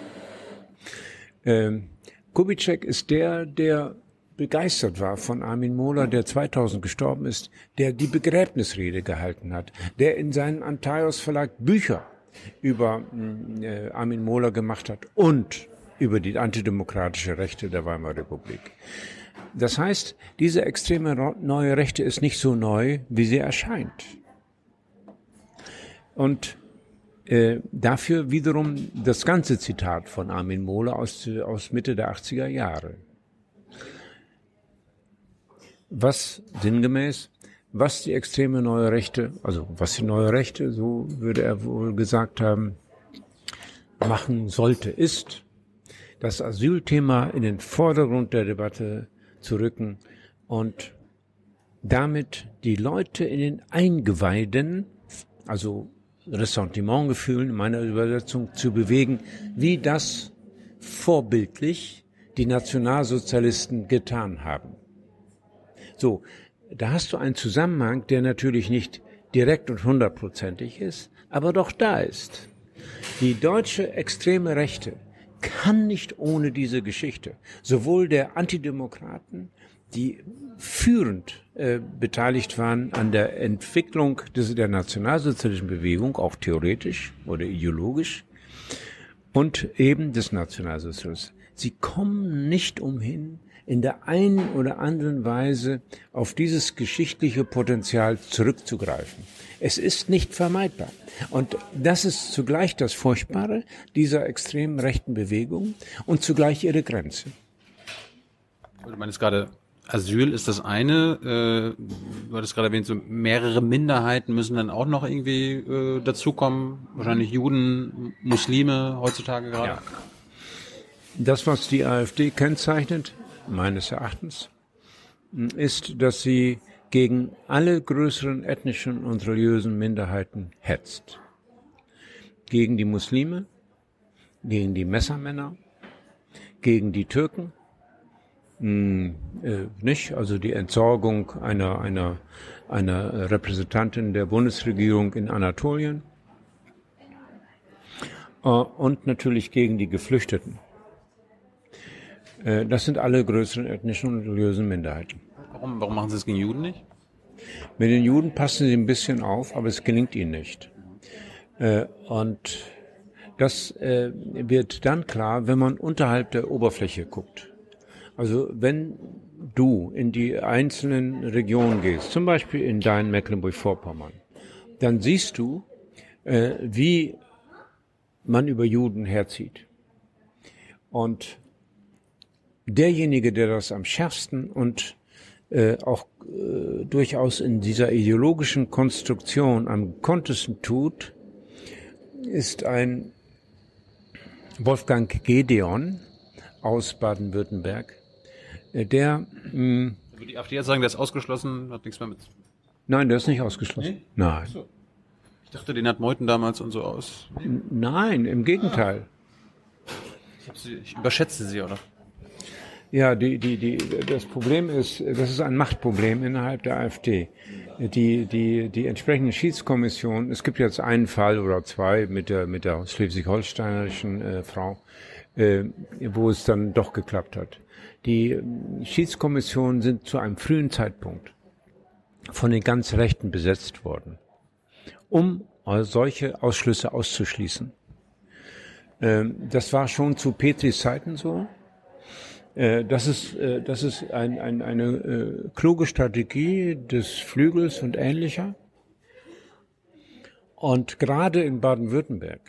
Ähm, Kubitschek ist der, der begeistert war von Armin Mohler, der zweitausend gestorben ist, der die Begräbnisrede gehalten hat, der in seinem Antaios Verlag Bücher über äh, Armin Mohler gemacht hat und über die antidemokratische Rechte der Weimarer Republik. Das heißt, diese extreme neue Rechte ist nicht so neu, wie sie erscheint. Und äh, dafür wiederum das ganze Zitat von Armin Mohler aus, aus Mitte der achtziger Jahre. Was sinngemäß, was die extreme neue Rechte, also was die neue Rechte, so würde er wohl gesagt haben, machen sollte, ist, das Asylthema in den Vordergrund der Debatte zu rücken und damit die Leute in den Eingeweiden, also Ressentimentgefühlen in meiner Übersetzung, zu bewegen, wie das vorbildlich die Nationalsozialisten getan haben. So, da hast du einen Zusammenhang, der natürlich nicht direkt und hundertprozentig ist, aber doch da ist. Die deutsche extreme Rechte kann nicht ohne diese Geschichte, sowohl der Antidemokraten, die führend äh, beteiligt waren an der Entwicklung des, der nationalsozialistischen Bewegung, auch theoretisch oder ideologisch, und eben des Nationalsozialismus. Sie kommen nicht umhin, in der einen oder anderen Weise auf dieses geschichtliche Potenzial zurückzugreifen. Es ist nicht vermeidbar. Und das ist zugleich das Furchtbare dieser extrem rechten Bewegung und zugleich ihre Grenze. Du meinst gerade, Asyl ist das eine, äh, du hattest gerade erwähnt, so mehrere Minderheiten müssen dann auch noch irgendwie äh, dazukommen, wahrscheinlich Juden, Muslime heutzutage gerade. Ja. Das, was die AfD kennzeichnet, meines Erachtens, ist, dass sie gegen alle größeren ethnischen und religiösen Minderheiten hetzt. Gegen die Muslime, gegen die Messermänner, gegen die Türken, mh, äh, nicht, also die Entsorgung einer, einer, einer Repräsentantin der Bundesregierung in Anatolien, äh, und natürlich gegen die Geflüchteten. Äh, das sind alle größeren ethnischen und religiösen Minderheiten. Warum, warum machen Sie es gegen Juden nicht? Mit den Juden passen sie ein bisschen auf, aber es gelingt ihnen nicht. Äh, und das äh, wird dann klar, wenn man unterhalb der Oberfläche guckt. Also wenn du in die einzelnen Regionen gehst, zum Beispiel in dein Mecklenburg-Vorpommern, dann siehst du, äh, wie man über Juden herzieht. Und derjenige, der das am schärfsten und äh, auch äh, durchaus in dieser ideologischen Konstruktion am kontesten tut, ist ein Wolfgang Gedeon aus Baden-Württemberg, äh, der... Mh, Würde die AfD jetzt sagen, der ist ausgeschlossen, hat nichts mehr mit... Nein, der ist nicht ausgeschlossen. Nee? Nein. So. Ich dachte, den hat Meuthen damals und so aus. N- Nein, im Gegenteil. Ich, hab sie, ich überschätze sie, oder? Ja, die, die, die, das Problem ist, das ist ein Machtproblem innerhalb der AfD. Die, die, die entsprechende Schiedskommission, es gibt jetzt einen Fall oder zwei mit der, mit der schleswig-holsteinischen äh, Frau, äh, wo es dann doch geklappt hat. Die Schiedskommissionen sind zu einem frühen Zeitpunkt von den ganz Rechten besetzt worden, um solche Ausschlüsse auszuschließen. Äh, das war schon zu Petris Zeiten so. Äh, das ist, äh, das ist ein, ein, eine äh, kluge Strategie des Flügels und ähnlicher. Und gerade in Baden-Württemberg,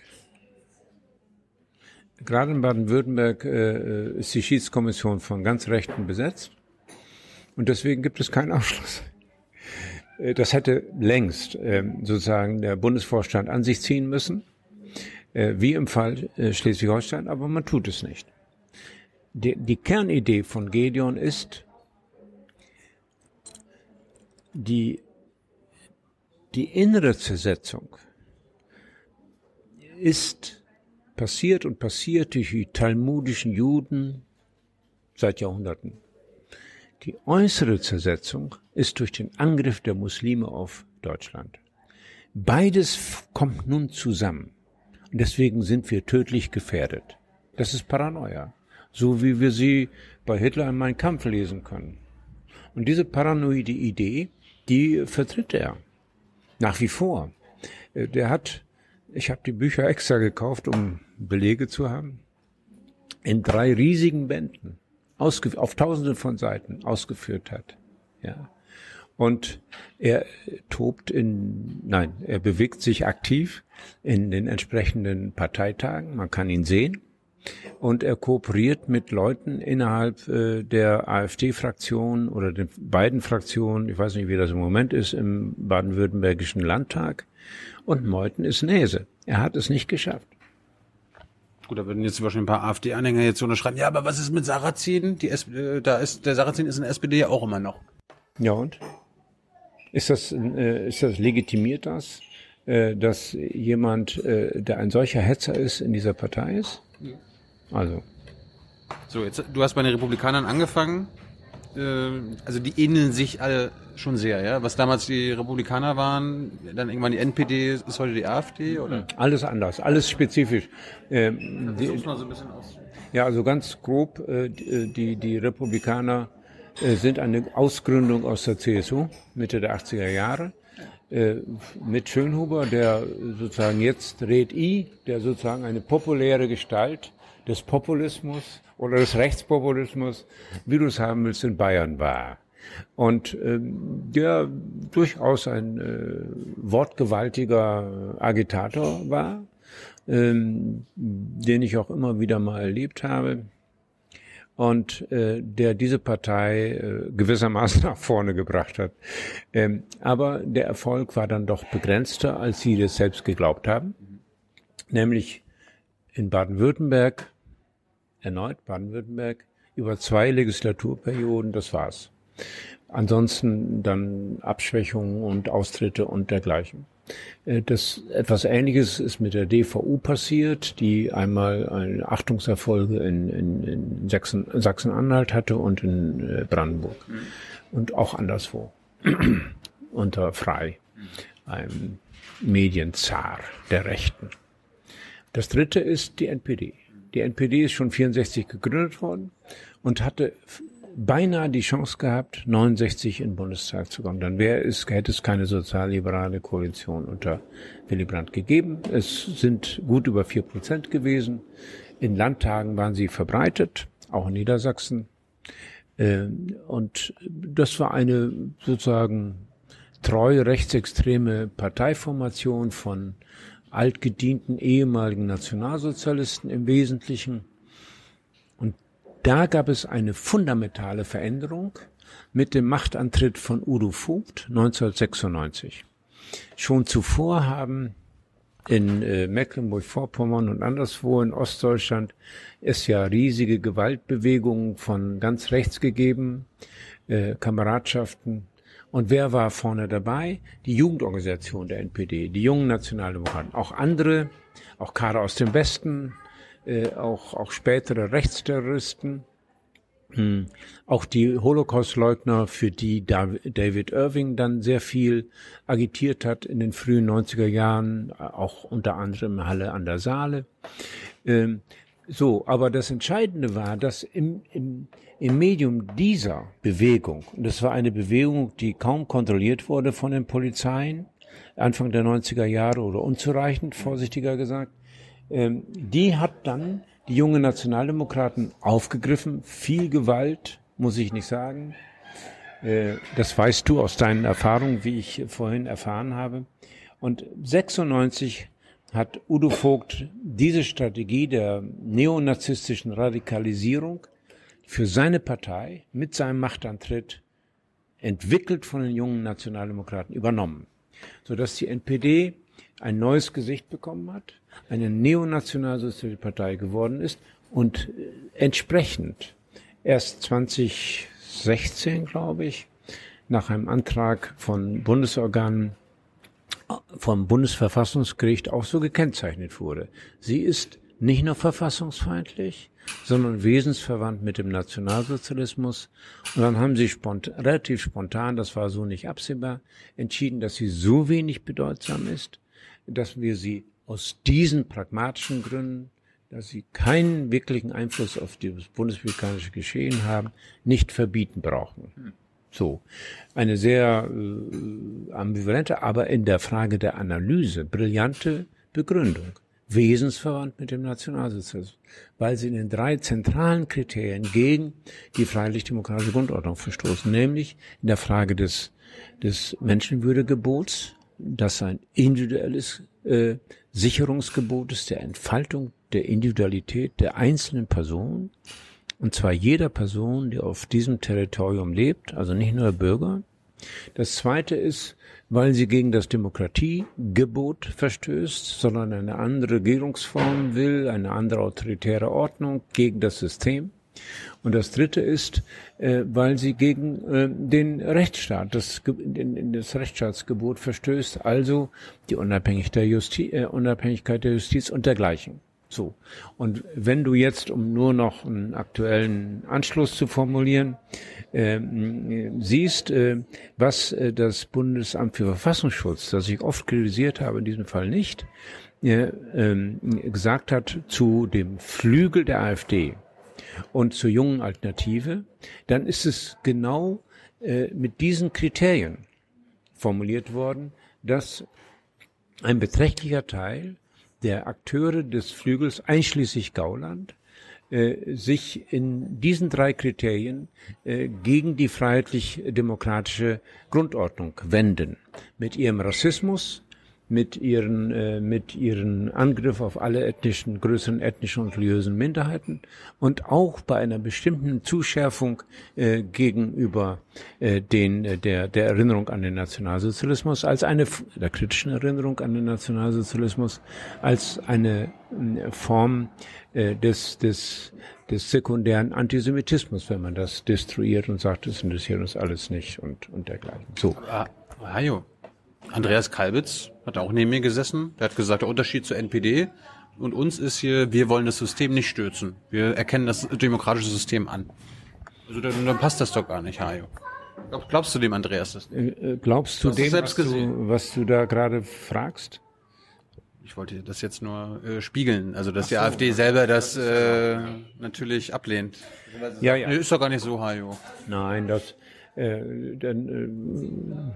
gerade in Baden-Württemberg äh, ist die Schiedskommission von ganz Rechten besetzt. Und deswegen gibt es keinen Ausschluss. Das hätte längst äh, sozusagen der Bundesvorstand an sich ziehen müssen, äh, wie im Fall äh, Schleswig-Holstein, aber man tut es nicht. Die, die Kernidee von Gedeon ist, die, die innere Zersetzung ist passiert und passiert durch die talmudischen Juden seit Jahrhunderten. Die äußere Zersetzung ist durch den Angriff der Muslime auf Deutschland. Beides kommt nun zusammen. Und deswegen sind wir tödlich gefährdet. Das ist Paranoia. So wie wir sie bei Hitler in Mein Kampf lesen können. Und diese paranoide Idee, die vertritt er. Nach wie vor. Der hat, ich habe die Bücher extra gekauft, um Belege zu haben, in drei riesigen Bänden. Ausgef- auf tausende von Seiten ausgeführt hat. Ja. Und er tobt in, nein, er bewegt sich aktiv in den entsprechenden Parteitagen, man kann ihn sehen. Und er kooperiert mit Leuten innerhalb äh, der AfD-Fraktion oder den beiden Fraktionen, ich weiß nicht, wie das im Moment ist, im baden-württembergischen Landtag. Und Meuthen ist Näse. Er hat es nicht geschafft. Gut, da würden jetzt wahrscheinlich ein paar AfD-Anhänger jetzt so noch schreiben, ja, aber was ist mit Sarrazin? Die S- äh, da ist, der Sarrazin ist in der S P D ja auch immer noch. Ja, und? Ist das, äh, ist das, legitimiert das, äh, dass jemand, äh, der ein solcher Hetzer ist, in dieser Partei ist? Ja. Also. So, jetzt, du hast bei den Republikanern angefangen, äh, also die ähneln sich alle schon sehr, ja? Was damals die Republikaner waren, dann irgendwann die N P D, ist heute die AfD, oder? Alles anders, alles spezifisch. Ähm, die, Versuch's mal so ein bisschen aus. Ja, also ganz grob, äh, die, die Republikaner äh, sind eine Ausgründung aus der C S U, Mitte der achtziger Jahre, äh, mit Schönhuber, der sozusagen jetzt Red I, der sozusagen eine populäre Gestalt des Populismus oder des Rechtspopulismus, wie du es haben willst, in Bayern war. Und ähm, der durchaus ein äh, wortgewaltiger Agitator war, ähm, den ich auch immer wieder mal erlebt habe und äh, der diese Partei äh, gewissermaßen nach vorne gebracht hat. Ähm, aber der Erfolg war dann doch begrenzter, als sie das selbst geglaubt haben, nämlich in Baden-Württemberg, erneut Baden-Württemberg, über zwei Legislaturperioden, das war's. Ansonsten dann Abschwächungen und Austritte und dergleichen. Das etwas Ähnliches ist mit der D V U passiert, die einmal eine Achtungserfolge in, in, in Sachsen, Sachsen-Anhalt hatte und in Brandenburg. Mhm. Und auch anderswo. Unter Frey, einem Medienzar der Rechten. Das dritte ist die N P D. Die N P D ist schon vierundsechzig gegründet worden und hatte beinahe die Chance gehabt, neunundsechzig in den Bundestag zu kommen. Dann wäre es, hätte es keine sozialliberale Koalition unter Willy Brandt gegeben. Es sind gut über vier Prozent gewesen. In Landtagen waren sie verbreitet, auch in Niedersachsen. Und das war eine sozusagen treu rechtsextreme Parteiformation von altgedienten ehemaligen Nationalsozialisten im Wesentlichen. Und da gab es eine fundamentale Veränderung mit dem Machtantritt von Udo Vogt neunzehnhundertsechsundneunzig. Schon zuvor haben in äh, Mecklenburg-Vorpommern und anderswo in Ostdeutschland es ja riesige Gewaltbewegungen von ganz rechts gegeben, äh, Kameradschaften. Und wer war vorne dabei? Die Jugendorganisation der N P D, die jungen Nationaldemokraten, auch andere, auch Kader aus dem Westen, äh, auch, auch spätere Rechtsterroristen, hm. Auch die Holocaustleugner, für die David Irving dann sehr viel agitiert hat in den frühen neunziger Jahren, auch unter anderem Halle an der Saale. Ähm, so, aber das Entscheidende war, dass im, im, im Medium dieser Bewegung, und das war eine Bewegung, die kaum kontrolliert wurde von den Polizeien, Anfang der neunziger Jahre oder unzureichend, vorsichtiger gesagt, ähm, die hat dann die jungen Nationaldemokraten aufgegriffen. Viel Gewalt, muss ich nicht sagen. Das weißt du aus deinen Erfahrungen, wie ich vorhin erfahren habe. Und sechsundneunzig hat Udo Vogt diese Strategie der neonazistischen Radikalisierung für seine Partei mit seinem Machtantritt entwickelt von den jungen Nationaldemokraten übernommen, sodass die N P D ein neues Gesicht bekommen hat, eine neonationalsozialistische Partei geworden ist und entsprechend erst zwanzig sechzehn, glaube ich, nach einem Antrag von Bundesorganen vom Bundesverfassungsgericht auch so gekennzeichnet wurde. Sie ist nicht nur verfassungsfeindlich, sondern wesensverwandt mit dem Nationalsozialismus. Und dann haben sie spont- relativ spontan, das war so nicht absehbar, entschieden, dass sie so wenig bedeutsam ist, dass wir sie aus diesen pragmatischen Gründen, dass sie keinen wirklichen Einfluss auf das bundesrepublikanische Geschehen haben, nicht verbieten brauchen. So, eine sehr äh, ambivalente, aber in der Frage der Analyse brillante Begründung. Wesensverwandt mit dem Nationalsozialismus, weil sie in den drei zentralen Kriterien gegen die freiheitlich-demokratische Grundordnung verstoßen, nämlich in der Frage des, des Menschenwürdegebots, das ein individuelles äh, Sicherungsgebot ist, der Entfaltung der Individualität der einzelnen Person, und zwar jeder Person, die auf diesem Territorium lebt, also nicht nur der Bürger. Das zweite ist, weil sie gegen das Demokratiegebot verstößt, sondern eine andere Regierungsform will, eine andere autoritäre Ordnung gegen das System. Und das dritte ist, äh, weil sie gegen äh, den Rechtsstaat, das, in, das Rechtsstaatsgebot verstößt, also die Unabhängigkeit der, Justi- äh, Unabhängigkeit der Justiz und dergleichen. So. Und wenn du jetzt, um nur noch einen aktuellen Anschluss zu formulieren, äh, siehst, äh, was äh, das Bundesamt für Verfassungsschutz, das ich oft kritisiert habe, in diesem Fall nicht, äh, äh, gesagt hat zu dem Flügel der AfD und zur jungen Alternative, dann ist es genau äh, mit diesen Kriterien formuliert worden, dass ein beträchtlicher Teil der Akteure des Flügels, einschließlich Gauland, äh, sich in diesen drei Kriterien äh, gegen die freiheitlich-demokratische Grundordnung wenden. Mit ihrem Rassismus, mit ihren, äh, mit ihren Angriff auf alle ethnischen, größeren ethnischen und religiösen Minderheiten und auch bei einer bestimmten Zuschärfung äh, gegenüber äh, den, äh, der, der Erinnerung an den Nationalsozialismus, als eine, der kritischen Erinnerung an den Nationalsozialismus, als eine äh, Form äh, des, des, des sekundären Antisemitismus, wenn man das destruiert und sagt, das interessiert uns alles nicht und, und dergleichen. So. Ah, ah, jo. Andreas Kalbitz hat auch neben mir gesessen. Der hat gesagt, der Unterschied zur N P D und uns ist hier, wir wollen das System nicht stürzen. Wir erkennen das demokratische System an. Also dann, dann passt das doch gar nicht, Hajo. Glaub, glaubst du dem Andreas das nicht? Äh, glaubst du Du hast es dem, selbst was gesehen. du, was du da gerade fragst? Ich wollte das jetzt nur äh, spiegeln. Also, dass die AfD selber das äh, natürlich ablehnt. Ja, ja. Nee, ist doch gar nicht so, Hajo. Nein, das, äh, dann, äh,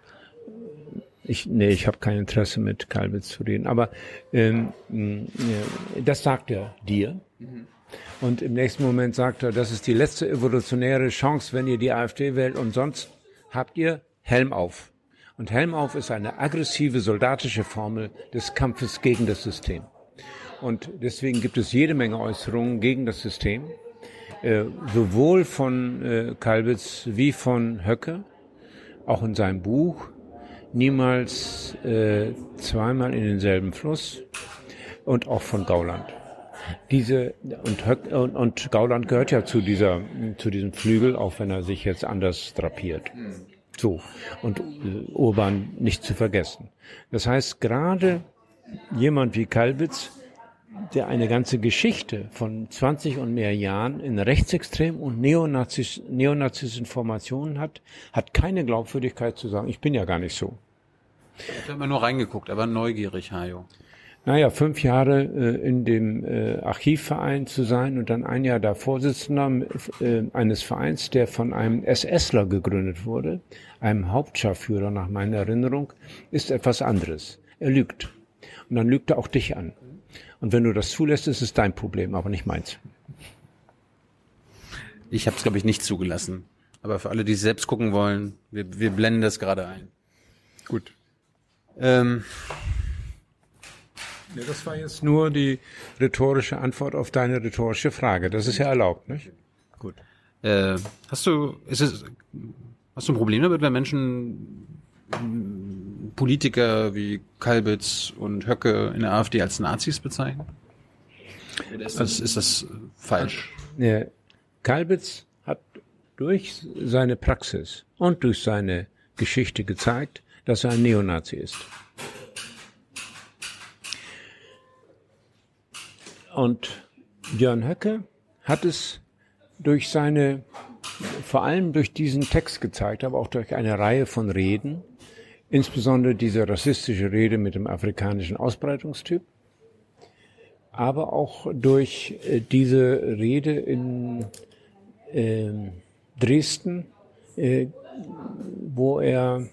ich, nee, ich habe kein Interesse mit Kalbitz zu reden, aber ähm, äh, das sagt er dir. Mhm. Und im nächsten Moment sagt er, das ist die letzte evolutionäre Chance, wenn ihr die AfD wählt und sonst habt ihr Helm auf. Und Helm auf ist eine aggressive soldatische Formel des Kampfes gegen das System. Und deswegen gibt es jede Menge Äußerungen gegen das System, äh, sowohl von äh, Kalbitz wie von Höcke, auch in seinem Buch. Niemals äh, zweimal in denselben Fluss und auch von Gauland. Diese und, Höck, und, und Gauland gehört ja zu dieser zu diesem Flügel, auch wenn er sich jetzt anders drapiert. So und äh, Urban nicht zu vergessen. Das heißt, gerade jemand wie Kalbitz, der eine ganze Geschichte von zwanzig und mehr Jahren in rechtsextremen und neonazis, neonazistischen Formationen hat, hat keine Glaubwürdigkeit zu sagen, ich bin ja gar nicht so. Ich habe immer nur reingeguckt, aber neugierig, Hajo. Naja, fünf Jahre äh, in dem äh, Archivverein zu sein und dann ein Jahr da Vorsitzender äh, eines Vereins, der von einem SSler gegründet wurde, einem Hauptscharführer nach meiner Erinnerung, ist etwas anderes. Er lügt. Und dann lügt er auch dich an. Und wenn du das zulässt, ist es dein Problem, aber nicht meins. Ich habe es, glaube ich, nicht zugelassen. Aber für alle, die selbst gucken wollen, wir, wir blenden das gerade ein. Gut. Ähm, Ja, das war jetzt nur die rhetorische Antwort auf deine rhetorische Frage. Das ist ja erlaubt, nicht? Gut. äh, hast du, ist es, hast du ein Problem damit, wenn Menschen m, Politiker wie Kalbitz und Höcke in der AfD als Nazis bezeichnen? Oder ist das, ist das falsch? Ja, Kalbitz hat durch seine Praxis und durch seine Geschichte gezeigt, dass er ein Neonazi ist. Und Björn Höcke hat es durch seine, vor allem durch diesen Text gezeigt, aber auch durch eine Reihe von Reden, insbesondere diese rassistische Rede mit dem afrikanischen Ausbreitungstyp, aber auch durch äh, diese Rede in äh, Dresden, äh, wo er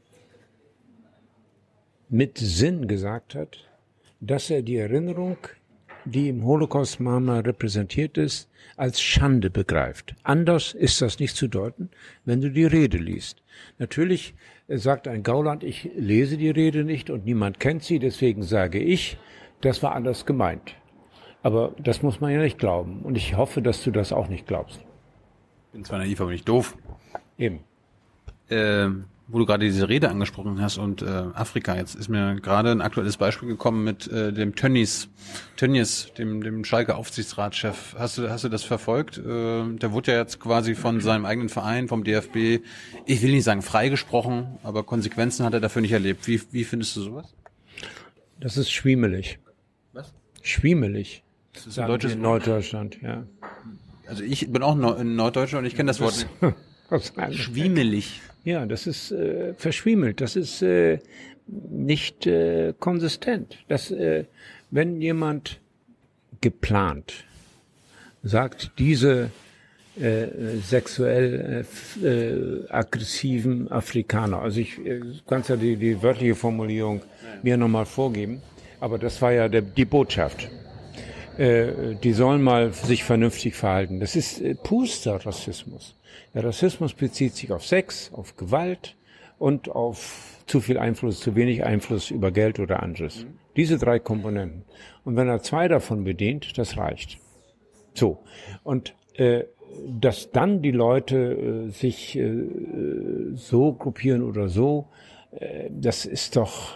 mit Sinn gesagt hat, dass er die Erinnerung, die im Holocaust-Mahnmal repräsentiert ist, als Schande begreift. Anders ist das nicht zu deuten, wenn du die Rede liest. Natürlich sagt ein Gauland, ich lese die Rede nicht und niemand kennt sie, deswegen sage ich, das war anders gemeint. Aber das muss man ja nicht glauben. Und ich hoffe, dass du das auch nicht glaubst. Bin zwar naiv, aber nicht doof. Eben. Ähm, wo du gerade diese Rede angesprochen hast und äh, Afrika, jetzt ist mir gerade ein aktuelles Beispiel gekommen mit äh, dem Tönnies, Tönnies, dem dem Schalke Aufsichtsratschef. Hast du hast du das verfolgt? Äh, der wurde ja jetzt quasi von seinem eigenen Verein, vom D F B, ich will nicht sagen freigesprochen, aber Konsequenzen hat er dafür nicht erlebt. Wie wie findest du sowas? Das ist schwiemelig. Was? Schwiemelig. Das ist ein Sagen deutsches wir in Wort. Norddeutschland, ja. Also ich bin auch in Norddeutschland und ich kenne das Wort nicht. Schwiemelig. Ja, das ist äh, verschwiemelt. Das ist äh, nicht äh, konsistent. Das, äh, wenn jemand geplant sagt, diese äh, sexuell äh, äh, aggressiven Afrikaner, also ich äh, kann ja die, die wörtliche Formulierung mir nochmal vorgeben, aber das war ja der, die Botschaft. Äh, die sollen mal sich vernünftig verhalten. Das ist äh, puster Rassismus. Der Rassismus bezieht sich auf Sex, auf Gewalt und auf zu viel Einfluss, zu wenig Einfluss über Geld oder anderes. Mhm. Diese drei Komponenten. Und wenn er zwei davon bedient, das reicht. So. Und äh, dass dann die Leute äh, sich äh, so gruppieren oder so, äh, das ist doch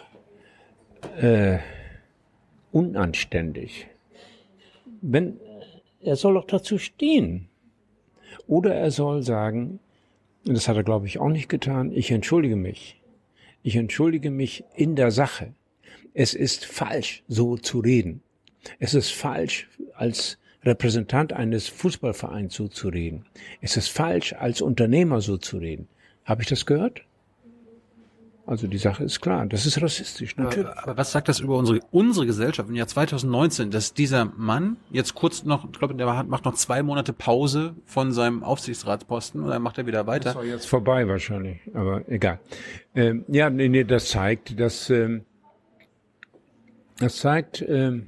äh, unanständig. Wenn, er soll doch dazu stehen. Oder er soll sagen, und das hat er, glaube ich, auch nicht getan, ich entschuldige mich. Ich entschuldige mich in der Sache. Es ist falsch, so zu reden. Es ist falsch, als Repräsentant eines Fußballvereins so zu reden. Es ist falsch, als Unternehmer so zu reden. Habe ich das gehört? Also die Sache ist klar, das ist rassistisch, natürlich. Aber, aber was sagt das über unsere unsere Gesellschaft im Jahr zwanzig neunzehn, dass dieser Mann jetzt kurz noch, ich glaube, der macht noch zwei Monate Pause von seinem Aufsichtsratsposten und dann macht er wieder weiter. Das war jetzt vorbei wahrscheinlich, aber egal. Ähm, ja, nee, nee, das zeigt, dass ähm, das zeigt. Ähm,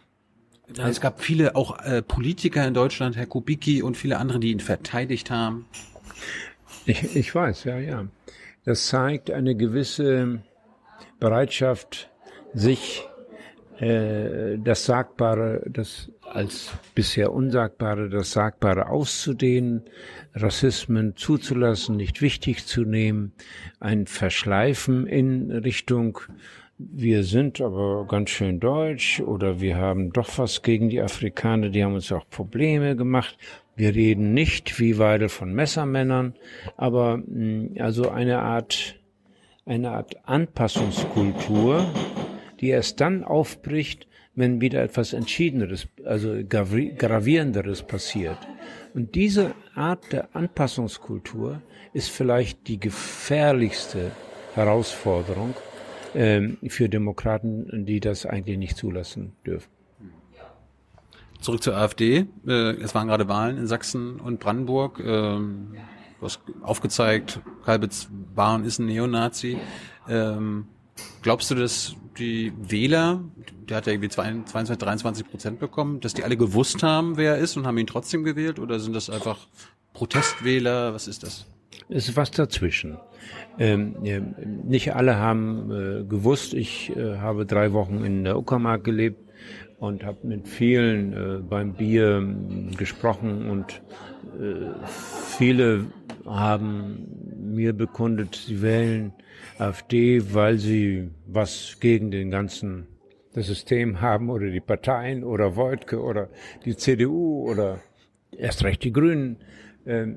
es gab viele auch äh, Politiker in Deutschland, Herr Kubicki und viele andere, die ihn verteidigt haben. Ich, ich weiß, ja, ja. Das zeigt eine gewisse Bereitschaft, sich äh, das Sagbare, das als bisher Unsagbare, das Sagbare auszudehnen, Rassismen zuzulassen, nicht wichtig zu nehmen, ein Verschleifen in Richtung, wir sind aber ganz schön deutsch oder wir haben doch was gegen die Afrikaner, die haben uns auch Probleme gemacht. Wir reden nicht wie Weidel von Messermännern, aber also eine Art, eine Art Anpassungskultur, die erst dann aufbricht, wenn wieder etwas Entschiedeneres, also Gravierenderes passiert. Und diese Art der Anpassungskultur ist vielleicht die gefährlichste Herausforderung ähm, für Demokraten, die das eigentlich nicht zulassen dürfen. Zurück zur AfD. Es waren gerade Wahlen in Sachsen und Brandenburg. Du hast aufgezeigt, Kalbitz war und ist ein Neonazi. Glaubst du, dass die Wähler, der hat ja irgendwie zweiundzwanzig, dreiundzwanzig Prozent bekommen, dass die alle gewusst haben, wer er ist und haben ihn trotzdem gewählt? Oder sind das einfach Protestwähler? Was ist das? Es ist was dazwischen. Ähm, nicht alle haben äh, gewusst. Ich äh, habe drei Wochen in der Uckermark gelebt und habe mit vielen äh, beim Bier äh, gesprochen und äh, viele haben mir bekundet, sie wählen AfD, weil sie was gegen den ganzen das System haben oder die Parteien oder Wojtke oder die C D U oder erst recht die Grünen. Ähm,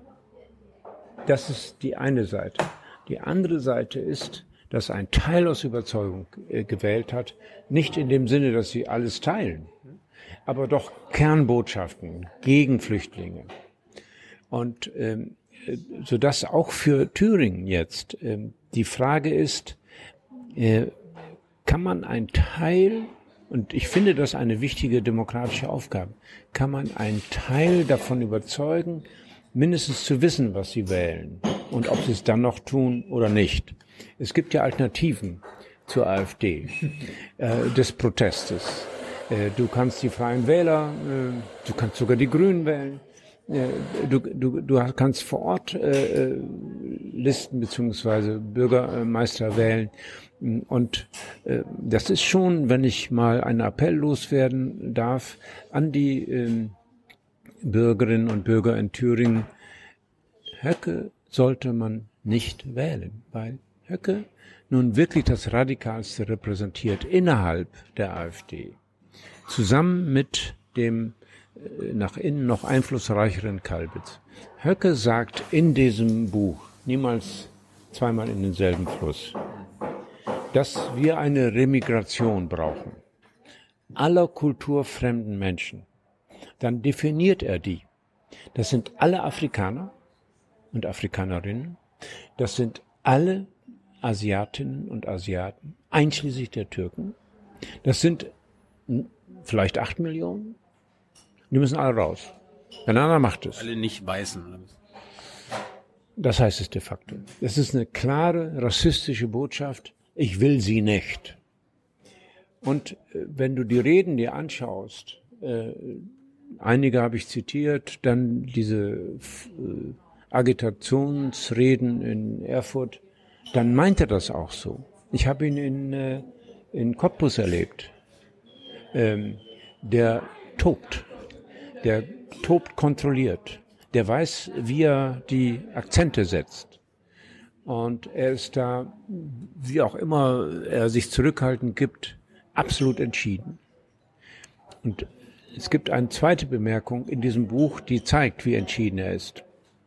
das ist die eine Seite. Die andere Seite ist, dass ein Teil aus Überzeugung äh, gewählt hat, nicht in dem Sinne, dass sie alles teilen, aber doch Kernbotschaften gegen Flüchtlinge. Und ähm, sodass auch für Thüringen jetzt ähm, die Frage ist, äh, kann man einen Teil, und ich finde das eine wichtige demokratische Aufgabe, kann man einen Teil davon überzeugen, mindestens zu wissen, was sie wählen und ob sie es dann noch tun oder nicht. Es gibt ja Alternativen zur AfD, äh, des Protestes. Äh, du kannst die Freien Wähler, äh, du kannst sogar die Grünen wählen. Du, du, du kannst vor Ort äh, Listen beziehungsweise Bürgermeister wählen und äh, das ist schon, wenn ich mal einen Appell loswerden darf an die äh, Bürgerinnen und Bürger in Thüringen. Höcke sollte man nicht wählen, weil Höcke nun wirklich das Radikalste repräsentiert innerhalb der AfD, zusammen mit dem nach innen noch einflussreicheren Kalbitz. Höcke sagt in diesem Buch, niemals zweimal in denselben Fluss, dass wir eine Remigration brauchen, aller kulturfremden Menschen. Dann definiert er die. Das sind alle Afrikaner und Afrikanerinnen, das sind alle Asiatinnen und Asiaten, einschließlich der Türken, das sind vielleicht acht Millionen. Die müssen alle raus. Ein anderer macht es. Alle nicht Weißen. Das heißt es de facto. Es ist eine klare rassistische Botschaft. Ich will sie nicht. Und äh, wenn du die Reden dir anschaust, äh, einige habe ich zitiert, dann diese äh, Agitationsreden in Erfurt, dann meint er das auch so. Ich habe ihn in, äh, in Cottbus erlebt. Ähm, der tobt. Der tobt kontrolliert. Der weiß, wie er die Akzente setzt. Und er ist da, wie auch immer er sich zurückhaltend gibt, absolut entschieden. Und es gibt eine zweite Bemerkung in diesem Buch, die zeigt, wie entschieden er ist.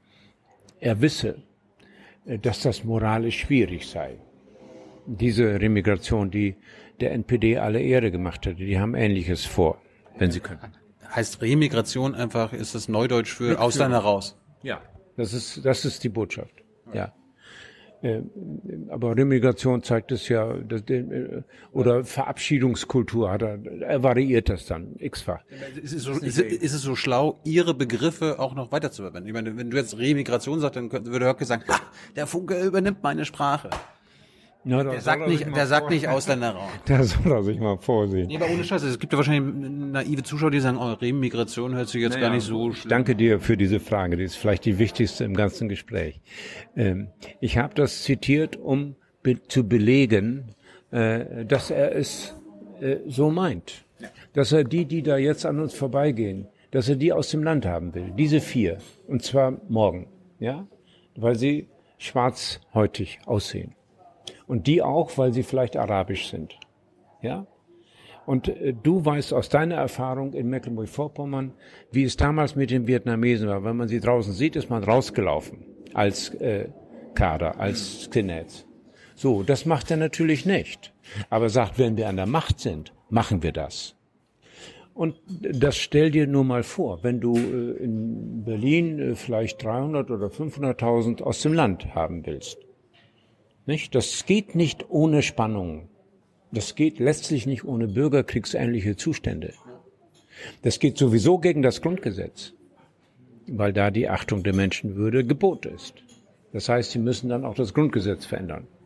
Er wisse, dass das moralisch schwierig sei. Diese Remigration, die der N P D alle Ehre gemacht hatte, die haben Ähnliches vor, wenn sie können. Heißt Remigration einfach, ist das Neudeutsch für Mitführung. Ausländer raus? Ja, das ist, das ist die Botschaft, ja. Äh, aber Remigration zeigt es ja, das, äh, oder Verabschiedungskultur, hat er, er variiert das dann x-fach. Ist es, so, ist, ist es so schlau, Ihre Begriffe auch noch weiterzuverwenden? Ich meine, wenn du jetzt Remigration sagst, dann würde Höcke sagen, ha, der Funke übernimmt meine Sprache. Na, der sagt nicht, der sagt nicht Ausländerraum. Da soll er sich mal vorsehen. Nee, aber ohne Scheiß, es gibt ja wahrscheinlich naive Zuschauer, die sagen, oh, Remigration hört sich jetzt naja, gar nicht so schlimm. Danke dir für diese Frage, die ist vielleicht die wichtigste im ganzen Gespräch. Ähm, ich habe das zitiert, um be- zu belegen, äh, dass er es äh, so meint. Ja. Dass er die, die da jetzt an uns vorbeigehen, dass er die aus dem Land haben will. Diese vier. Und zwar morgen. Ja, weil sie schwarzhäutig aussehen. Und die auch, weil sie vielleicht arabisch sind. Ja? Und äh, du weißt aus deiner Erfahrung in Mecklenburg-Vorpommern, wie es damals mit den Vietnamesen war. Wenn man sie draußen sieht, ist man rausgelaufen als äh, Kader, als Skinheads. So, das macht er natürlich nicht. Aber sagt, wenn wir an der Macht sind, machen wir das. Und das stell dir nur mal vor, wenn du äh, in Berlin äh, vielleicht dreihundert oder fünfhunderttausend aus dem Land haben willst. Nicht? Das geht nicht ohne Spannungen. Das geht letztlich nicht ohne bürgerkriegsähnliche Zustände. Das geht sowieso gegen das Grundgesetz, weil da die Achtung der Menschenwürde Gebot ist. Das heißt, sie müssen dann auch das Grundgesetz verändern.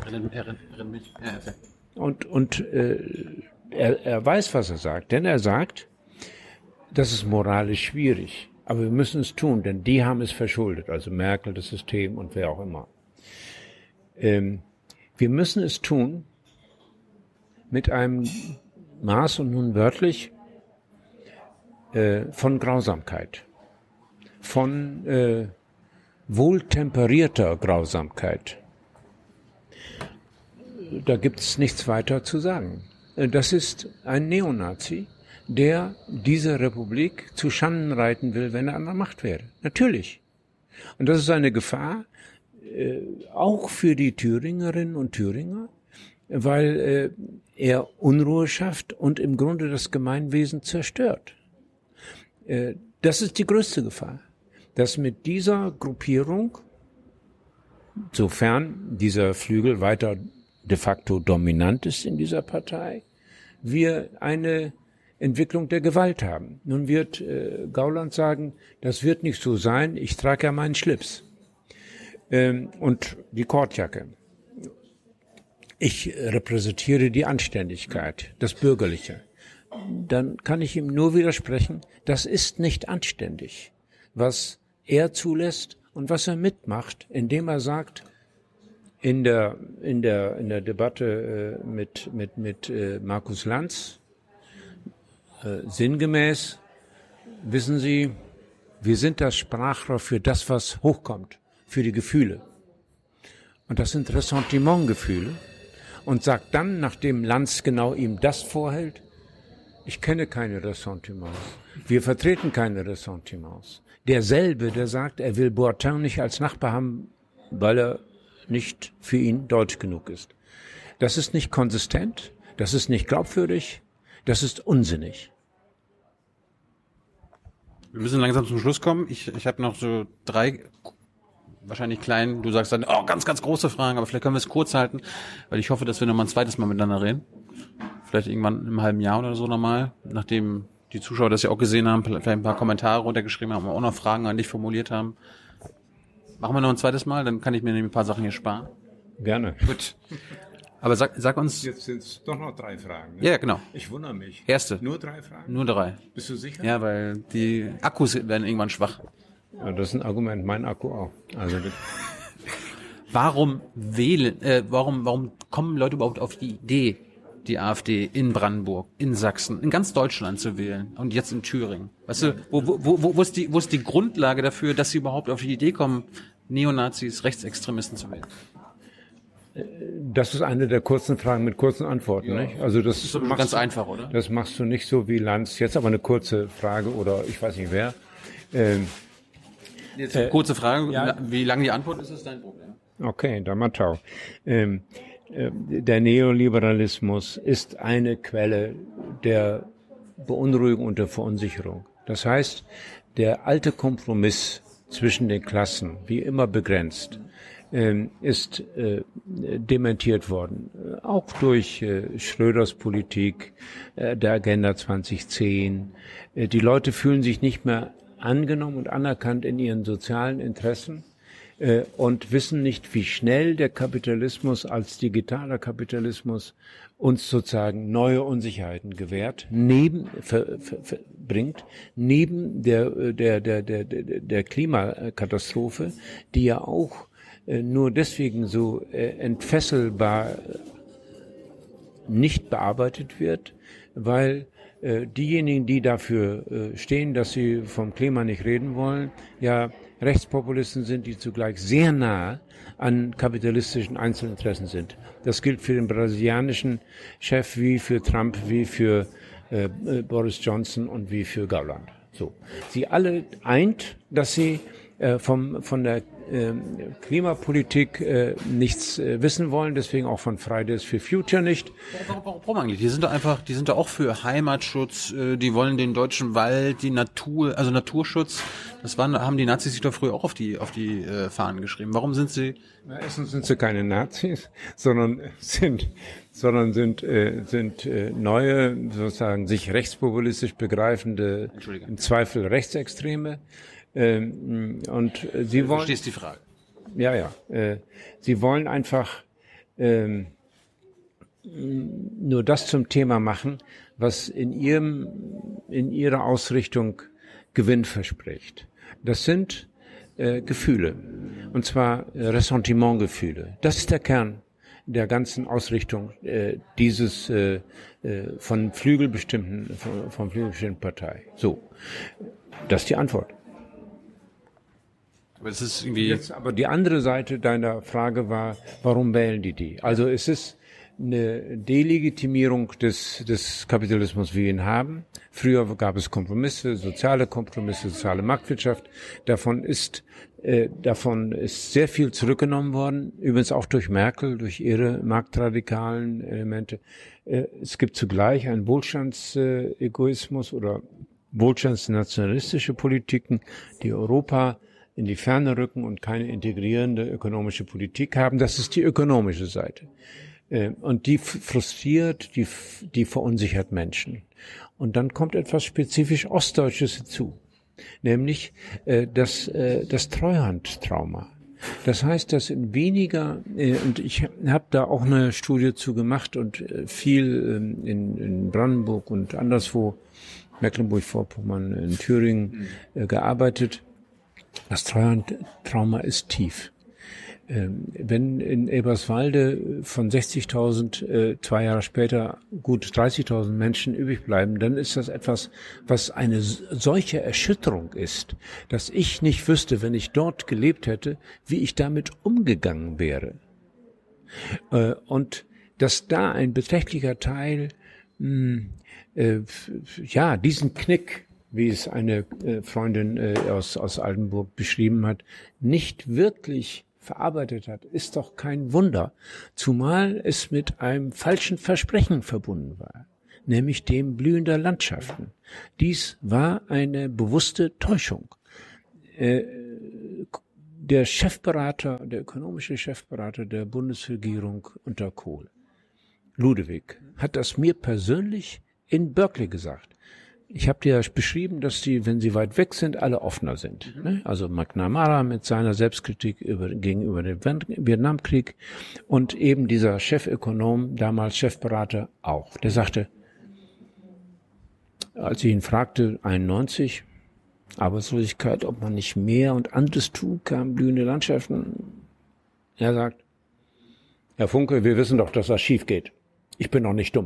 Erinnert er, er, mich. Ja, okay. Und, und äh, er, er weiß, was er sagt, denn er sagt, das ist moralisch schwierig, aber wir müssen es tun, denn die haben es verschuldet, also Merkel, das System und wer auch immer. Ähm, wir müssen es tun mit einem Maß und nun wörtlich äh, von Grausamkeit, von äh, wohltemperierter Grausamkeit. Da gibt es nichts weiter zu sagen. Das ist ein Neonazi, der diese Republik zu Schanden reiten will, wenn er an der Macht wäre. Natürlich. Und das ist eine Gefahr, äh, auch für die Thüringerinnen und Thüringer, weil äh, er Unruhe schafft und im Grunde das Gemeinwesen zerstört. Äh, das ist die größte Gefahr, dass mit dieser Gruppierung, sofern dieser Flügel weiter de facto dominant ist in dieser Partei, wir eine Entwicklung der Gewalt haben. Nun wird äh, Gauland sagen, das wird nicht so sein, ich trage ja meinen Schlips ähm, und die Kordjacke. Ich repräsentiere die Anständigkeit, das Bürgerliche. Dann kann ich ihm nur widersprechen, das ist nicht anständig, was er zulässt und was er mitmacht, indem er sagt, in der in der in der Debatte äh, mit mit mit äh, Markus Lanz äh, sinngemäß, wissen Sie, wir sind das Sprachrohr für das, was hochkommt, für die Gefühle. Und das sind Ressentimentgefühle. Und sagt dann, nachdem Lanz genau ihm das vorhält, ich kenne keine Ressentiments. Wir vertreten keine Ressentiments. Derselbe, der sagt, er will Bourdain nicht als Nachbar haben, weil er nicht für ihn deutsch genug ist. Das ist nicht konsistent, das ist nicht glaubwürdig, das ist unsinnig. Wir müssen langsam zum Schluss kommen. Ich, ich habe noch so drei, wahrscheinlich kleinen, du sagst dann, oh, ganz, ganz große Fragen, aber vielleicht können wir es kurz halten, weil ich hoffe, dass wir noch mal ein zweites Mal miteinander reden. Vielleicht irgendwann im halben Jahr oder so nochmal, nachdem die Zuschauer das ja auch gesehen haben, vielleicht ein paar Kommentare runtergeschrieben haben, auch noch Fragen an dich formuliert haben. Machen wir noch ein zweites Mal, dann kann ich mir nämlich ein paar Sachen hier sparen. Gerne. Gut. Aber sag, sag uns... Jetzt sind es doch noch drei Fragen. Ne? Ja, genau. Ich wundere mich. Erste. Nur drei Fragen? Nur drei. Bist du sicher? Ja, weil die Akkus werden irgendwann schwach. Ja, das ist ein Argument, mein Akku auch. Also Warum wählen, äh, warum, warum kommen Leute überhaupt auf die Idee, die AfD in Brandenburg, in Sachsen, in ganz Deutschland zu wählen und jetzt in Thüringen? Weißt du, wo, wo, wo, wo ist die, wo ist die Grundlage dafür, dass sie überhaupt auf die Idee kommen, Neonazis, Rechtsextremisten zu wählen? Das ist eine der kurzen Fragen mit kurzen Antworten, ja. Nicht? Also das, das ist machst ganz du, einfach, oder? Das machst du nicht so wie Lanz. Jetzt aber eine kurze Frage oder ich weiß nicht wer. Ähm, Jetzt eine äh, kurze Frage, ja. Wie lange die Antwort ist, ist dein Problem. Okay, dann mal tau. Ähm, äh, der Neoliberalismus ist eine Quelle der Beunruhigung und der Verunsicherung. Das heißt, der alte Kompromiss zwischen den Klassen, wie immer begrenzt, äh, ist äh, dementiert worden. Auch durch äh, Schröders Politik, äh, der Agenda zwanzig zehn. Äh, die Leute fühlen sich nicht mehr angenommen und anerkannt in ihren sozialen Interessen äh, und wissen nicht, wie schnell der Kapitalismus als digitaler Kapitalismus uns sozusagen neue Unsicherheiten gewährt, neben ver, ver, ver, bringt, neben der der der der der Klimakatastrophe, die ja auch äh, nur deswegen so äh, entfesselbar nicht bearbeitet wird, weil äh, diejenigen, die dafür äh, stehen, dass sie vom Klima nicht reden wollen, ja Rechtspopulisten sind, die zugleich sehr nah an kapitalistischen Einzelinteressen sind. Das gilt für den brasilianischen Chef wie für Trump, wie für äh, Boris Johnson und wie für Gauland. So, sie alle eint, dass sie äh, vom von der äh, Klimapolitik äh, nichts äh, wissen wollen, deswegen auch von Fridays for Future nicht. Warum, warum, warum eigentlich? Die sind doch einfach, die sind doch auch für Heimatschutz, äh, die wollen den deutschen Wald, die Natur, also Naturschutz. Das waren, haben die Nazis sich doch früher auch auf die auf die äh, Fahnen geschrieben. Warum sind sie? Na, erstens sind sie keine Nazis, sondern sind sondern sind äh, sind äh, neue, sozusagen sich rechtspopulistisch begreifende, im Zweifel Rechtsextreme. Ähm, und äh, sie du wollen. Verstehst die Frage? Ja, ja. Äh, sie wollen einfach ähm, nur das zum Thema machen, was in ihrem, in ihrer Ausrichtung Gewinn verspricht. Das sind äh, Gefühle, und zwar äh, Ressentimentgefühle. Das ist der Kern der ganzen Ausrichtung äh, dieses äh, äh, von Flügel bestimmten, von, von Flügel bestimmten Partei. So, das ist die Antwort. Aber es ist irgendwie. Jetzt aber die andere Seite deiner Frage war, warum wählen die die? Also es ist eine Delegitimierung des, des Kapitalismus, wie wir ihn haben. Früher gab es Kompromisse, soziale Kompromisse, soziale Marktwirtschaft. Davon ist, äh, davon ist sehr viel zurückgenommen worden. Übrigens auch durch Merkel, durch ihre marktradikalen Elemente. Äh, es gibt zugleich einen Wohlstandsegoismus oder wohlstandsnationalistische Politiken, die Europa in die Ferne rücken und keine integrierende ökonomische Politik haben. Das ist die ökonomische Seite. Und die frustriert, die, die verunsichert Menschen. Und dann kommt etwas spezifisch Ostdeutsches hinzu, nämlich äh, das, äh, das Treuhandtrauma. Das heißt, dass in weniger, äh, und ich habe da auch eine Studie zu gemacht und äh, viel äh, in, in Brandenburg und anderswo, Mecklenburg-Vorpommern, in Thüringen äh, gearbeitet. Das Treuhandtrauma ist tief. Wenn in Eberswalde von sechzigtausend äh, zwei Jahre später gut dreißigtausend Menschen übrig bleiben, dann ist das etwas, was eine solche Erschütterung ist, dass ich nicht wüsste, wenn ich dort gelebt hätte, wie ich damit umgegangen wäre. Äh, und dass da ein beträchtlicher Teil, mh, äh, ja, diesen Knick, wie es eine äh, Freundin äh, aus, aus Altenburg beschrieben hat, nicht wirklich verarbeitet hat, ist doch kein Wunder, zumal es mit einem falschen Versprechen verbunden war, nämlich dem blühender Landschaften. Dies war eine bewusste Täuschung. Äh, der Chefberater, der ökonomische Chefberater der Bundesregierung unter Kohl, Ludewig, hat das mir persönlich in Berkeley gesagt. Ich habe dir ja beschrieben, dass die, wenn sie weit weg sind, alle offener sind. Mhm. Ne? Also McNamara mit seiner Selbstkritik über, gegenüber dem Vietnamkrieg und eben dieser Chefökonom, damals Chefberater auch. Der sagte, als ich ihn fragte, einundneunzig, Arbeitslosigkeit, ob man nicht mehr und anderes tun kann, blühende Landschaften. Er sagt, Herr Funke, wir wissen doch, dass das schief geht. Ich bin noch nicht dumm.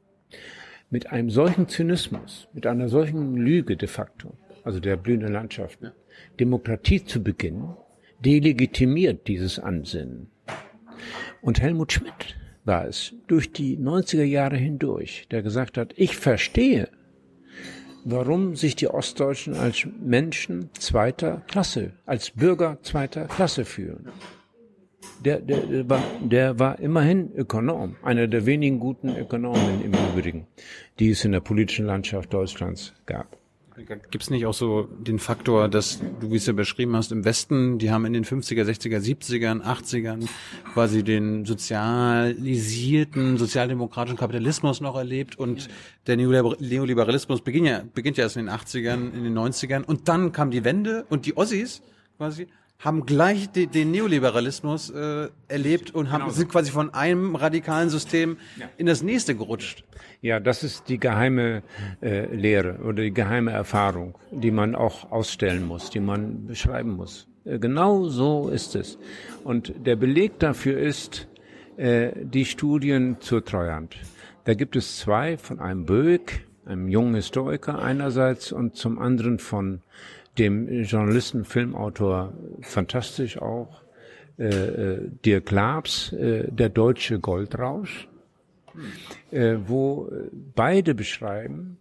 Mit einem solchen Zynismus, mit einer solchen Lüge de facto, also der blühenden Landschaften, ja. Demokratie zu beginnen, delegitimiert dieses Ansinnen. Und Helmut Schmidt war es, durch die neunziger Jahre hindurch, der gesagt hat, ich verstehe, warum sich die Ostdeutschen als Menschen zweiter Klasse, als Bürger zweiter Klasse fühlen. Der, der, der, war, der war immerhin Ökonom, einer der wenigen guten Ökonomen im Übrigen, die es in der politischen Landschaft Deutschlands gab. Gibt es nicht auch so den Faktor, dass du, wie es ja beschrieben hast, im Westen, die haben in den fünfziger, sechziger, siebzigern, achtzigern quasi den sozialisierten, sozialdemokratischen Kapitalismus noch erlebt und der Neoliberalismus beginnt ja, beginnt ja erst in den achtzigern, in den neunzigern und dann kam die Wende und die Ossis quasi haben gleich de, den Neoliberalismus äh, erlebt und haben, genau. sind quasi von einem radikalen System ja. in das nächste gerutscht. Ja, das ist die geheime äh, Lehre oder die geheime Erfahrung, die man auch ausstellen muss, die man beschreiben muss. Äh, genau so ist es. Und der Beleg dafür ist äh, die Studien zur Treuhand. Da gibt es zwei, von einem Böck, einem jungen Historiker einerseits und zum anderen von dem Journalisten, Filmautor, fantastisch auch, äh, Dirk Laabs, äh, Der deutsche Goldrausch, äh, wo beide beschreiben,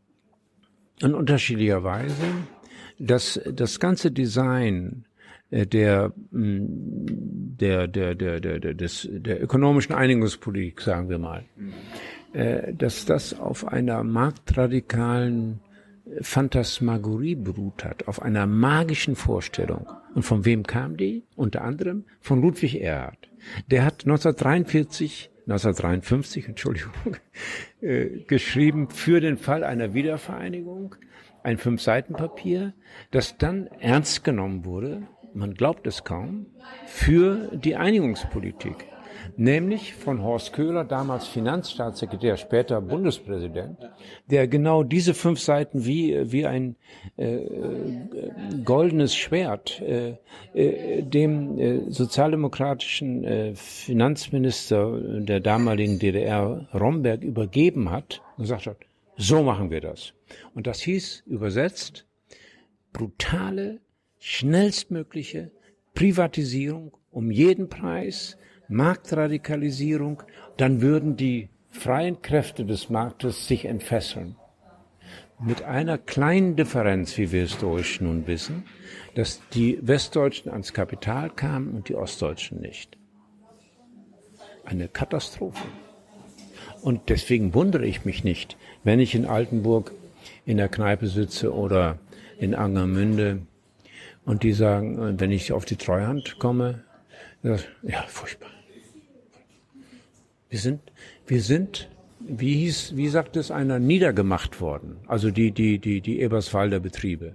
in unterschiedlicher Weise, dass das ganze Design äh, der, der, der, der, der, der, des, der ökonomischen Einigungspolitik, sagen wir mal, äh, dass das auf einer marktradikalen Phantasmagorie beruht hat, auf einer magischen Vorstellung. Und von wem kam die? Unter anderem von Ludwig Erhard. Der hat neunzehnhundertdreiundvierzig, neunzehnhundertdreiundfünfzig, Entschuldigung, äh, geschrieben für den Fall einer Wiedervereinigung, ein Fünf-Seiten-Papier, das dann ernst genommen wurde, man glaubt es kaum, für die Einigungspolitik. Nämlich von Horst Köhler, damals Finanzstaatssekretär, später Bundespräsident, der genau diese fünf Seiten wie, wie ein äh, goldenes Schwert äh, äh, dem äh, sozialdemokratischen äh, Finanzminister der damaligen D D R, Romberg, übergeben hat und gesagt hat, so machen wir das. Und das hieß, übersetzt, brutale, schnellstmögliche Privatisierung um jeden Preis, Marktradikalisierung, dann würden die freien Kräfte des Marktes sich entfesseln. Mit einer kleinen Differenz, wie wir historisch nun wissen, dass die Westdeutschen ans Kapital kamen und die Ostdeutschen nicht. Eine Katastrophe. Und deswegen wundere ich mich nicht, wenn ich in Altenburg in der Kneipe sitze oder in Angermünde und die sagen, wenn ich auf die Treuhand komme, ja, furchtbar. Wir sind, wir sind, wie hieß, wie sagt es einer, niedergemacht worden. Also die, die, die, die Eberswalder Betriebe.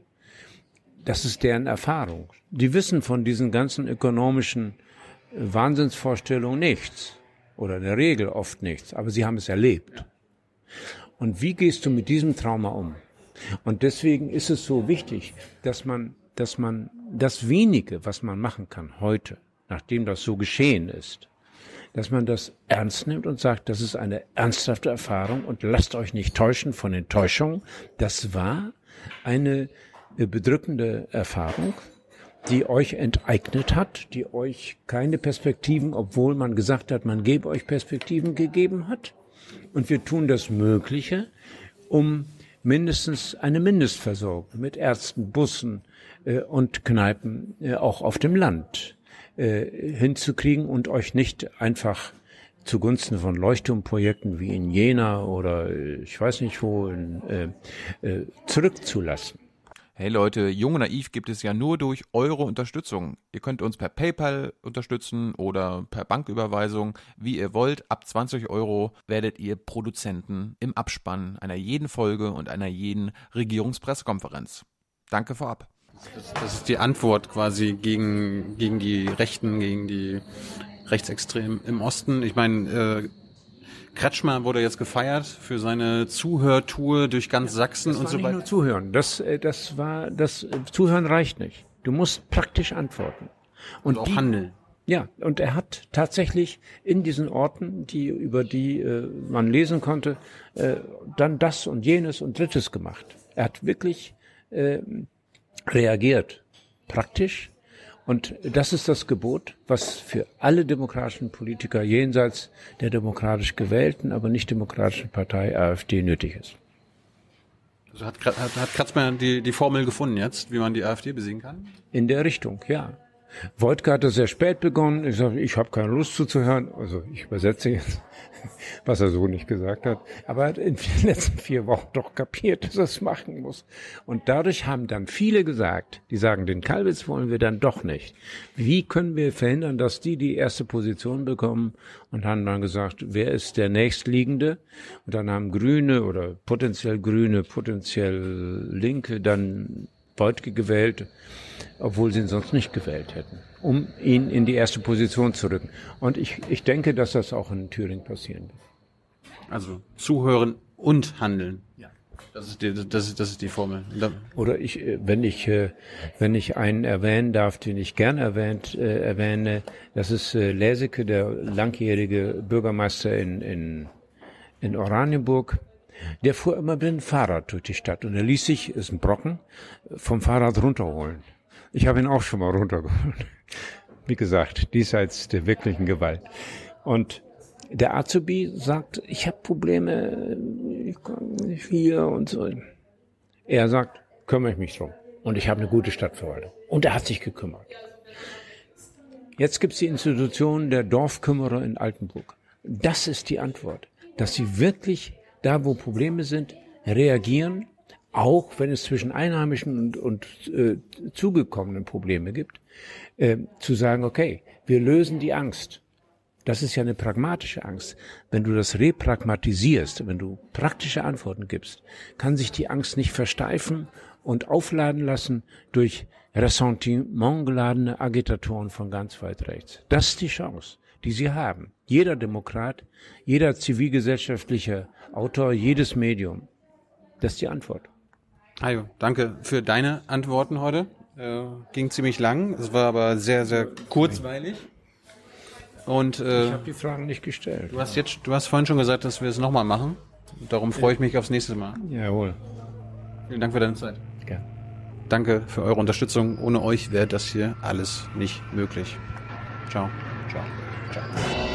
Das ist deren Erfahrung. Die wissen von diesen ganzen ökonomischen Wahnsinnsvorstellungen nichts. Oder in der Regel oft nichts. Aber sie haben es erlebt. Und wie gehst du mit diesem Trauma um? Und deswegen ist es so wichtig, dass man, dass man das Wenige, was man machen kann heute, nachdem das so geschehen ist, dass man das ernst nimmt und sagt, das ist eine ernsthafte Erfahrung und lasst euch nicht täuschen von den Täuschungen. Das war eine bedrückende Erfahrung, die euch enteignet hat, die euch keine Perspektiven, obwohl man gesagt hat, man gebe euch Perspektiven, gegeben hat. Und wir tun das Mögliche, um mindestens eine Mindestversorgung mit Ärzten, Bussen äh, und Kneipen äh, auch auf dem Land äh, hinzukriegen und euch nicht einfach zugunsten von Leuchtturmprojekten wie in Jena oder äh, ich weiß nicht wo in, äh, äh, zurückzulassen. Hey Leute, Jung und Naiv gibt es ja nur durch eure Unterstützung. Ihr könnt uns per PayPal unterstützen oder per Banküberweisung, wie ihr wollt. Ab zwanzig Euro werdet ihr Produzenten im Abspann einer jeden Folge und einer jeden Regierungspressekonferenz. Danke vorab. Das, das ist die Antwort quasi gegen, gegen die Rechten, gegen die Rechtsextremen im Osten. Ich meine, äh, Kretschmer wurde jetzt gefeiert für seine Zuhörtour durch ganz Sachsen und so weiter. Das war nicht nur Zuhören. Das, das war, das Zuhören reicht nicht. Du musst praktisch antworten. Und, und auch die, handeln. Ja, und er hat tatsächlich in diesen Orten, die, über die äh, man lesen konnte, äh, dann das und jenes und drittes gemacht. Er hat wirklich äh, reagiert. Praktisch. Und das ist das Gebot, was für alle demokratischen Politiker jenseits der demokratisch gewählten, aber nicht demokratischen Partei AfD nötig ist. Also hat, hat, hat Kretschmer die, die Formel gefunden jetzt, wie man die AfD besiegen kann? In der Richtung, ja. Wojtka hat das sehr spät begonnen. Ich sage, ich habe keine Lust zuzuhören. Also ich übersetze jetzt, was er so nicht gesagt hat. Aber er hat in den letzten vier Wochen doch kapiert, dass er es machen muss. Und dadurch haben dann viele gesagt, die sagen, den Kalbitz wollen wir dann doch nicht. Wie können wir verhindern, dass die die erste Position bekommen? Und haben dann gesagt, wer ist der Nächstliegende? Und dann haben Grüne oder potenziell Grüne, potenziell Linke dann Wojtke gewählt, obwohl sie ihn sonst nicht gewählt hätten, um ihn in die erste Position zu rücken. Und ich, ich denke, dass das auch in Thüringen passieren wird. Also zuhören und handeln. Ja. Das ist die, das ist, das ist die Formel. Oder ich, wenn ich, wenn ich einen erwähnen darf, den ich gern erwähnt, äh, erwähne, das ist äh, Läseke, der langjährige Bürgermeister in, in, in Oranienburg. Der fuhr immer mit dem Fahrrad durch die Stadt und er ließ sich, ist ein Brocken, vom Fahrrad runterholen. Ich habe ihn auch schon mal runtergeholt. Wie gesagt, diesseits der wirklichen Gewalt. Und der Azubi sagt, ich habe Probleme, ich komme nicht hier und so. Er sagt, kümmere ich mich drum. Und ich habe eine gute Stadtverwaltung. Und er hat sich gekümmert. Jetzt gibt es die Institution der Dorfkümmerer in Altenburg. Das ist die Antwort, dass sie wirklich da, wo Probleme sind, reagieren, auch wenn es zwischen Einheimischen und, und äh, zugekommenen Probleme gibt, äh, zu sagen, okay, wir lösen die Angst. Das ist ja eine pragmatische Angst. Wenn du das repragmatisierst, wenn du praktische Antworten gibst, kann sich die Angst nicht versteifen und aufladen lassen durch Ressentiment geladene Agitatoren von ganz weit rechts. Das ist die Chance. die sie haben. Jeder Demokrat, jeder zivilgesellschaftliche Autor, jedes Medium. Das ist die Antwort. Hajo, danke für deine Antworten heute. Äh, ging ziemlich lang, es war aber sehr, sehr kurzweilig. Und äh, Ich habe die Fragen nicht gestellt. du hast jetzt, du hast vorhin schon gesagt, dass wir es nochmal machen. Darum freue ich mich aufs nächste Mal. Jawohl. Vielen Dank für deine Zeit. Gern. Danke für eure Unterstützung. Ohne euch wäre das hier alles nicht möglich. Ciao. Ciao. Ciao.